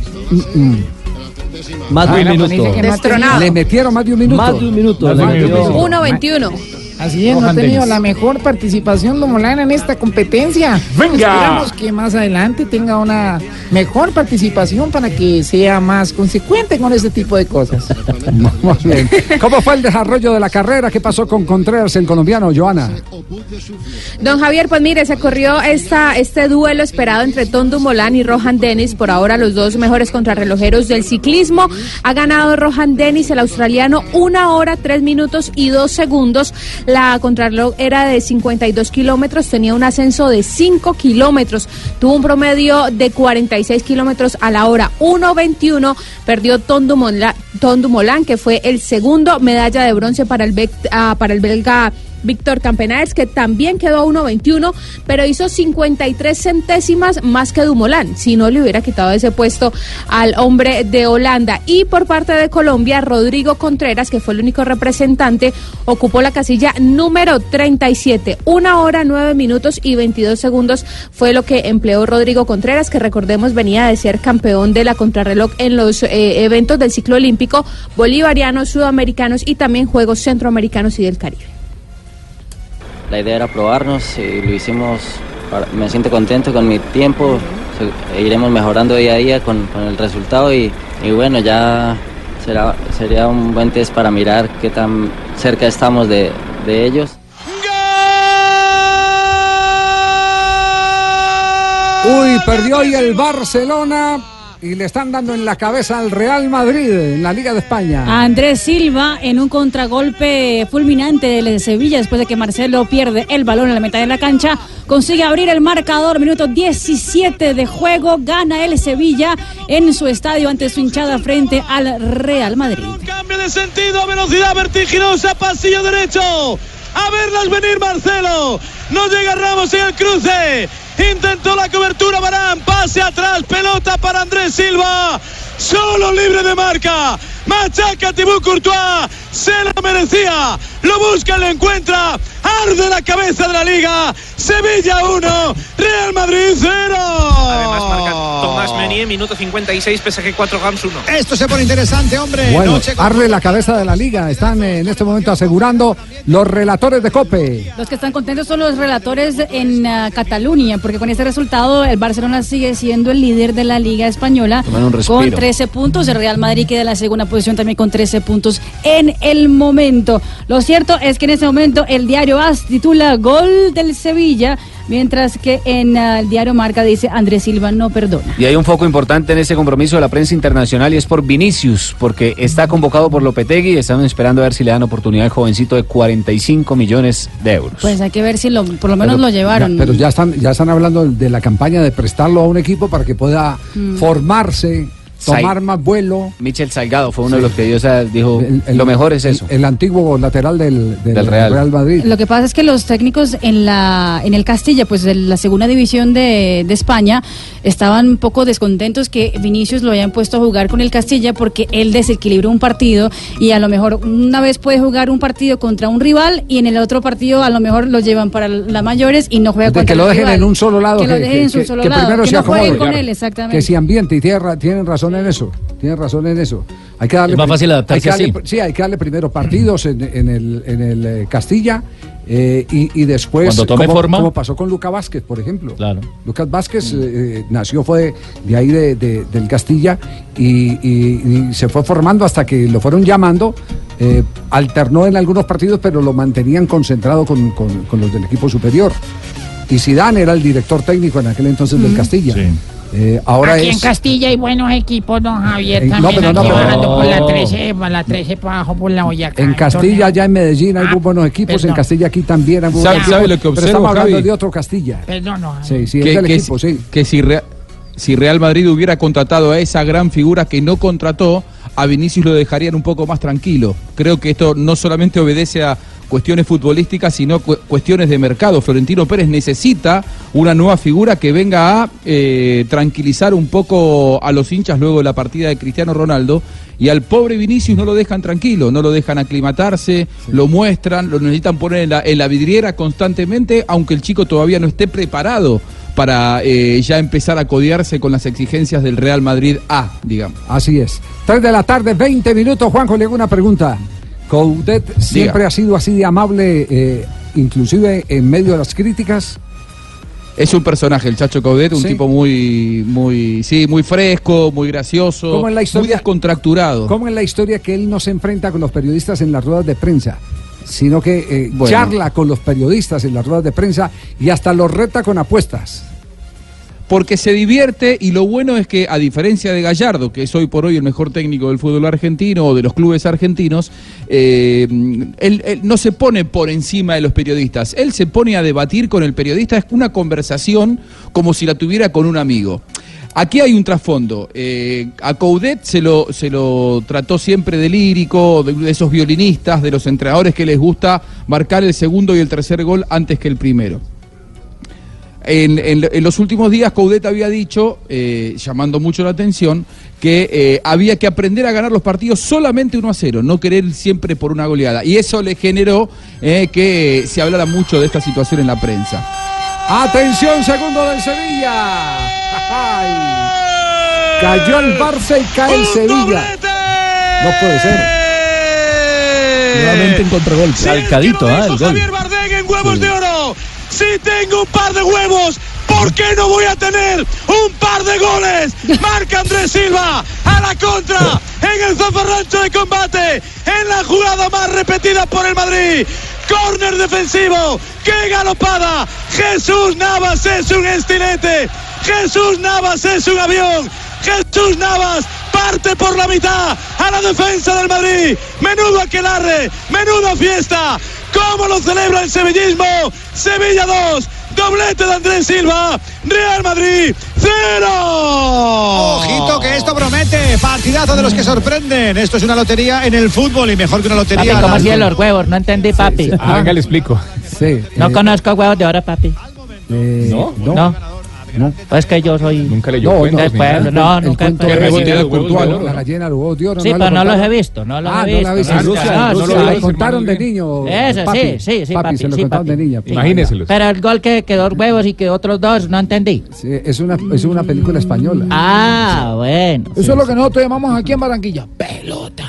Speaker 10: más de un minuto.
Speaker 21: Destronado.
Speaker 5: Le metieron más de un minuto.
Speaker 10: Más de un minuto.
Speaker 21: 1:21.
Speaker 8: Así es, no ha tenido la mejor participación Dumoulin en esta competencia.
Speaker 12: ¡Venga!
Speaker 8: Esperamos que más adelante tenga una mejor participación para que sea más consecuente con este tipo de cosas.
Speaker 5: Muy bien. ¿Cómo fue el desarrollo de la carrera? ¿Qué pasó con Contreras, el colombiano, Joana?
Speaker 21: Don Javier, pues mire, se corrió este duelo esperado entre Tom Dumoulin y Rohan Dennis, por ahora los 2 mejores contrarrelojeros del ciclismo. Ha ganado Rohan Dennis, el australiano, 1 hora, 3 minutos y 2 segundos. la contrarreloj era de 52 kilómetros, tenía un ascenso de 5 kilómetros, tuvo un promedio de 46 kilómetros a la hora, 1:21, perdió Tom Dumoulin, que fue el segundo, medalla de bronce para el belga Víctor Campenaerts, que también quedó a 1:21, pero hizo 53 centésimas más que Dumoulin, si no le hubiera quitado ese puesto al hombre de Holanda. Y por parte de Colombia, Rodrigo Contreras, que fue el único representante, ocupó la casilla número 37, 1 hora 9 minutos y 22 segundos fue lo que empleó Rodrigo Contreras, que recordemos venía de ser campeón de la contrarreloj en los eventos del ciclo olímpico bolivarianos, sudamericanos y también Juegos Centroamericanos y del Caribe.
Speaker 2: La idea era probarnos y lo hicimos, me siento contento con mi tiempo, iremos mejorando día a día con el resultado y bueno, ya sería un buen test para mirar qué tan cerca estamos de ellos.
Speaker 5: Uy, perdió hoy el Barcelona y le están dando en la cabeza al Real Madrid en la Liga de España.
Speaker 6: Andrés Silva en un contragolpe fulminante del Sevilla después de que Marcelo pierde el balón en la mitad de la cancha, consigue abrir el marcador, minuto 17 de juego, gana el Sevilla en su estadio ante su hinchada frente al Real Madrid.
Speaker 7: Cambio de sentido, velocidad vertiginosa, pasillo derecho. A verlas venir Marcelo, no llega Ramos en el cruce, intentó la cobertura Varane, pase atrás, pelota para Andrés Silva, solo libre de marca, machaca Thibaut Courtois, se la merecía, lo busca, lo encuentra, arde la cabeza de la Liga, Sevilla 1, Real Madrid 0.
Speaker 13: Además marca Tomás Meunier, minuto 56, PSG 4, Gams 1.
Speaker 15: Esto se pone interesante, hombre.
Speaker 5: Bueno, arde la cabeza de la Liga, están en este momento asegurando los relatores de COPE.
Speaker 6: Los que están contentos son los relatores en Cataluña, porque con este resultado el Barcelona sigue siendo el líder de la Liga Española con 13 puntos, el Real Madrid queda en la segunda posición también con 13 puntos en el momento. Lo cierto es que en este momento el diario AS titula Gol del Sevilla, mientras que en el diario Marca dice Andrés Silva no perdona.
Speaker 18: Y hay un foco importante en ese compromiso de la prensa internacional y es por Vinicius, porque está convocado por Lopetegui y están esperando a ver si le dan oportunidad al jovencito de 45 millones de euros.
Speaker 6: Pues hay que ver si por lo menos lo llevaron.
Speaker 5: Pero ya están hablando de la campaña de prestarlo a un equipo para que pueda formarse, tomar más vuelo.
Speaker 18: Michel Salgado fue uno de los que dijo lo mejor es eso.
Speaker 5: El antiguo lateral del Real Madrid.
Speaker 6: Lo que pasa es que los técnicos en el Castilla, pues de la segunda división de España, estaban un poco descontentos que Vinicius lo hayan puesto a jugar con el Castilla porque él desequilibró un partido y a lo mejor una vez puede jugar un partido contra un rival y en el otro partido a lo mejor lo llevan para las mayores y no juega contra el rival.
Speaker 5: Que lo dejen en un solo lado.
Speaker 6: Que lo dejen en un solo lado.
Speaker 5: Primero
Speaker 6: que no jueguen con él, exactamente.
Speaker 5: Que se ambiente y tienen razón en eso. Tienen razón en eso. Hay que darle,
Speaker 10: es más fácil adaptarse así.
Speaker 5: Sí, hay que darle primero partidos en el Castilla y después,
Speaker 10: cuando tome forma,
Speaker 5: como pasó con Lucas Vázquez, por ejemplo.
Speaker 10: Claro.
Speaker 5: Lucas Vázquez nació, fue de ahí del Castilla y se fue formando hasta que lo fueron llamando. Alternó en algunos partidos, pero lo mantenían concentrado con los del equipo superior. Y Zidane era el director técnico en aquel entonces del Castilla. Sí. Ahora
Speaker 8: aquí en Castilla hay buenos equipos, don Javier, también bajando por la 13 para abajo por la Boyacá.
Speaker 5: En Castilla, ya en Medellín hay muy buenos equipos, perdón. En Castilla aquí también hay muy buenos equipos.
Speaker 22: ¿Sabe lo que observo,
Speaker 5: pero estamos hablando
Speaker 22: Javi?
Speaker 5: de otro Castilla.
Speaker 8: Perdón, no,
Speaker 5: sí, es el equipo, sí.
Speaker 22: Que si Real Madrid hubiera contratado a esa gran figura que no contrató, a Vinicius lo dejarían un poco más tranquilo. Creo que esto no solamente obedece a cuestiones futbolísticas, sino cuestiones de mercado. Florentino Pérez necesita una nueva figura que venga a tranquilizar un poco a los hinchas luego de la partida de Cristiano Ronaldo, y al pobre Vinicius no lo dejan tranquilo, no lo dejan aclimatarse, lo muestran, lo necesitan poner en la vidriera constantemente, aunque el chico todavía no esté preparado para ya empezar a codearse con las exigencias del Real Madrid A, digamos.
Speaker 5: Así es. 3 de la tarde, 20 minutos. Juanjo, le hago una pregunta. Coudet siempre ha sido así de amable, inclusive en medio de las críticas.
Speaker 22: Es un personaje, el Chacho Coudet, un tipo muy fresco, muy gracioso, muy descontracturado.
Speaker 5: Como en la historia que él no se enfrenta con los periodistas en las ruedas de prensa, sino que charla con los periodistas en las ruedas de prensa y hasta los reta con apuestas.
Speaker 22: porque se divierte, y lo bueno es que, a diferencia de Gallardo, que es hoy por hoy el mejor técnico del fútbol argentino o de los clubes argentinos, él no se pone por encima de los periodistas, él se pone a debatir con el periodista, es una conversación como si la tuviera con un amigo. Aquí hay un trasfondo. A Coudet se lo trató siempre de lírico, de esos violinistas, de los entrenadores que les gusta marcar el segundo y el tercer gol antes que el primero. En los últimos días Coudet había dicho, llamando mucho la atención, que había que aprender a ganar los partidos solamente 1-0, no querer siempre por una goleada. Y eso le generó que se hablara mucho de esta situación en la prensa.
Speaker 5: Atención, segundo del Sevilla. Ay. Cayó el Barça y cae el Sevilla. No puede ser.
Speaker 1: Nuevamente en contragolpe.
Speaker 7: Salcadito, el gol. Javier Bardem en huevos de oro. Si tengo un par de huevos, ¿por qué no voy a tener un par de goles? Marca Andrés Silva a la contra en el zafarrancho de combate, en la jugada más repetida por el Madrid. Córner defensivo, ¡qué galopada! Jesús Navas es un estilete, Jesús Navas es un avión, Jesús Navas parte por la mitad a la defensa del Madrid. Menudo aquelarre, menuda fiesta. ¿Cómo lo celebra el sevillismo? Sevilla 2, doblete de Andrés Silva, Real Madrid 0.
Speaker 15: Ojito que esto promete, partidazo de los que sorprenden. Esto es una lotería en el fútbol y mejor que una lotería.
Speaker 8: Papi, ¿cómo hacían los huevos? No entendí, papi.
Speaker 11: Venga, le explico.
Speaker 5: Sí.
Speaker 8: No conozco huevos de oro, papi.
Speaker 11: ¿No?
Speaker 8: No, es que yo soy...
Speaker 11: Nunca leyó
Speaker 8: cuentos. Nunca.
Speaker 5: La gallina, los huevos de oro.
Speaker 8: Sí, pero no los he visto, no los he visto.
Speaker 5: No lo contaron de niño.
Speaker 8: Eso, sí, papi.
Speaker 5: Se lo contaron de niña.
Speaker 11: Imagínenselos.
Speaker 8: Pero el gol que 2 huevos y que otros 2, no entendí.
Speaker 5: Sí, es una película española.
Speaker 8: Ah, bueno.
Speaker 17: Eso es lo que nosotros llamamos aquí en Barranquilla pelota.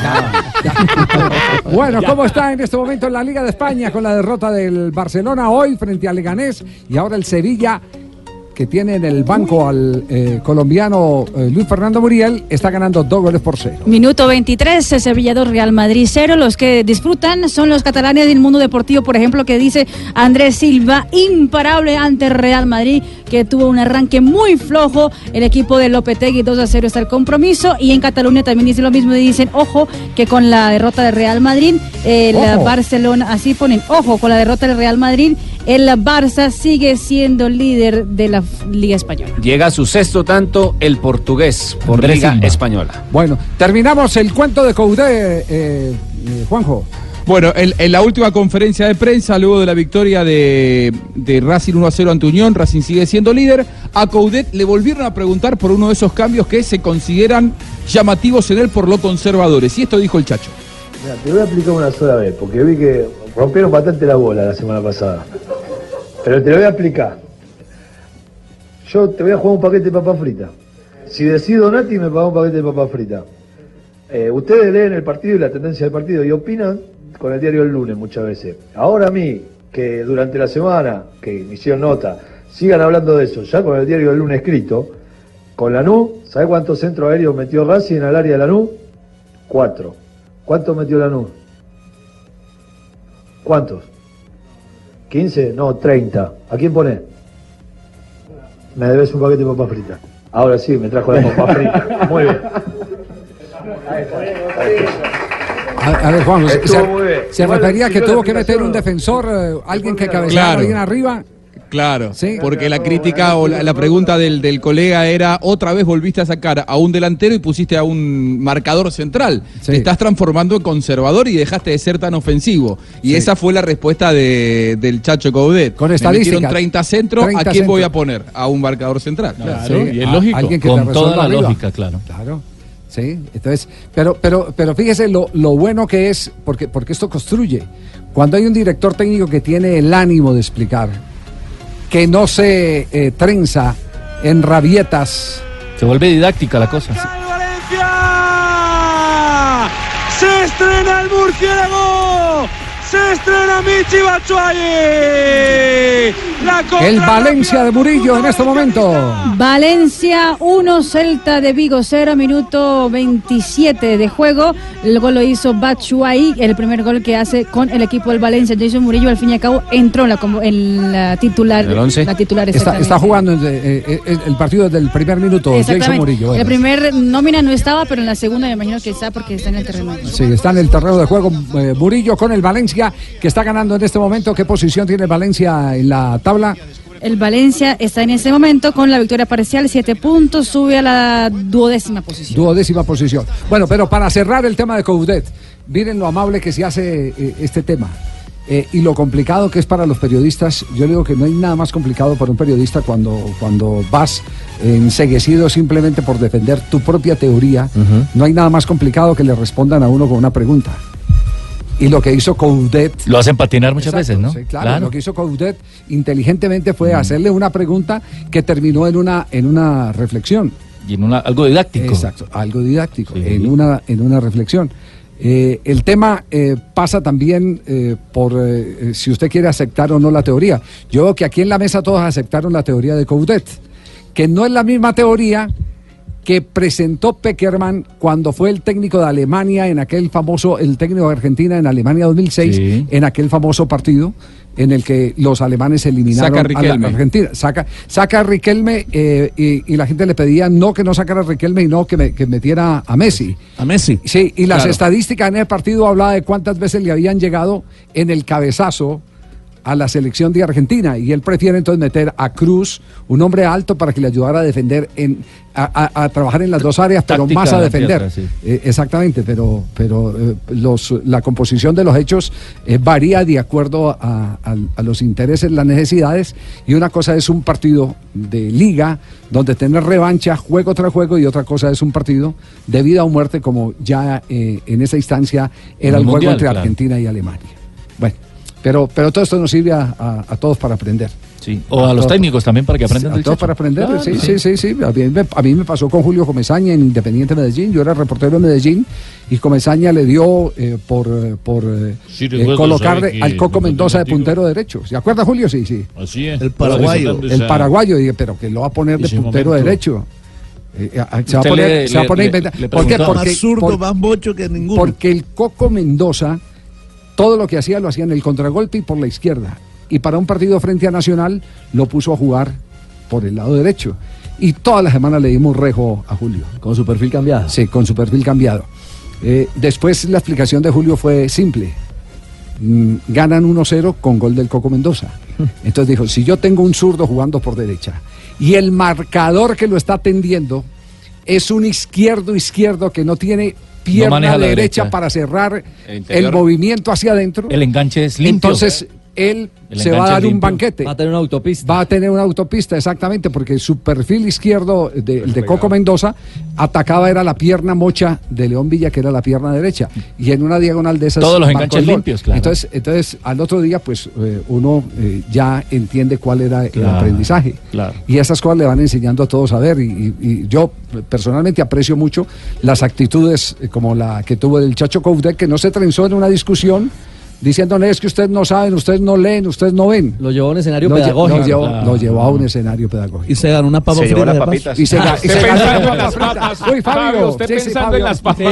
Speaker 5: Bueno, ¿cómo está en este momento en la Liga de España con la derrota del Barcelona hoy frente al Leganés y ahora el Sevilla, que tiene en el banco al colombiano Luis Fernando Muriel, está ganando 2-0.
Speaker 6: Minuto 23, Sevilla 2, Real Madrid 0. Los que disfrutan son los catalanes del Mundo Deportivo, por ejemplo, que dice Andrés Silva, imparable ante Real Madrid, que tuvo un arranque muy flojo. El equipo de Lopetegui 2-0 está el compromiso. Y en Cataluña también dice lo mismo y dicen, ojo, que con la derrota de Real Madrid, el Barcelona, así ponen, ojo, con la derrota del Real Madrid, el Barça sigue siendo líder de la Liga Española.
Speaker 18: Llega a su 6º tanto el portugués por Liga Española.
Speaker 5: Bueno, terminamos el cuento de Coudet, Juanjo.
Speaker 22: Bueno, en la última conferencia de prensa, luego de la victoria de Racing 1-0 ante Unión, Racing sigue siendo líder. A Coudet le volvieron a preguntar por uno de esos cambios que se consideran llamativos en él por lo conservadores. Y esto dijo el Chacho.
Speaker 3: Mira, te voy a explicar una sola vez, porque vi que rompieron bastante la bola la semana pasada. Pero te lo voy a explicar. Yo te voy a jugar un paquete de papas fritas. Si decido Nati, me paga un paquete de papas fritas. Ustedes leen el partido y la tendencia del partido y opinan con el diario El Lunes muchas veces. Ahora a mí, que durante la semana, que me hicieron nota, sigan hablando de eso, ya con el diario El Lunes escrito, con Lanús, ¿sabés cuántos centros aéreos metió Racing en el área de Lanús? 4. ¿Cuántos metió Lanús? ¿Cuántos? ¿15? No, 30. ¿A quién ponés? Me debes un paquete de papas fritas. Ahora sí, me trajo la papas fritas. Muy bien.
Speaker 5: A ver, Juan, se refería que tuvo que meter un defensor, alguien que cabeceara bien arriba.
Speaker 22: Claro, ¿sí? Porque la crítica o la pregunta del colega era, otra vez volviste a sacar a un delantero y pusiste a un marcador central. Sí. Te estás transformando en conservador y dejaste de ser tan ofensivo. Y esa fue la respuesta del Chacho Coudet.
Speaker 5: Con estadísticas.
Speaker 22: Me metieron 30 centros, ¿a quién voy a poner? A un marcador central.
Speaker 11: Claro, sí. Y es lógico,
Speaker 22: con
Speaker 11: toda la lógica, claro.
Speaker 5: Sí, entonces, pero fíjese lo bueno que es, porque esto construye. Cuando hay un director técnico que tiene el ánimo de explicar, que no se trenza en rabietas.
Speaker 11: Se vuelve didáctica la cosa.
Speaker 7: ¡Valencia! ¡Se estrena el murciélago! ¡Se estrena Michy Batshuayi!
Speaker 5: El Valencia de Murillo en este momento.
Speaker 6: Valencia 1, Celta de Vigo 0, minuto 27 de juego. El gol lo hizo Batshuayi, el primer gol que hace con el equipo del Valencia. Jason Murillo al fin y al cabo entró en la titular.
Speaker 5: El 11.
Speaker 6: La titular
Speaker 5: está jugando el partido desde el primer minuto. Jason Murillo.
Speaker 6: El primer nómina no estaba, pero en la segunda me imagino que está porque está en el terreno.
Speaker 5: Sí, está en el terreno de juego Murillo con el Valencia, que está ganando en este momento. ¿Qué posición tiene el Valencia en la tabla?
Speaker 6: El Valencia está en este momento con la victoria parcial, 7 puntos, sube a la 12ª posición.
Speaker 5: 12ª posición. Bueno, pero para cerrar el tema de Coudet, miren lo amable que se hace este tema. Y lo complicado que es para los periodistas. Yo digo que no hay nada más complicado para un periodista cuando vas enceguecido simplemente por defender tu propia teoría. No hay nada más complicado que le respondan a uno con una pregunta. Y lo que hizo Coudet...
Speaker 11: Lo hacen patinar muchas veces, ¿no?
Speaker 5: Sí, claro. Lo que hizo Coudet inteligentemente fue hacerle una pregunta que terminó en una reflexión.
Speaker 11: Y en algo didáctico.
Speaker 5: Exacto, algo didáctico,
Speaker 11: sí.
Speaker 5: en una reflexión. El tema pasa también por si usted quiere aceptar o no la teoría. Yo veo que aquí en la mesa todos aceptaron la teoría de Coudet, que no es la misma teoría que presentó Pekerman cuando fue el técnico de Alemania en aquel famoso, el técnico de Argentina en Alemania 2006, sí. En aquel famoso partido en el que los alemanes eliminaron a la Argentina. Saca a Riquelme y la gente le pedía no que no sacara a Riquelme y no que metiera a Messi.
Speaker 1: A Messi.
Speaker 5: Sí, y las estadísticas en el partido hablaba de cuántas veces le habían llegado en el cabezazo a la selección de Argentina, y él prefiere entonces meter a Cruz, un hombre alto, para que le ayudara a defender, a trabajar en las dos áreas, pero táctica más a defender. Pieza, sí. Exactamente, pero la composición de los hechos varía de acuerdo a los intereses, las necesidades, y una cosa es un partido de liga, donde tener revancha, juego tras juego, y otra cosa es un partido de vida o muerte, como ya en esa instancia era el juego entre Argentina y Alemania. Bueno. Pero todo esto nos sirve a todos para aprender.
Speaker 11: Sí. O a los técnicos también para que aprendan del
Speaker 5: Chacho. A todos para aprender, claro, sí. A mí me pasó con Julio Comesaña en Independiente Medellín. Yo era reportero de Medellín y Comesaña le dio por colocarle al Coco Mendoza de puntero derecho. ¿Se acuerda, Julio? Sí.
Speaker 11: Así es.
Speaker 5: El paraguayo. Pero que lo va a poner de puntero derecho. Se va a poner a inventar. ¿Por qué?
Speaker 1: Porque más zurdo, más bocho que ninguno.
Speaker 5: Porque el Coco Mendoza, todo lo que hacía lo hacía en el contragolpe y por la izquierda. Y para un partido frente a Nacional lo puso a jugar por el lado derecho. Y toda la semana le dimos rejo a Julio.
Speaker 10: ¿Con su perfil cambiado?
Speaker 5: Sí, con su perfil cambiado. Después la explicación de Julio fue simple. Ganan 1-0 con gol del Coco Mendoza. Entonces dijo, si yo tengo un zurdo jugando por derecha y el marcador que lo está atendiendo es un izquierdo que no tiene pierna derecha para cerrar el movimiento hacia adentro.
Speaker 11: El enganche es limpio.
Speaker 5: Entonces él se va a dar un banquete.
Speaker 10: Va a tener una autopista.
Speaker 5: Va a tener una autopista, exactamente, porque su perfil izquierdo, el de Coco Mendoza, atacaba era la pierna mocha de León Villa, que era la pierna derecha. Y en una diagonal de esas...
Speaker 11: Todos los enganches limpios, claro.
Speaker 5: Entonces al otro día, pues uno ya entiende cuál era el aprendizaje.
Speaker 11: Claro.
Speaker 5: Y esas cosas le van enseñando a todos a ver. Y yo personalmente aprecio mucho las actitudes como la que tuvo el Chacho Coudet, que no se trenzó en una discusión diciéndole es que ustedes no saben, ustedes no leen, ustedes no ven.
Speaker 10: Lo llevó a un escenario pedagógico.
Speaker 5: Lo llevó a un escenario pedagógico.
Speaker 1: Y se ganó una papa frita.
Speaker 15: Las papitas.
Speaker 5: Y se ganó
Speaker 15: las papas.
Speaker 5: Uy, Fabio,
Speaker 15: usted pensando en las papas.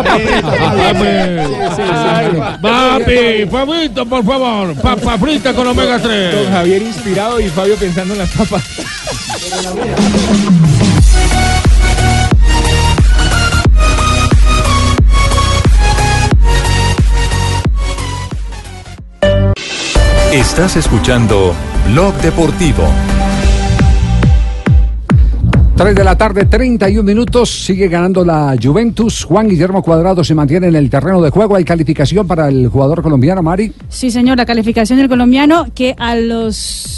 Speaker 12: Papi, Fabito, por favor. Papa frita con omega 3.
Speaker 15: Don Javier inspirado y Fabio pensando en las papas.
Speaker 14: Estás escuchando Blog Deportivo.
Speaker 5: 3 de la tarde, 31 minutos. Sigue ganando la Juventus. Juan Guillermo Cuadrado se mantiene en el terreno de juego. ¿Hay calificación para el jugador colombiano, Mari?
Speaker 6: Sí, señor. La calificación del colombiano, que a los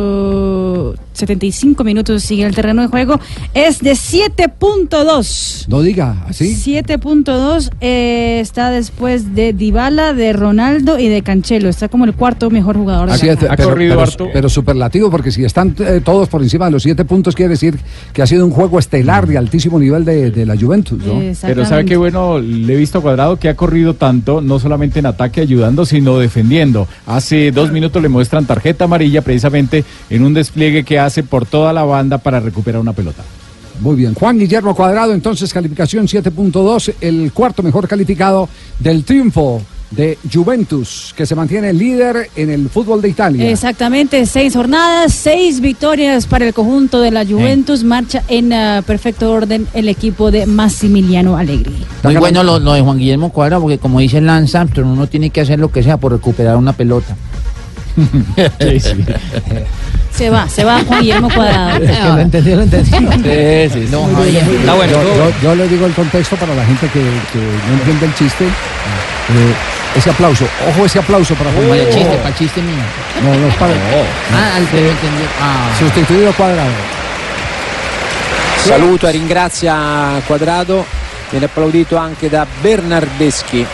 Speaker 6: 75 minutos sigue en el terreno de juego, es de 7.2.
Speaker 5: No diga, ¿así?
Speaker 6: 7.2. Está después de Dybala, de Ronaldo y de Cancelo. Está como el cuarto mejor jugador de la
Speaker 5: ha corrido harto. Pero superlativo, porque si están todos por encima de los 7 puntos, quiere decir que ha sido un juego estelar de altísimo nivel de la Juventus, ¿no?
Speaker 11: Pero ¿sabe qué bueno? Le he visto a Cuadrado que ha corrido tanto, no solamente en ataque ayudando, sino defendiendo. Hace 2 minutos le muestran tarjeta amarilla precisamente simplemente en un despliegue que hace por toda la banda para recuperar una pelota.
Speaker 5: Muy bien, Juan Guillermo Cuadrado, entonces calificación 7.2, el cuarto mejor calificado del triunfo de Juventus, que se mantiene líder en el fútbol de Italia.
Speaker 6: Exactamente, 6 jornadas, 6 victorias para el conjunto de la Juventus. Marcha en perfecto orden el equipo de Massimiliano Allegri.
Speaker 4: Muy bueno lo de Juan Guillermo Cuadrado, porque como dice Lance Armstrong, uno tiene que hacer lo que sea por recuperar una pelota.
Speaker 11: Sí, sí.
Speaker 6: Se va Juan Guillermo Cuadrado.
Speaker 9: Es que lo entendí.
Speaker 11: Sí.
Speaker 4: No,
Speaker 5: está bueno. Yo le digo el contexto para la gente que no entiende el chiste. Ese aplauso, ojo ese aplauso para Juan Guillermo.
Speaker 4: Para el chiste mío.
Speaker 5: No es para.
Speaker 4: Al que lo entendió.
Speaker 5: Sustituido Cuadrado.
Speaker 20: Saluto e ringrazia Quadrado, viene applaudito anche da Bernardeschi.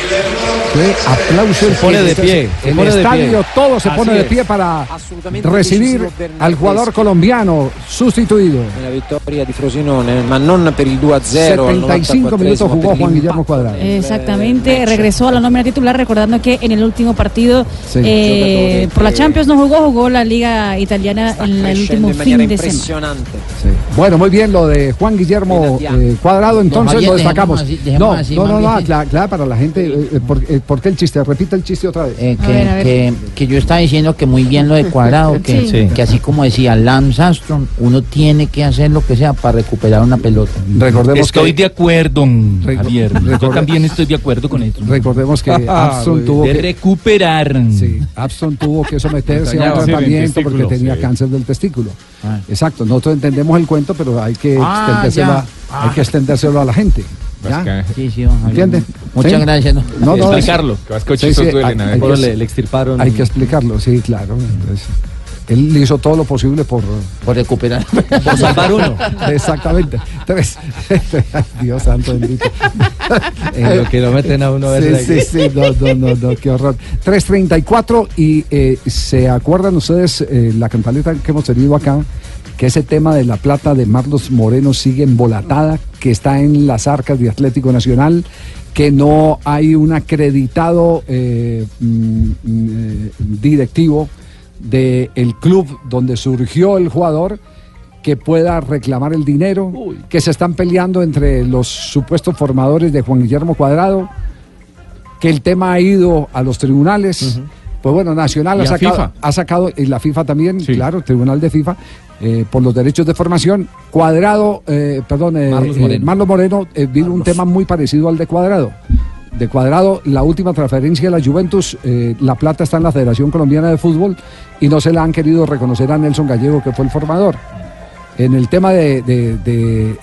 Speaker 5: Aplauso.
Speaker 20: Se pone de pie.
Speaker 5: El estadio todo se pone de pie para recibir al jugador colombiano sustituido.
Speaker 20: La vittoria di Frosinone, ma non per il 2-0.
Speaker 5: 75 minutos jugó Juan Guillermo Cuadrado.
Speaker 6: Exactamente, regresó a la nómina titular, recordando que en el último partido por la Champions no jugó la Liga Italiana en el último fin de semana.
Speaker 5: Sí. Bueno, muy bien lo de Juan Guillermo Cuadrado, entonces lo destacamos. No, claro, para la gente, ¿por qué el chiste? Repita el chiste otra vez.
Speaker 4: Que yo estaba diciendo que muy bien lo de Cuadrado, que así como decía Lance Armstrong, uno tiene que hacer lo que sea para recuperar una pelota.
Speaker 11: Estoy de acuerdo, Javier. Yo también estoy de acuerdo con esto.
Speaker 5: Recordemos que Armstrong tuvo
Speaker 11: que recuperar.
Speaker 5: Sí, Armstrong tuvo que someterse a un tratamiento porque tenía cáncer del testículo. Exacto, nosotros entendemos el cuento, pero hay que extendérselo a la gente. ¿Ya?
Speaker 4: Sí,
Speaker 5: ¿Entiendes?
Speaker 4: Muchas gracias.
Speaker 11: No, explicarlo. Le extirparon.
Speaker 5: Hay que explicarlo, sí, claro. Entonces, él hizo todo lo posible por
Speaker 4: recuperar.
Speaker 11: Por salvar uno.
Speaker 5: Exactamente. Dios santo bendito.
Speaker 9: En lo que lo meten a uno.
Speaker 5: Sí. No, qué horror. 3:34 y ¿se acuerdan ustedes la cantaleta que hemos tenido acá? Que ese tema de la plata de Marlos Moreno sigue embolatada, que está en las arcas de Atlético Nacional, que no hay un acreditado directivo del club donde surgió el jugador que pueda reclamar el dinero, que se están peleando entre los supuestos formadores de Juan Guillermo Cuadrado, que el tema ha ido a los tribunales. Pues bueno, Nacional ha sacado, y la FIFA también, claro, Tribunal de FIFA, por los derechos de formación. Cuadrado, Marlos Moreno vino un tema muy parecido al de Cuadrado. De Cuadrado, la última transferencia de la Juventus, la plata está en la Federación Colombiana de Fútbol y no se la han querido reconocer a Nelson Gallego, que fue el formador. En el tema de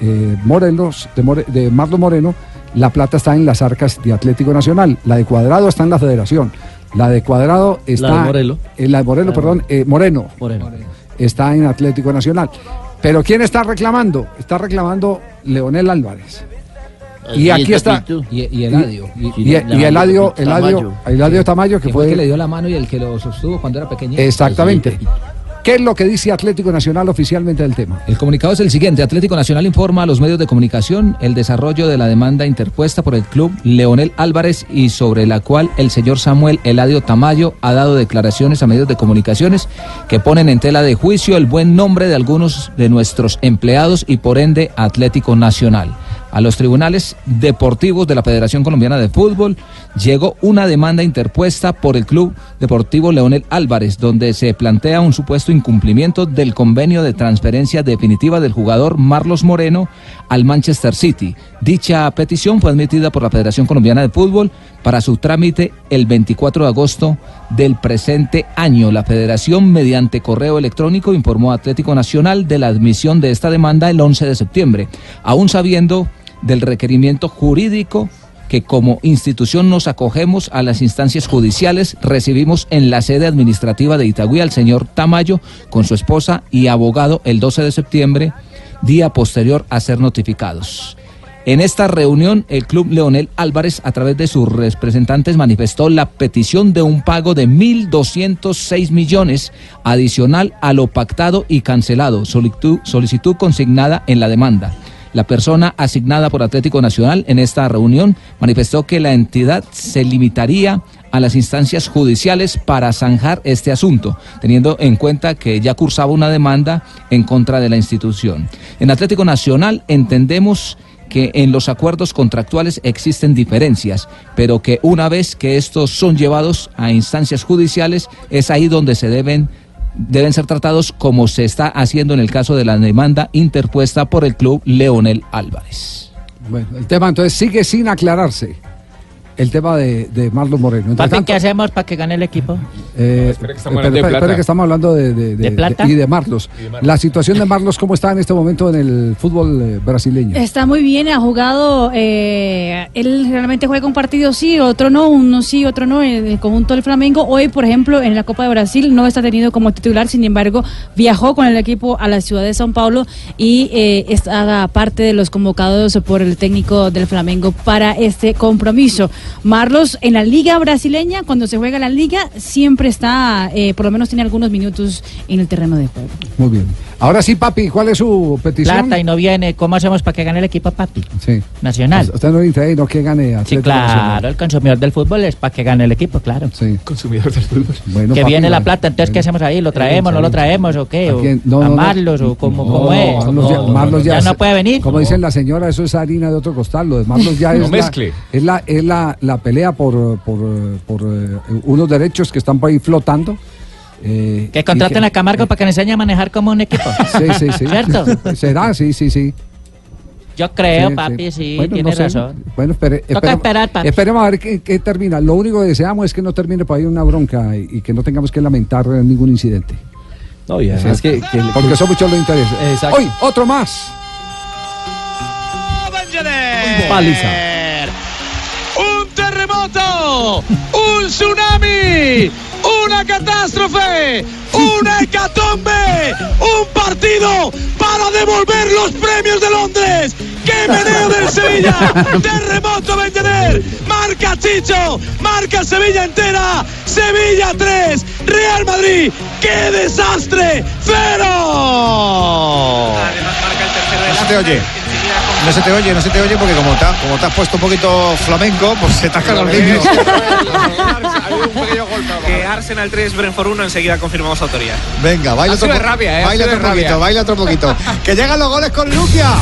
Speaker 5: Marlos Moreno, la plata está en las arcas de Atlético Nacional. La de Cuadrado está en la Federación. La de Cuadrado está... Moreno. Está en Atlético Nacional. Pero ¿quién está reclamando? Está reclamando Leonel Álvarez. Y aquí está...
Speaker 9: Y Eladio.
Speaker 5: Y Eladio Tamayo, que fue
Speaker 9: el que le dio la mano y el que lo sostuvo cuando era pequeñito.
Speaker 5: Exactamente. ¿Qué es lo que dice Atlético Nacional oficialmente del tema?
Speaker 9: El comunicado es el siguiente. Atlético Nacional informa a los medios de comunicación el desarrollo de la demanda interpuesta por el club Leonel Álvarez y sobre la cual el señor Samuel Eladio Tamayo ha dado declaraciones a medios de comunicaciones que ponen en tela de juicio el buen nombre de algunos de nuestros empleados y por ende Atlético Nacional. A los tribunales deportivos de la Federación Colombiana de Fútbol llegó una demanda interpuesta por el Club Deportivo Leonel Álvarez, donde se plantea un supuesto incumplimiento del convenio de transferencia definitiva del jugador Marlos Moreno al Manchester City. Dicha petición fue admitida por la Federación Colombiana de Fútbol para su trámite el 24 de agosto del presente año. La Federación, mediante correo electrónico, informó a Atlético Nacional de la admisión de esta demanda el 11 de septiembre, aún sabiendo del requerimiento jurídico que como institución nos acogemos a las instancias judiciales. Recibimos en la sede administrativa de Itagüí al señor Tamayo con su esposa y abogado el 12 de septiembre, día posterior a ser notificados. En esta reunión, el club Leonel Álvarez, a través de sus representantes, manifestó la petición de un pago de 1.206 millones adicional a lo pactado y cancelado, solicitud consignada en la demanda. La persona asignada por Atlético Nacional en esta reunión manifestó que la entidad se limitaría a las instancias judiciales para zanjar este asunto, teniendo en cuenta que ya cursaba una demanda en contra de la institución. En Atlético Nacional entendemos que en los acuerdos contractuales existen diferencias, pero que una vez que estos son llevados a instancias judiciales, es ahí donde se deben ser tratados como se está haciendo en el caso de la demanda interpuesta por el club Leonel Álvarez.
Speaker 5: Bueno, el tema entonces sigue sin aclararse. El tema de Marlon Moreno.
Speaker 4: Papi, ¿qué hacemos para que gane el equipo?
Speaker 5: Espera que estamos hablando de
Speaker 4: plata
Speaker 5: y de Marlos. La situación de Marlos, ¿cómo está en este momento en el fútbol brasileño?
Speaker 6: Está muy bien, ha jugado, él realmente juega un partido sí, otro no, uno sí, otro no, en el conjunto del Flamengo. Hoy, por ejemplo, en la Copa de Brasil no está tenido como titular, sin embargo, viajó con el equipo a la ciudad de São Paulo y está parte de los convocados por el técnico del Flamengo para este compromiso. Marlos en la liga brasileña, cuando se juega la liga, siempre está, por lo menos tiene algunos minutos en el terreno de juego.
Speaker 5: Muy bien. Ahora sí, papi, ¿cuál es su petición?
Speaker 4: Plata y no viene. ¿Cómo hacemos para que gane el equipo, papi?
Speaker 5: Sí.
Speaker 4: Nacional.
Speaker 5: ¿Usted no le interesa y no que gane Atlético
Speaker 4: Sí, claro,
Speaker 5: Nacional?
Speaker 4: el consumidor del fútbol es para que gane el equipo, claro.
Speaker 5: Sí.
Speaker 11: Consumidor del fútbol.
Speaker 5: Bueno,
Speaker 4: que
Speaker 5: papi,
Speaker 4: viene la plata, entonces, ¿qué hacemos ahí? ¿Lo traemos, no lo traemos o qué? ¿O a Marlos o cómo es?
Speaker 5: Marlos
Speaker 4: ya no puede venir.
Speaker 5: Como dicen la señora, eso es harina de otro costal. Lo de Marlos ya
Speaker 11: No
Speaker 5: es,
Speaker 11: mezcle.
Speaker 5: es la pelea por unos derechos que están por ahí flotando.
Speaker 4: Que contraten a Camargo para que nos enseñe a manejar como un equipo.
Speaker 5: Sí.
Speaker 4: ¿Cierto?
Speaker 5: ¿Será? Sí.
Speaker 4: Yo creo,
Speaker 5: Sí,
Speaker 4: papi, sí,
Speaker 5: Bueno,
Speaker 4: tiene
Speaker 5: no sé.
Speaker 4: razón.
Speaker 5: Bueno,
Speaker 4: Toca esperar, papi.
Speaker 5: esperemos a ver qué termina. Lo único que deseamos es que no termine por ahí una bronca y que no tengamos que lamentar ningún incidente.
Speaker 10: No, y además
Speaker 5: porque son muchos los intereses.
Speaker 10: Exacto.
Speaker 5: Hoy, otro más.
Speaker 10: Paliza.
Speaker 7: Un terremoto, un tsunami, una catástrofe, una hecatombe, un partido para devolver los premios de Londres. ¡Qué meneo del Sevilla! Terremoto Benjeder, marca Chicho, marca Sevilla entera, Sevilla 3, Real Madrid, ¡qué desastre! ¡0!
Speaker 13: Además marca el tercero de
Speaker 15: No se te oye. No se te oye porque como te has puesto un poquito flamenco, pues se te ha cargado el vídeo.
Speaker 13: Que Arsenal 3, Brentford 1, enseguida confirmamos autoría.
Speaker 15: Venga, baila otro poquito. Que llegan los goles con Luquia.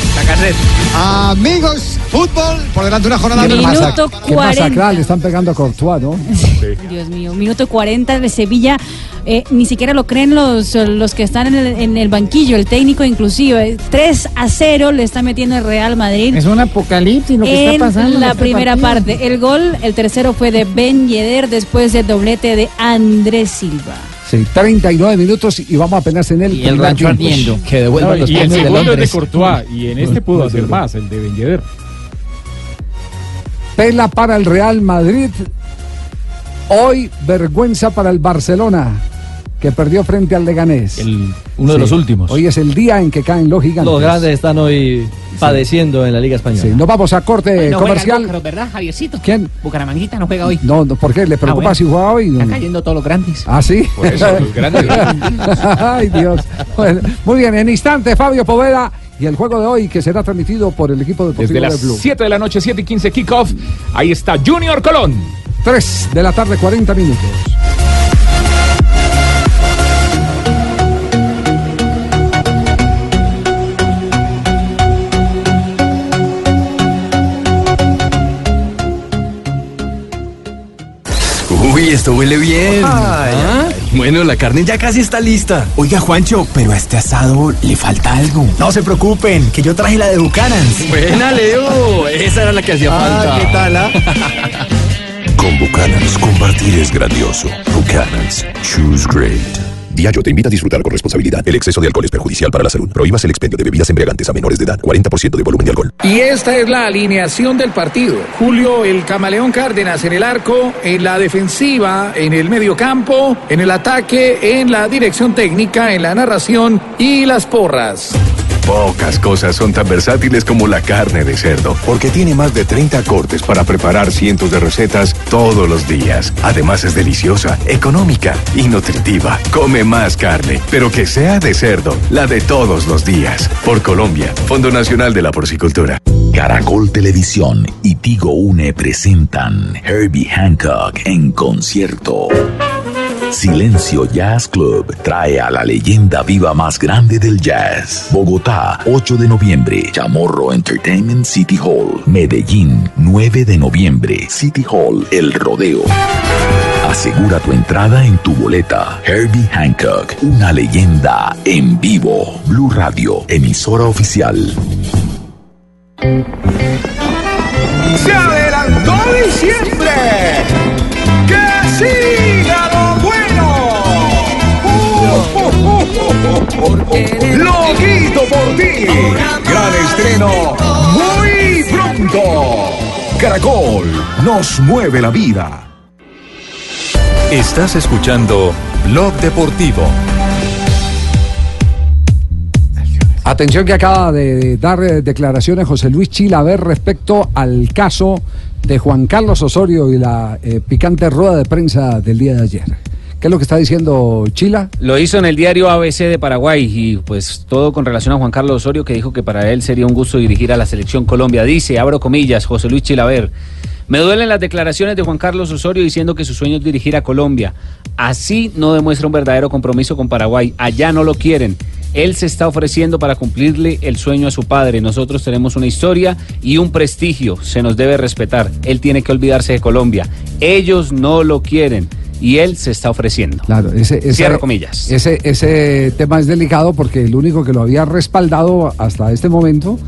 Speaker 15: Amigos, fútbol, por delante una jornada
Speaker 6: Minuto
Speaker 15: más.
Speaker 5: Qué
Speaker 6: 40.
Speaker 5: masacral, le están pegando a Courtois, ¿no?
Speaker 6: Dios mío, minuto 40 de Sevilla. Ni siquiera lo creen los que están en el banquillo, el técnico inclusive. 3-0 le está metiendo el Real Madrid.
Speaker 8: Es un apocalipsis lo que está pasando.
Speaker 6: En la
Speaker 8: este
Speaker 6: primera
Speaker 8: partido.
Speaker 6: parte. El gol, el tercero fue de Ben Yedder después del doblete de Andrés Silva.
Speaker 5: Sí, 39 minutos y vamos apenas en el
Speaker 4: Y el rancho ardiendo.
Speaker 9: Que devuelvan los
Speaker 11: Y el
Speaker 9: premios de
Speaker 11: segundo es de
Speaker 9: Londres.
Speaker 11: Courtois. Y en este pudo hacer más, el de Ben Yedder.
Speaker 5: Pela para el Real Madrid. Hoy vergüenza para el Barcelona, que perdió frente al Leganés.
Speaker 10: Uno de los últimos.
Speaker 5: Hoy es el día en que caen los gigantes.
Speaker 10: Los grandes están hoy padeciendo en la Liga Española.
Speaker 5: Sí, nos vamos a corte
Speaker 8: No
Speaker 5: comercial.
Speaker 8: juega el ¿verdad, Javiercito?
Speaker 5: ¿Quién?
Speaker 8: Bucaramanguita no juega hoy.
Speaker 5: No, ¿por qué? ¿Le preocupa
Speaker 8: bueno.
Speaker 5: si juega hoy?
Speaker 8: Están cayendo todos los grandes.
Speaker 5: ¿Ah, sí?
Speaker 11: Por eso, los grandes.
Speaker 5: Ay, Dios. Bueno, muy bien, en instante, Fabio Poveda y el juego de hoy que será transmitido por el equipo deportivo
Speaker 12: Desde
Speaker 5: de
Speaker 12: las
Speaker 5: Blue.
Speaker 12: 7 de la noche, 7:15 kickoff. Ahí está Junior Colón.
Speaker 5: 3 de la tarde, 40 minutos.
Speaker 16: Uy, esto huele bien. Bueno, la carne ya casi está lista.
Speaker 19: Oiga, Juancho, pero a este asado le falta algo. No se preocupen, que yo traje la de Buchanan's.
Speaker 16: Buena, Leo. Esa era la que hacía falta.
Speaker 19: ¿Qué tal, ah?
Speaker 23: Con Buchanan's, compartir es grandioso. Buchanan's, choose great. Diageo te invita a disfrutar con responsabilidad. El exceso de alcohol es perjudicial para la salud. Prohíbas el expendio de bebidas embriagantes a menores de edad. 40% de volumen de alcohol.
Speaker 24: Y esta es la alineación del partido. Julio el Camaleón Cárdenas en el arco, en la defensiva, en el mediocampo, en el ataque, en la dirección técnica, en la narración y las porras.
Speaker 23: Pocas cosas son tan versátiles como la carne de cerdo, porque tiene más de 30 cortes para preparar cientos de recetas todos los días. Además es deliciosa, económica y nutritiva. Come más carne, pero que sea de cerdo, la de todos los días. Por Colombia, Fondo Nacional de la Porcicultura.
Speaker 2: Caracol Televisión y Tigo Une presentan Herbie Hancock en concierto. Silencio Jazz Club trae a la leyenda viva más grande del jazz. Bogotá, 8 de noviembre, Chamorro Entertainment City Hall. Medellín, 9 de noviembre, City Hall, El Rodeo. Asegura tu entrada en tu boleta. Herbie Hancock, una leyenda en vivo. Blue Radio, emisora oficial.
Speaker 17: ¡Se adelantó diciembre! ¡Que siga lo bueno! ¡Loquito por ti! ¡Gran estreno muy pronto! Caracol nos mueve la vida.
Speaker 14: Estás escuchando Blog Deportivo.
Speaker 5: Atención que acaba de dar declaraciones José Luis Chilaver respecto al caso de Juan Carlos Osorio y la picante rueda de prensa del día de ayer. ¿Qué es lo que está diciendo Chila?
Speaker 18: Lo hizo en el diario ABC de Paraguay y pues todo con relación a Juan Carlos Osorio, que dijo que para él sería un gusto dirigir a la selección Colombia. Dice, abro comillas, José Luis Chilaver: me duelen las declaraciones de Juan Carlos Osorio diciendo que su sueño es dirigir a Colombia. Así no demuestra un verdadero compromiso con Paraguay. Allá no lo quieren. Él se está ofreciendo para cumplirle el sueño a su padre. Nosotros tenemos una historia y un prestigio. Se nos debe respetar. Él tiene que olvidarse de Colombia. Ellos no lo quieren y él se está ofreciendo.
Speaker 5: Claro,
Speaker 18: cierro comillas.
Speaker 5: Ese tema es delicado porque el único que lo había respaldado hasta este momento,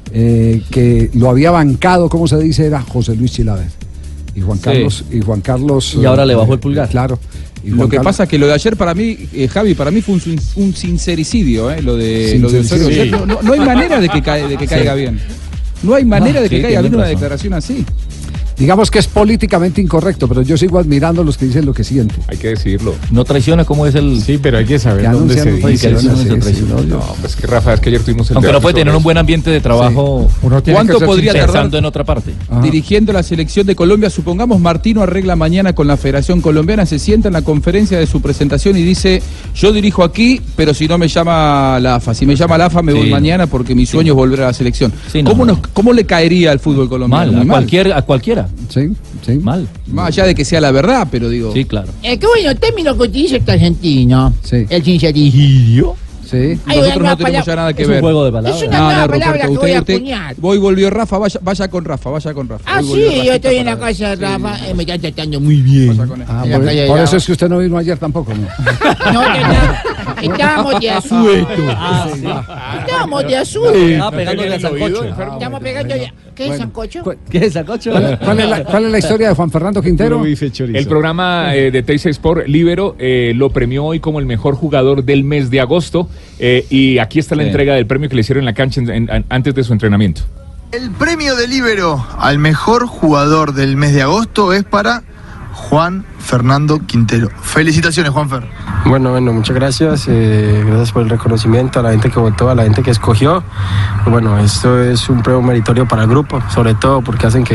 Speaker 5: que lo había bancado, como se dice, era José Luis Chilaver. Y Juan Carlos.
Speaker 10: Y ahora le bajó el pulgar.
Speaker 5: Claro.
Speaker 22: Lo que pasa es que lo de ayer para mí, Javi, para mí fue un sincericidio, lo de Osorio. Sí. No hay manera de que caiga bien. No hay manera de que caiga bien una declaración así.
Speaker 5: Digamos que es políticamente incorrecto, pero yo sigo admirando a los que dicen lo que sienten.
Speaker 12: Hay que decirlo.
Speaker 10: No traiciona como es el...
Speaker 12: Sí, pero hay que saber dónde se dice. No, pues que Rafa, es que ayer tuvimos el...
Speaker 10: Aunque no puede tener un buen ambiente de trabajo.
Speaker 22: Sí. ¿Cuánto podría tardar
Speaker 10: en otra parte?
Speaker 22: Dirigiendo la selección de Colombia? Supongamos Martino arregla mañana con la Federación Colombiana, se sienta en la conferencia de su presentación y dice: yo dirijo aquí, pero si no me llama la AFA. Si me llama la AFA me voy mañana porque mi sueño es volver a la selección. Sí, ¿Cómo le caería al fútbol colombiano?
Speaker 10: A cualquiera.
Speaker 5: Sí.
Speaker 10: Mal.
Speaker 22: Más allá de que sea la verdad, pero digo...
Speaker 10: Sí, claro.
Speaker 8: Qué bueno término que utiliza este argentino.
Speaker 5: Sí.
Speaker 8: El sincericidio.
Speaker 22: Sí. Nosotros no tenemos ya nada que ver.
Speaker 10: Es un juego de palabras.
Speaker 8: Es una nueva palabra que voy a acuñar.
Speaker 22: Volvió Rafa, vaya con Rafa.
Speaker 8: Ah, sí, yo estoy en la casa de Rafa, me están tratando muy bien.
Speaker 5: Por eso es que usted no vino ayer tampoco, ¿no?
Speaker 8: No, estábamos de asueto. Estábamos de asueto.
Speaker 10: Estaba pegándole al sancocho.
Speaker 8: Estamos pegando ya. ¿Qué es sancocho?
Speaker 10: ¿Qué es sancocho?
Speaker 5: ¿Cuál es la historia de Juan Fernando Quintero?
Speaker 12: El programa de Teis Sport Libero lo premió hoy como el mejor jugador del mes de agosto. Y aquí está la entrega del premio que le hicieron en la cancha antes de su entrenamiento.
Speaker 21: El premio de Libero al mejor jugador del mes de agosto es para Juan Fernando Quintero. Felicitaciones, Juanfer.
Speaker 25: Bueno, muchas gracias. Gracias por el reconocimiento a la gente que votó, a la gente que escogió. Bueno, esto es un premio meritorio para el grupo, sobre todo porque hacen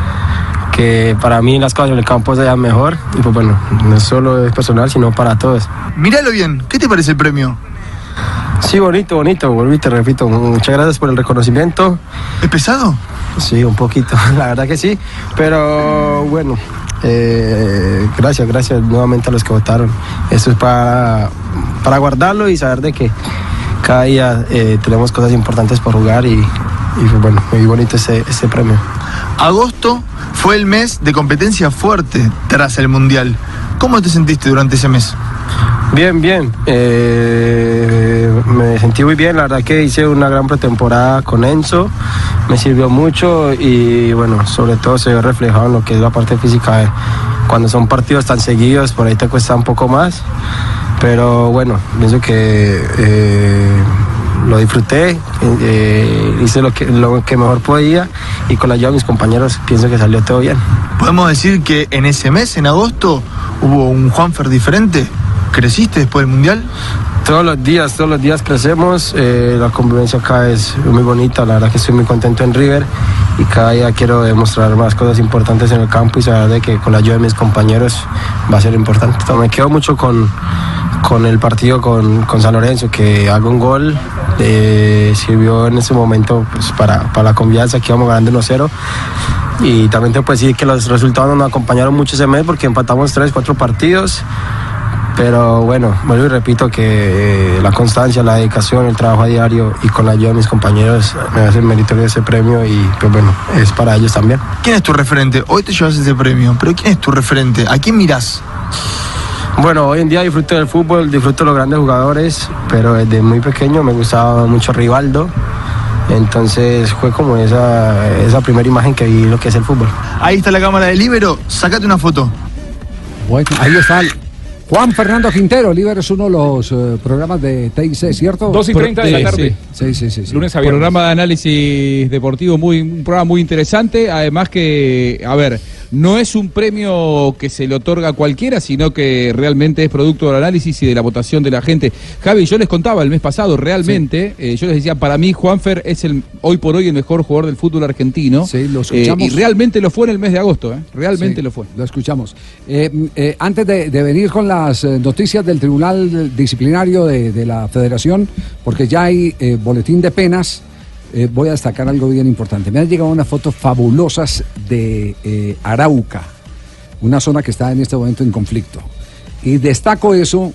Speaker 25: que para mí las cosas en el campo sean mejor. Y pues bueno, no solo es personal, sino para todos.
Speaker 21: Míralo bien, ¿qué te parece el premio?
Speaker 25: Sí, bonito, vuelvo y te repito, muchas gracias por el reconocimiento.
Speaker 21: ¿Es pesado?
Speaker 25: Sí, un poquito, la verdad que sí, pero bueno, gracias nuevamente a los que votaron. Esto es para guardarlo y saber de que cada día tenemos cosas importantes por jugar y bueno, muy bonito este premio.
Speaker 21: Agosto fue el mes de competencia fuerte tras el Mundial. ¿Cómo te sentiste durante ese mes?
Speaker 25: Bien. Me sentí muy bien, la verdad que hice una gran pretemporada con Enzo, me sirvió mucho y bueno, sobre todo se ve reflejado en lo que es la parte física. Cuando son partidos tan seguidos, por ahí te cuesta un poco más, pero bueno, pienso que lo disfruté, hice lo que mejor podía y con la ayuda de mis compañeros pienso que salió todo bien.
Speaker 21: ¿Podemos decir que en ese mes, en agosto, hubo un Juanfer diferente? ¿Creciste después del Mundial?
Speaker 25: Todos los días crecemos, la convivencia acá es muy bonita, la verdad que estoy muy contento en River y cada día quiero demostrar más cosas importantes en el campo y saber de que con la ayuda de mis compañeros va a ser importante. Entonces, me quedo mucho con el partido con San Lorenzo, que hago un gol, sirvió en ese momento pues, para la confianza, que íbamos ganando 1-0. Y también te puedo decir que los resultados nos acompañaron mucho ese mes porque empatamos 3-4 partidos. Pero bueno, vuelvo y repito que la constancia, la dedicación, el trabajo a diario y con la ayuda de mis compañeros me hacen meritorio de ese premio y pues bueno, es para ellos también.
Speaker 21: ¿Quién es tu referente? Hoy te llevas ese premio, pero ¿quién es tu referente? ¿A quién mirás?
Speaker 25: Bueno, hoy en día disfruto del fútbol, disfruto de los grandes jugadores, pero desde muy pequeño me gustaba mucho Rivaldo. Entonces fue como esa primera imagen que vi lo que es el fútbol.
Speaker 21: Ahí está la cámara del Líbero, sácate una foto.
Speaker 5: Bueno, ahí está Juan Fernando Quintero. Líbero es uno de los programas de TIC, ¿cierto?
Speaker 22: 2:30 de la tarde.
Speaker 5: Sí.
Speaker 22: Lunes a viernes. Programa de análisis deportivo, un programa muy interesante. Además que, a ver, no es un premio que se le otorga a cualquiera, sino que realmente es producto del análisis y de la votación de la gente. Javi, yo les contaba el mes pasado, realmente, yo les decía, para mí Juanfer es hoy por hoy el mejor jugador del fútbol argentino.
Speaker 5: Sí, lo escuchamos.
Speaker 22: Y realmente lo fue en el mes de agosto, realmente lo fue.
Speaker 5: Lo escuchamos. Antes de venir con las noticias del Tribunal Disciplinario de la Federación, porque ya hay boletín de penas, voy a destacar algo bien importante. Me han llegado unas fotos fabulosas de Arauca, una zona que está en este momento en conflicto. Y destaco eso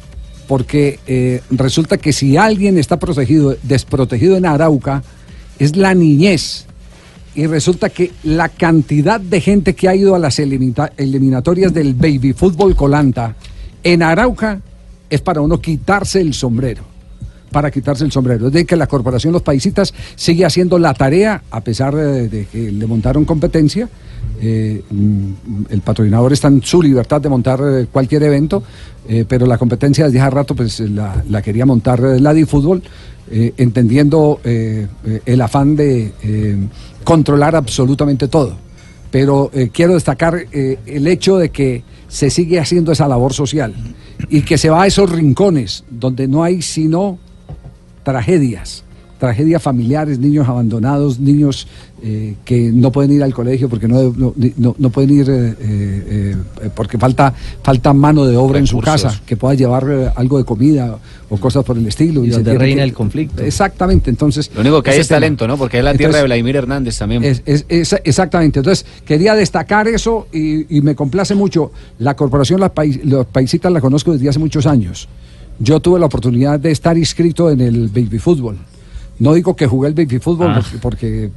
Speaker 5: porque resulta que si alguien está desprotegido en Arauca, es la niñez. Y resulta que la cantidad de gente que ha ido a las eliminatorias del Baby Fútbol Colanta en Arauca es para uno quitarse el sombrero. Es de que la Corporación Los Paisitas sigue haciendo la tarea, a pesar de que le montaron competencia. El patrocinador está en su libertad de montar cualquier evento, pero la competencia desde hace rato pues la quería montar la DiFútbol, entendiendo el afán de controlar absolutamente todo. Pero quiero destacar el hecho de que se sigue haciendo esa labor social y que se va a esos rincones donde no hay sino tragedias familiares, niños abandonados, niños que no pueden ir al colegio porque no pueden ir porque falta mano de obra en su casa que pueda llevar algo de comida o cosas por el estilo.
Speaker 10: Y donde reina el conflicto.
Speaker 5: Exactamente, entonces...
Speaker 18: Lo único que hay es talento, ¿no? Porque es la tierra de Vladimir Hernández también.
Speaker 5: Exactamente, entonces quería destacar eso y me complace mucho. La Corporación Los Paisitas la conozco desde hace muchos años. Yo tuve la oportunidad de estar inscrito en el baby fútbol. No digo que jugué el baby fútbol porque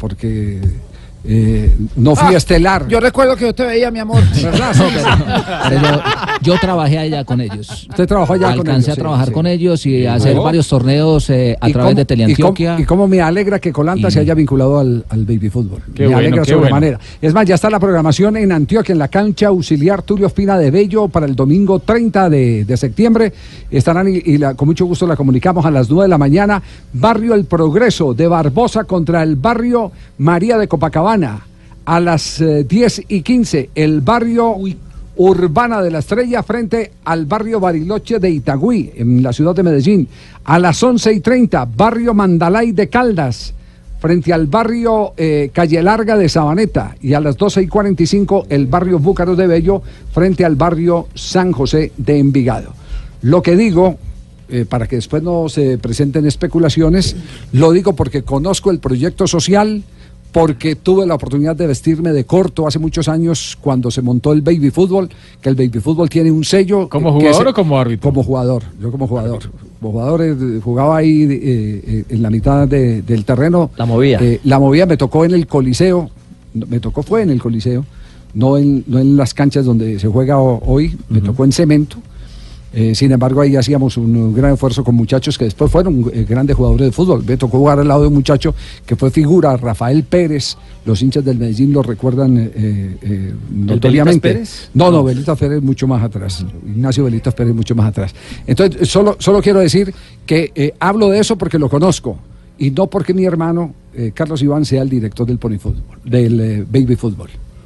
Speaker 5: no fui estelar.
Speaker 8: Yo recuerdo que yo te veía, mi amor.
Speaker 5: ¿Verdad?
Speaker 9: Pero yo trabajé allá con ellos.
Speaker 5: ¿Usted trabajó allá con ellos?
Speaker 9: Alcancé a trabajar con ellos y a hacer varios torneos a través de Teleantioquia.
Speaker 5: Y cómo me alegra que Colanta se haya vinculado al baby fútbol. Me alegra sobremanera. Es más, ya está la programación en Antioquia, en la cancha auxiliar Tulio Espina de Bello para el domingo 30 de septiembre. Estarán con mucho gusto la comunicamos a las 9 de la mañana. Barrio El Progreso de Barbosa contra el barrio María de Copacabana. A las 10:15, el barrio Urbana de la Estrella frente al barrio Bariloche de Itagüí, en la ciudad de Medellín. A las 11:30, barrio Mandalay de Caldas frente al barrio Calle Larga de Sabaneta. Y a las 12:45, el barrio Búcaro de Bello frente al barrio San José de Envigado. Lo que digo, para que después no se presenten especulaciones, lo digo porque conozco el proyecto social, porque tuve la oportunidad de vestirme de corto hace muchos años cuando se montó el baby fútbol, que el baby fútbol tiene un sello.
Speaker 22: ¿Como jugador o como árbitro?
Speaker 5: Como jugador, yo como jugador. Como jugador jugaba ahí en la mitad del terreno.
Speaker 10: La movía.
Speaker 5: La movía, me tocó en el Coliseo, fue en el Coliseo, no en las canchas donde se juega hoy, me tocó en cemento. Sin embargo, ahí hacíamos un gran esfuerzo con muchachos que después fueron grandes jugadores de fútbol. Me tocó jugar al lado de un muchacho que fue figura, Rafael Pérez. Los hinchas del Medellín lo recuerdan notoriamente.
Speaker 10: ¿Belitas Pérez?
Speaker 5: No, Belitas Pérez mucho más atrás. Ignacio Belitas Pérez mucho más atrás. Entonces, solo quiero decir que hablo de eso porque lo conozco y no porque mi hermano Carlos Iván sea el director del pony fútbol, del baby fútbol.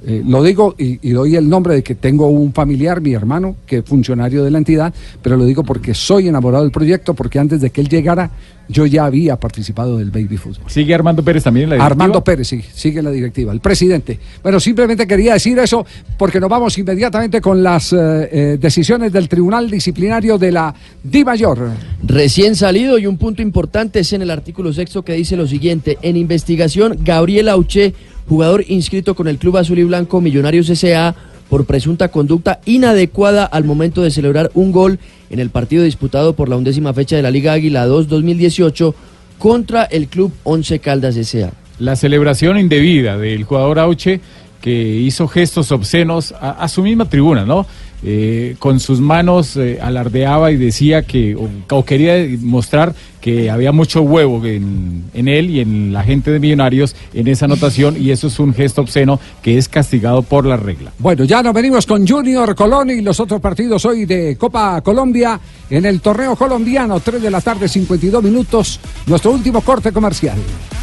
Speaker 5: Lo digo y doy el nombre de que tengo un familiar, mi hermano, que es funcionario de la entidad, pero lo digo porque soy enamorado del proyecto, porque antes de que él llegara, yo ya había participado del baby fútbol.
Speaker 12: ¿Sigue Armando Pérez también en la directiva?
Speaker 5: Armando Pérez, sí, sigue en la directiva, el presidente. Bueno, simplemente quería decir eso porque nos vamos inmediatamente con las decisiones del Tribunal Disciplinario de la DIMAYOR.
Speaker 1: Recién salido, y un punto importante es en el artículo 6º que dice lo siguiente: en investigación, Gabriel Auché, jugador inscrito con el Club Azul y Blanco Millonarios S.A., por presunta conducta inadecuada al momento de celebrar un gol en el partido disputado por la 11ª fecha de la Liga Águila 2 2018 contra el Club Once Caldas S.A.
Speaker 12: La celebración indebida del jugador Auche, que hizo gestos obscenos a su misma tribuna, ¿no? Con sus manos alardeaba y decía que, o quería mostrar que había mucho huevo en él y en la gente de Millonarios en esa anotación, y eso es un gesto obsceno que es castigado por la regla.
Speaker 5: Bueno, ya nos venimos con Junior, Colón y los otros partidos hoy de Copa Colombia en el torneo colombiano, 3 de la tarde, 52 minutos, nuestro último corte comercial.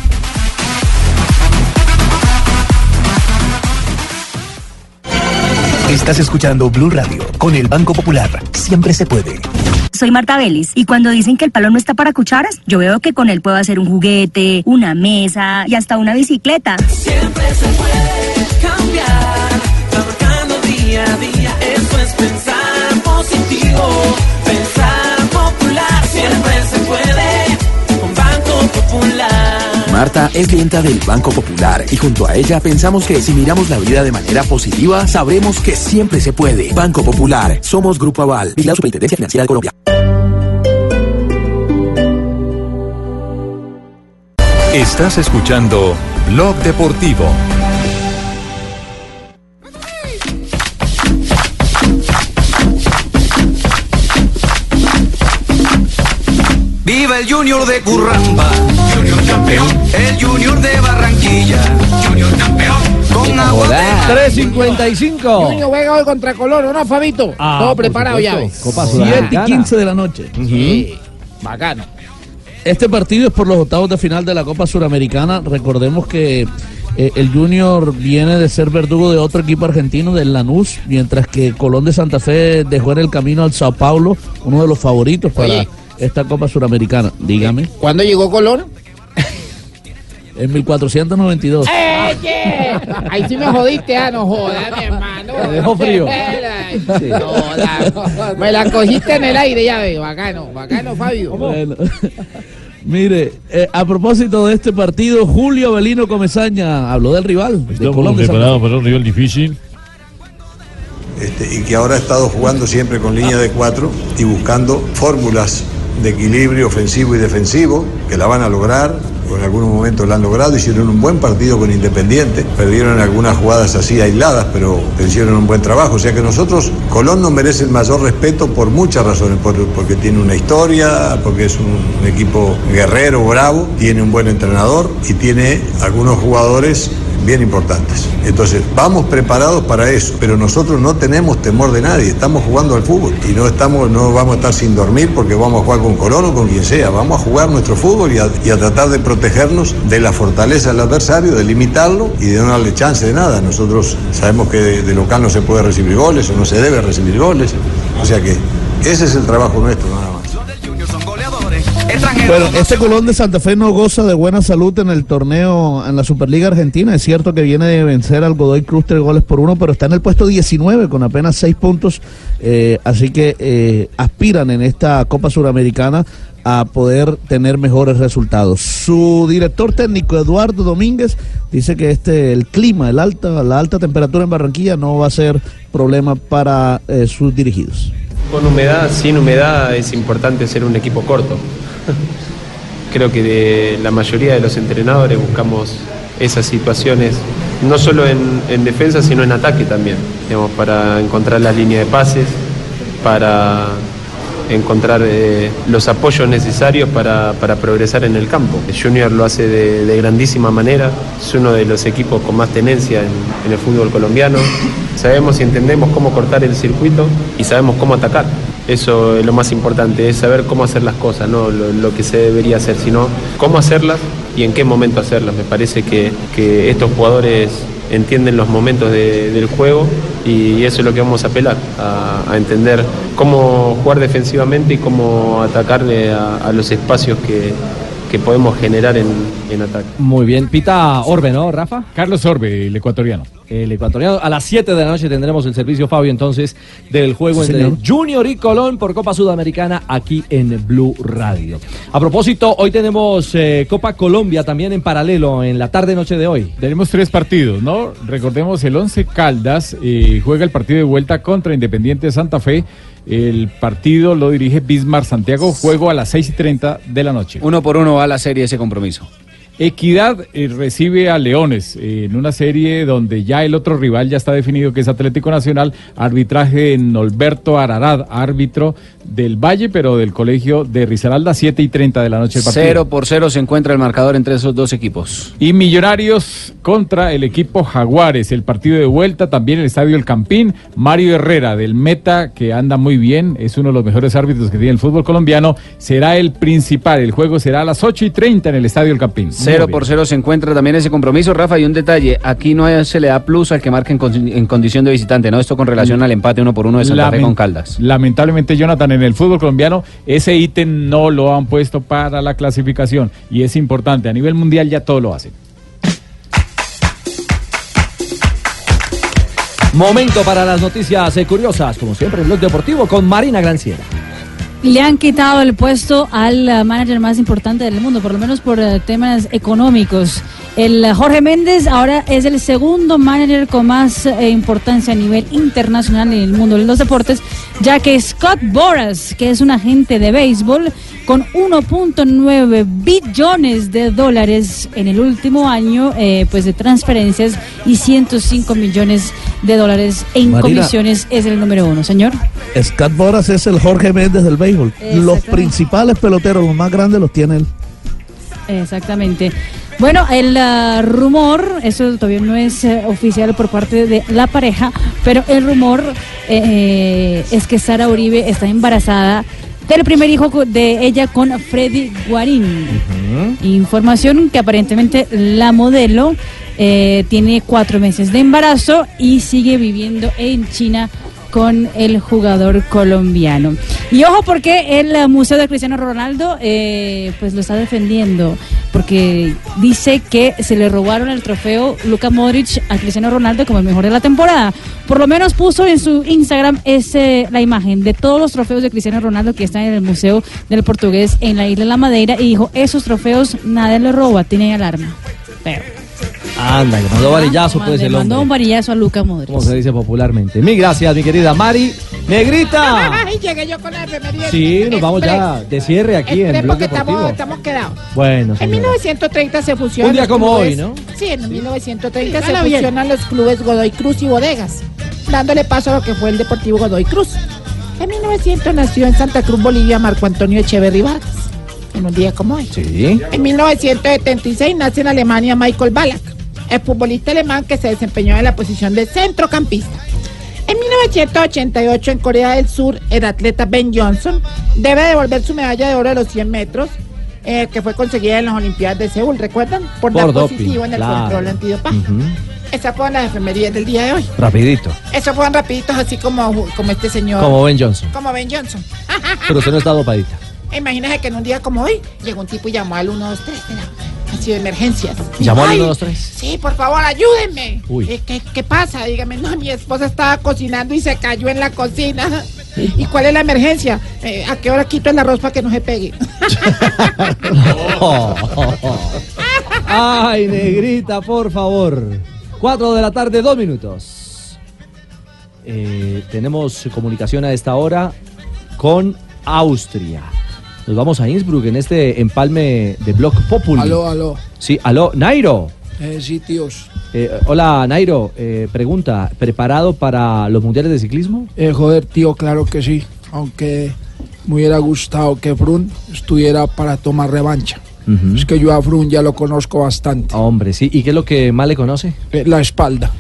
Speaker 3: Estás escuchando Blue Radio con el Banco Popular. Siempre se puede.
Speaker 7: Soy Marta Vélez, y cuando dicen que el palo no está para cucharas, yo veo que con él puedo hacer un juguete, una mesa y hasta una bicicleta.
Speaker 13: Siempre se puede cambiar, trabajando día a día, eso es pensar positivo, pensar popular. Siempre se puede con Banco Popular.
Speaker 3: Marta es clienta del Banco Popular y junto a ella pensamos que si miramos la vida de manera positiva, sabremos que siempre se puede. Banco Popular, somos Grupo Aval, y la Superintendencia Financiera de Colombia.
Speaker 14: Estás escuchando Blog Deportivo.
Speaker 13: Viva el Junior de Curramba, Junior campeón. El Junior de Barranquilla, Junior campeón. Con agua.
Speaker 8: 3:55. Junior juega hoy contra Colón, ¿no, Fabito? Todo preparado ya.
Speaker 20: 7:15 de la noche.
Speaker 8: Sí, bacano.
Speaker 20: Este partido es por los octavos de final de la Copa Suramericana. Recordemos que el Junior viene de ser verdugo de otro equipo argentino, del Lanús, mientras que Colón de Santa Fe dejó en el camino al Sao Paulo, uno de los favoritos para esta Copa Suramericana. Dígame.
Speaker 8: ¿Cuándo llegó Colón?
Speaker 20: En 1492.
Speaker 8: Ahí sí me jodiste, no jodas, mi hermano.
Speaker 20: Me dejó frío.
Speaker 8: Sí. Me la cogiste en el aire, ya ve. Bacano, Fabio.
Speaker 20: Bueno. Mire, a propósito de este partido, Julio Avelino Comesaña habló del rival.
Speaker 26: Estamos preparados para un rival difícil.
Speaker 27: Y que ahora ha estado jugando siempre con línea de 4 y buscando fórmulas de equilibrio ofensivo y defensivo, que la van a lograr, o en algunos momentos la han logrado. Hicieron un buen partido con Independiente, perdieron algunas jugadas así aisladas, pero hicieron un buen trabajo. O sea que nosotros, Colón nos merece el mayor respeto por muchas razones, porque tiene una historia, porque es un equipo guerrero, bravo, tiene un buen entrenador y tiene algunos jugadores bien importantes. Entonces, vamos preparados para eso, pero nosotros no tenemos temor de nadie, estamos jugando al fútbol y no vamos a estar sin dormir porque vamos a jugar con Colón o con quien sea, vamos a jugar nuestro fútbol y a tratar de protegernos de la fortaleza del adversario, de limitarlo y de no darle chance de nada. Nosotros sabemos que de local no se puede recibir goles o no se debe recibir goles, o sea que ese es el trabajo nuestro, nada más.
Speaker 20: Bueno, este Colón de Santa Fe no goza de buena salud en el torneo, en la Superliga Argentina. Es cierto que viene de vencer al Godoy Cruz 3-1, pero está en el puesto 19 con apenas 6 puntos. Así que aspiran en esta Copa Suramericana a poder tener mejores resultados. Su director técnico, Eduardo Domínguez, dice que el clima, la alta temperatura en Barranquilla no va a ser problema para sus dirigidos.
Speaker 28: Con humedad, sin humedad, es importante ser un equipo corto. Creo que la mayoría de los entrenadores buscamos esas situaciones, no solo en defensa, sino en ataque también, digamos, para encontrar la línea de pases, para encontrar los apoyos necesarios para progresar en el campo. Junior lo hace de grandísima manera, es uno de los equipos con más tenencia en el fútbol colombiano. Sabemos y entendemos cómo cortar el circuito y sabemos cómo atacar. Eso es lo más importante, es saber cómo hacer las cosas, no lo que se debería hacer, sino cómo hacerlas y en qué momento hacerlas. Me parece que estos jugadores entienden los momentos del juego y eso es lo que vamos a apelar, a entender cómo jugar defensivamente y cómo atacarle a los espacios que podemos generar en ataque.
Speaker 10: Muy bien, pita Orbe, ¿no, Rafa?
Speaker 12: Carlos Orbe, el ecuatoriano.
Speaker 10: El ecuatoriano. A las 7 de la noche tendremos el servicio, Fabio, entonces, del juego
Speaker 20: Sí,
Speaker 10: entre
Speaker 20: señor.
Speaker 10: Junior y Colón por Copa Sudamericana aquí en Blue Radio. A propósito, hoy tenemos Copa Colombia también en paralelo en la tarde-noche de hoy.
Speaker 12: Tenemos 3 partidos, ¿no? Recordemos, el Once Caldas juega el partido de vuelta contra Independiente Santa Fe. El partido lo dirige Bismar Santiago, juego a las 6:30 de la noche.
Speaker 18: 1-1 va la serie ese compromiso.
Speaker 12: Equidad recibe a Leones en una serie donde ya el otro rival ya está definido, que es Atlético Nacional. Arbitraje de Norberto Ararad, árbitro del Valle, pero del colegio de Risaralda. 7:30 de la noche el partido.
Speaker 18: 0-0 se encuentra el marcador entre esos dos equipos.
Speaker 12: Y Millonarios contra el equipo Jaguares, el partido de vuelta también en el Estadio El Campín. Mario Herrera, del Meta, que anda muy bien, es uno de los mejores árbitros que tiene el fútbol colombiano, será el principal. El juego será a las 8:30 en el Estadio El Campín.
Speaker 18: 0-0 se encuentra también ese compromiso, Rafa, y un detalle, aquí no se le da plus al que marque en condición de visitante, ¿no? Esto con relación al empate 1-1 de Santa Fe con Caldas.
Speaker 12: Lamentablemente, Jonathan, en el fútbol colombiano ese ítem no lo han puesto para la clasificación y es importante. A nivel mundial ya todo lo hacen.
Speaker 10: Momento para las noticias curiosas, como siempre en Blog Deportivo con Marina Granciera.
Speaker 4: Le han quitado el puesto al manager más importante del mundo, por lo menos por temas económicos. El Jorge Méndez ahora es el segundo manager con más importancia a nivel internacional en el mundo de los deportes, ya que Scott Boras, que es un agente de béisbol, con 1.9 billones de dólares en el último año, pues de transferencias y 105 millones de dólares en
Speaker 20: Marina,
Speaker 4: comisiones, es el número 1, señor.
Speaker 20: Scott Boras es el Jorge Méndez del béisbol. Los principales peloteros, los más grandes, los tiene él.
Speaker 4: Exactamente. Bueno, el rumor, eso todavía no es oficial por parte de la pareja, pero el rumor es que Sara Uribe está embarazada del primer hijo de ella con Freddy Guarín. Información que aparentemente la modelo tiene 4 meses de embarazo y sigue viviendo en China con el jugador colombiano. Y ojo, porque el Museo de Cristiano Ronaldo pues lo está defendiendo, porque dice que se le robaron el trofeo Luka Modric a Cristiano Ronaldo como el mejor de la temporada. Por lo menos puso en su Instagram la imagen de todos los trofeos de Cristiano Ronaldo que están en el Museo del Portugués en la isla de la Madeira, y dijo, esos trofeos nadie los roba, tienen alarma. Pero
Speaker 10: Anda, le mandó varillazo, pues, el
Speaker 4: mandó
Speaker 10: hombre.
Speaker 4: un varillazo a Luka Modric.
Speaker 10: Como se dice popularmente. Mil gracias, mi querida Mari. ¡Negrita!
Speaker 8: Ay, llegué yo con la efeméride.
Speaker 10: Sí, nos vamos ya de cierre aquí en Blog
Speaker 8: Porque
Speaker 10: Deportivo.
Speaker 8: estamos quedados.
Speaker 10: Bueno,
Speaker 8: En
Speaker 10: señora.
Speaker 8: 1930 se fusionan
Speaker 10: Un día
Speaker 8: los
Speaker 10: como
Speaker 8: clubes-
Speaker 10: hoy, ¿no?
Speaker 8: Sí, en 1930 se
Speaker 4: Hágalo bien.
Speaker 8: fusionan los clubes Godoy Cruz y Bodegas, dándole paso a lo que fue el Deportivo Godoy Cruz. En 1900 nació en Santa Cruz, Bolivia, Marco Antonio Echeverry Vargas, en un día como hoy.
Speaker 10: Sí.
Speaker 8: En 1976 nace en Alemania Michael Ballack, el futbolista alemán que se desempeñó en la posición de centrocampista. En 1988 en Corea del Sur, el atleta Ben Johnson debe devolver su medalla de oro de los 100 metros que fue conseguida en las Olimpiadas de Seúl, ¿recuerdan? Por dar
Speaker 10: doping,
Speaker 8: positivo en el
Speaker 10: claro.
Speaker 8: control antidopaje.
Speaker 10: Ujú.
Speaker 8: Esas fueron las efemérides del día de hoy.
Speaker 10: Rapidito.
Speaker 8: Esos fueron rapiditos, así como este señor.
Speaker 10: Como Ben Johnson.
Speaker 8: Como Ben Johnson.
Speaker 10: Pero usted no está dopadita.
Speaker 8: Imagínese que en un día como hoy llegó un tipo y llamó al 123, así de emergencias.
Speaker 10: ¿Llamó al
Speaker 8: Ay,
Speaker 10: 123?
Speaker 8: Sí, por favor, ayúdenme.
Speaker 10: Uy.
Speaker 8: ¿Qué pasa? Dígame, no, mi esposa estaba cocinando y se cayó en la cocina. ¿Y cuál es la emergencia? ¿A qué hora quito el arroz para que no se pegue?
Speaker 10: Ay, negrita, por favor. 4 de la tarde, 2 minutos. Tenemos comunicación a esta hora con Austria. Nos vamos a Innsbruck en este empalme de Blog Populi.
Speaker 6: Aló.
Speaker 10: Sí, aló, Nairo.
Speaker 6: Sí, tíos.
Speaker 10: Hola, Nairo. Pregunta, ¿preparado para los mundiales de ciclismo?
Speaker 6: Joder, tío, claro que sí. Aunque me hubiera gustado que Frun estuviera para tomar revancha.
Speaker 10: Ujú.
Speaker 6: Es que yo a Frun ya lo conozco bastante.
Speaker 10: Hombre, sí. ¿Y qué es lo que más le conoce?
Speaker 6: La espalda.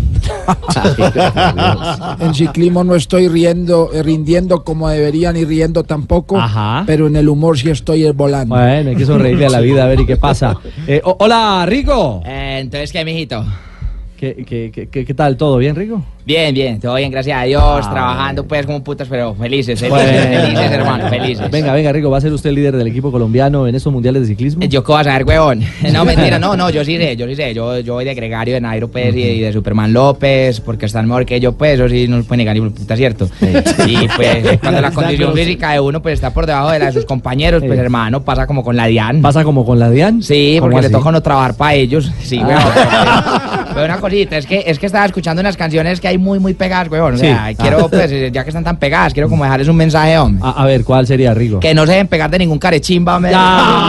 Speaker 6: En ciclismo no estoy rindiendo como debería, ni riendo tampoco.
Speaker 10: Ajá.
Speaker 6: Pero en el humor sí estoy volando.
Speaker 10: Bueno, hay que sonreírle a la vida, a ver y qué pasa. Hola, Rico.
Speaker 11: Entonces, ¿qué, mijito?
Speaker 10: ¿Qué tal? ¿Todo bien, Rigo?
Speaker 2: Bien, todo bien, gracias a Dios, trabajando pues como putas, pero felices, hermano, felices.
Speaker 10: Venga, Rigo, ¿va a ser usted el líder del equipo colombiano en estos mundiales de ciclismo?
Speaker 2: Yo qué vas a ver, huevón. No, mentira, no, yo sí sé, yo voy de gregario de Nairo pues, y de Superman López, porque están mejor que yo, pues, eso sí no se puede negar ni por puta, ¿cierto? Y pues, cuando la condición física de uno pues está por debajo de la de sus compañeros, pues, hermano, pasa como con la DIAN.
Speaker 10: ¿Pasa como con la DIAN?
Speaker 2: Sí, porque le toca no trabajar para ellos. Sí, huevón. Pero una cosita, es que estaba escuchando unas canciones que hay muy pegadas, huevón. O sea, quiero, pues, ya que están tan pegadas, quiero como dejarles un mensaje, hombre.
Speaker 10: A ver, ¿cuál sería, Rigo?
Speaker 2: Que no se deben pegar de ningún carechimba, hombre.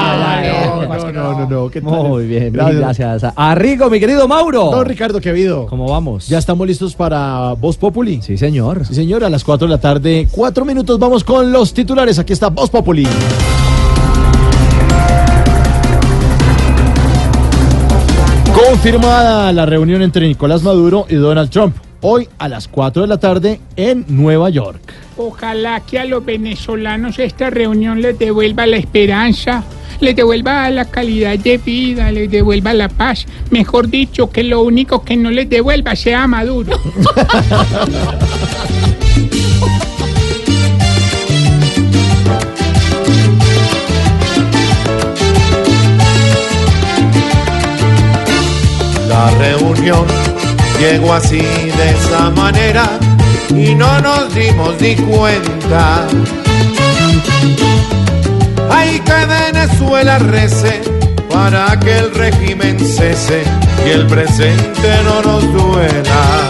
Speaker 10: No. ¿Qué tal? Muy bien, gracias. A Rigo, mi querido Mauro.
Speaker 11: Don Ricardo, ¿qué ha habido?
Speaker 10: ¿Cómo vamos?
Speaker 11: ¿Ya estamos listos para Voz Populi?
Speaker 10: Sí, señor.
Speaker 11: Sí, señor, a las 4 de la tarde, 4 minutos, vamos con los titulares. Aquí está Voz Populi. Confirmada la reunión entre Nicolás Maduro y Donald Trump, hoy a las 4 de la tarde en Nueva York.
Speaker 15: Ojalá que a los venezolanos esta reunión les devuelva la esperanza, les devuelva la calidad de vida, les devuelva la paz. Mejor dicho, que lo único que no les devuelva sea Maduro.
Speaker 16: La reunión llegó así de esa manera y no nos dimos ni cuenta. Hay que Venezuela rece para que el régimen cese y el presente no nos duela.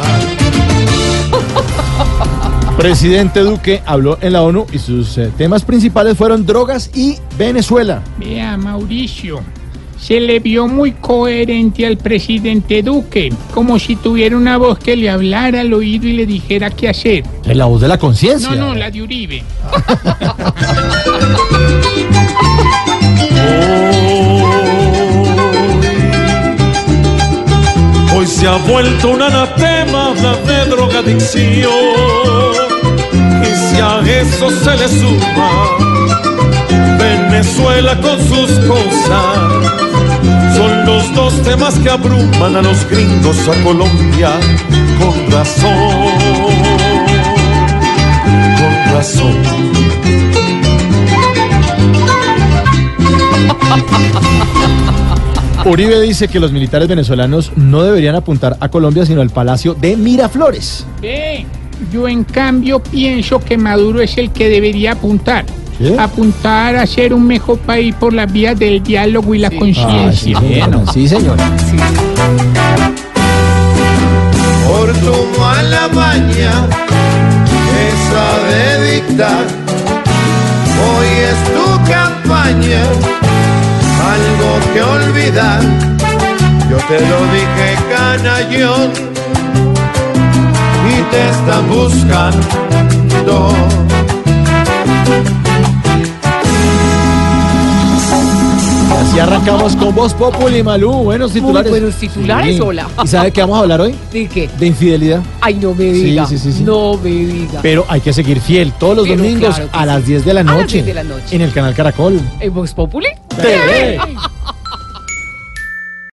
Speaker 11: Presidente Duque habló en la ONU y sus temas principales fueron drogas y Venezuela.
Speaker 15: Vea, Mauricio, se le vio muy coherente al presidente Duque, como si tuviera una voz que le hablara al oído y le dijera qué hacer.
Speaker 11: ¿Es la voz de la conciencia?
Speaker 15: No, la de Uribe.
Speaker 13: Hoy se ha vuelto un anatema de drogadicción, y si a eso se le suma Venezuela con sus cosas, son los dos temas que abruman a los gringos a Colombia. Con razón.
Speaker 11: Uribe dice que los militares venezolanos no deberían apuntar a Colombia sino al Palacio de Miraflores.
Speaker 15: Yo en cambio pienso que Maduro es el que debería apuntar. ¿Sí? Apuntar a ser un mejor país por las vías del diálogo y la conciencia.
Speaker 11: Sí, señor.
Speaker 15: Sí.
Speaker 16: Por tu mala maña, esa de dictar, hoy es tu campaña, algo que olvidar. Yo te lo dije, canallón, y te están buscando.
Speaker 11: Así arrancamos con Voz Populi, Malú. Buenos titulares.
Speaker 17: Muy buenos titulares, sí. Hola.
Speaker 11: ¿Y sabe qué vamos a hablar hoy?
Speaker 17: ¿De qué?
Speaker 11: De infidelidad.
Speaker 17: Ay, no me diga.
Speaker 11: Sí.
Speaker 17: No me diga.
Speaker 11: Pero hay que seguir fiel todos los domingos, claro, a las 10 de la noche.
Speaker 17: A las 10 de la noche.
Speaker 11: En el canal Caracol.
Speaker 17: ¿En Voz Populi?
Speaker 11: TV.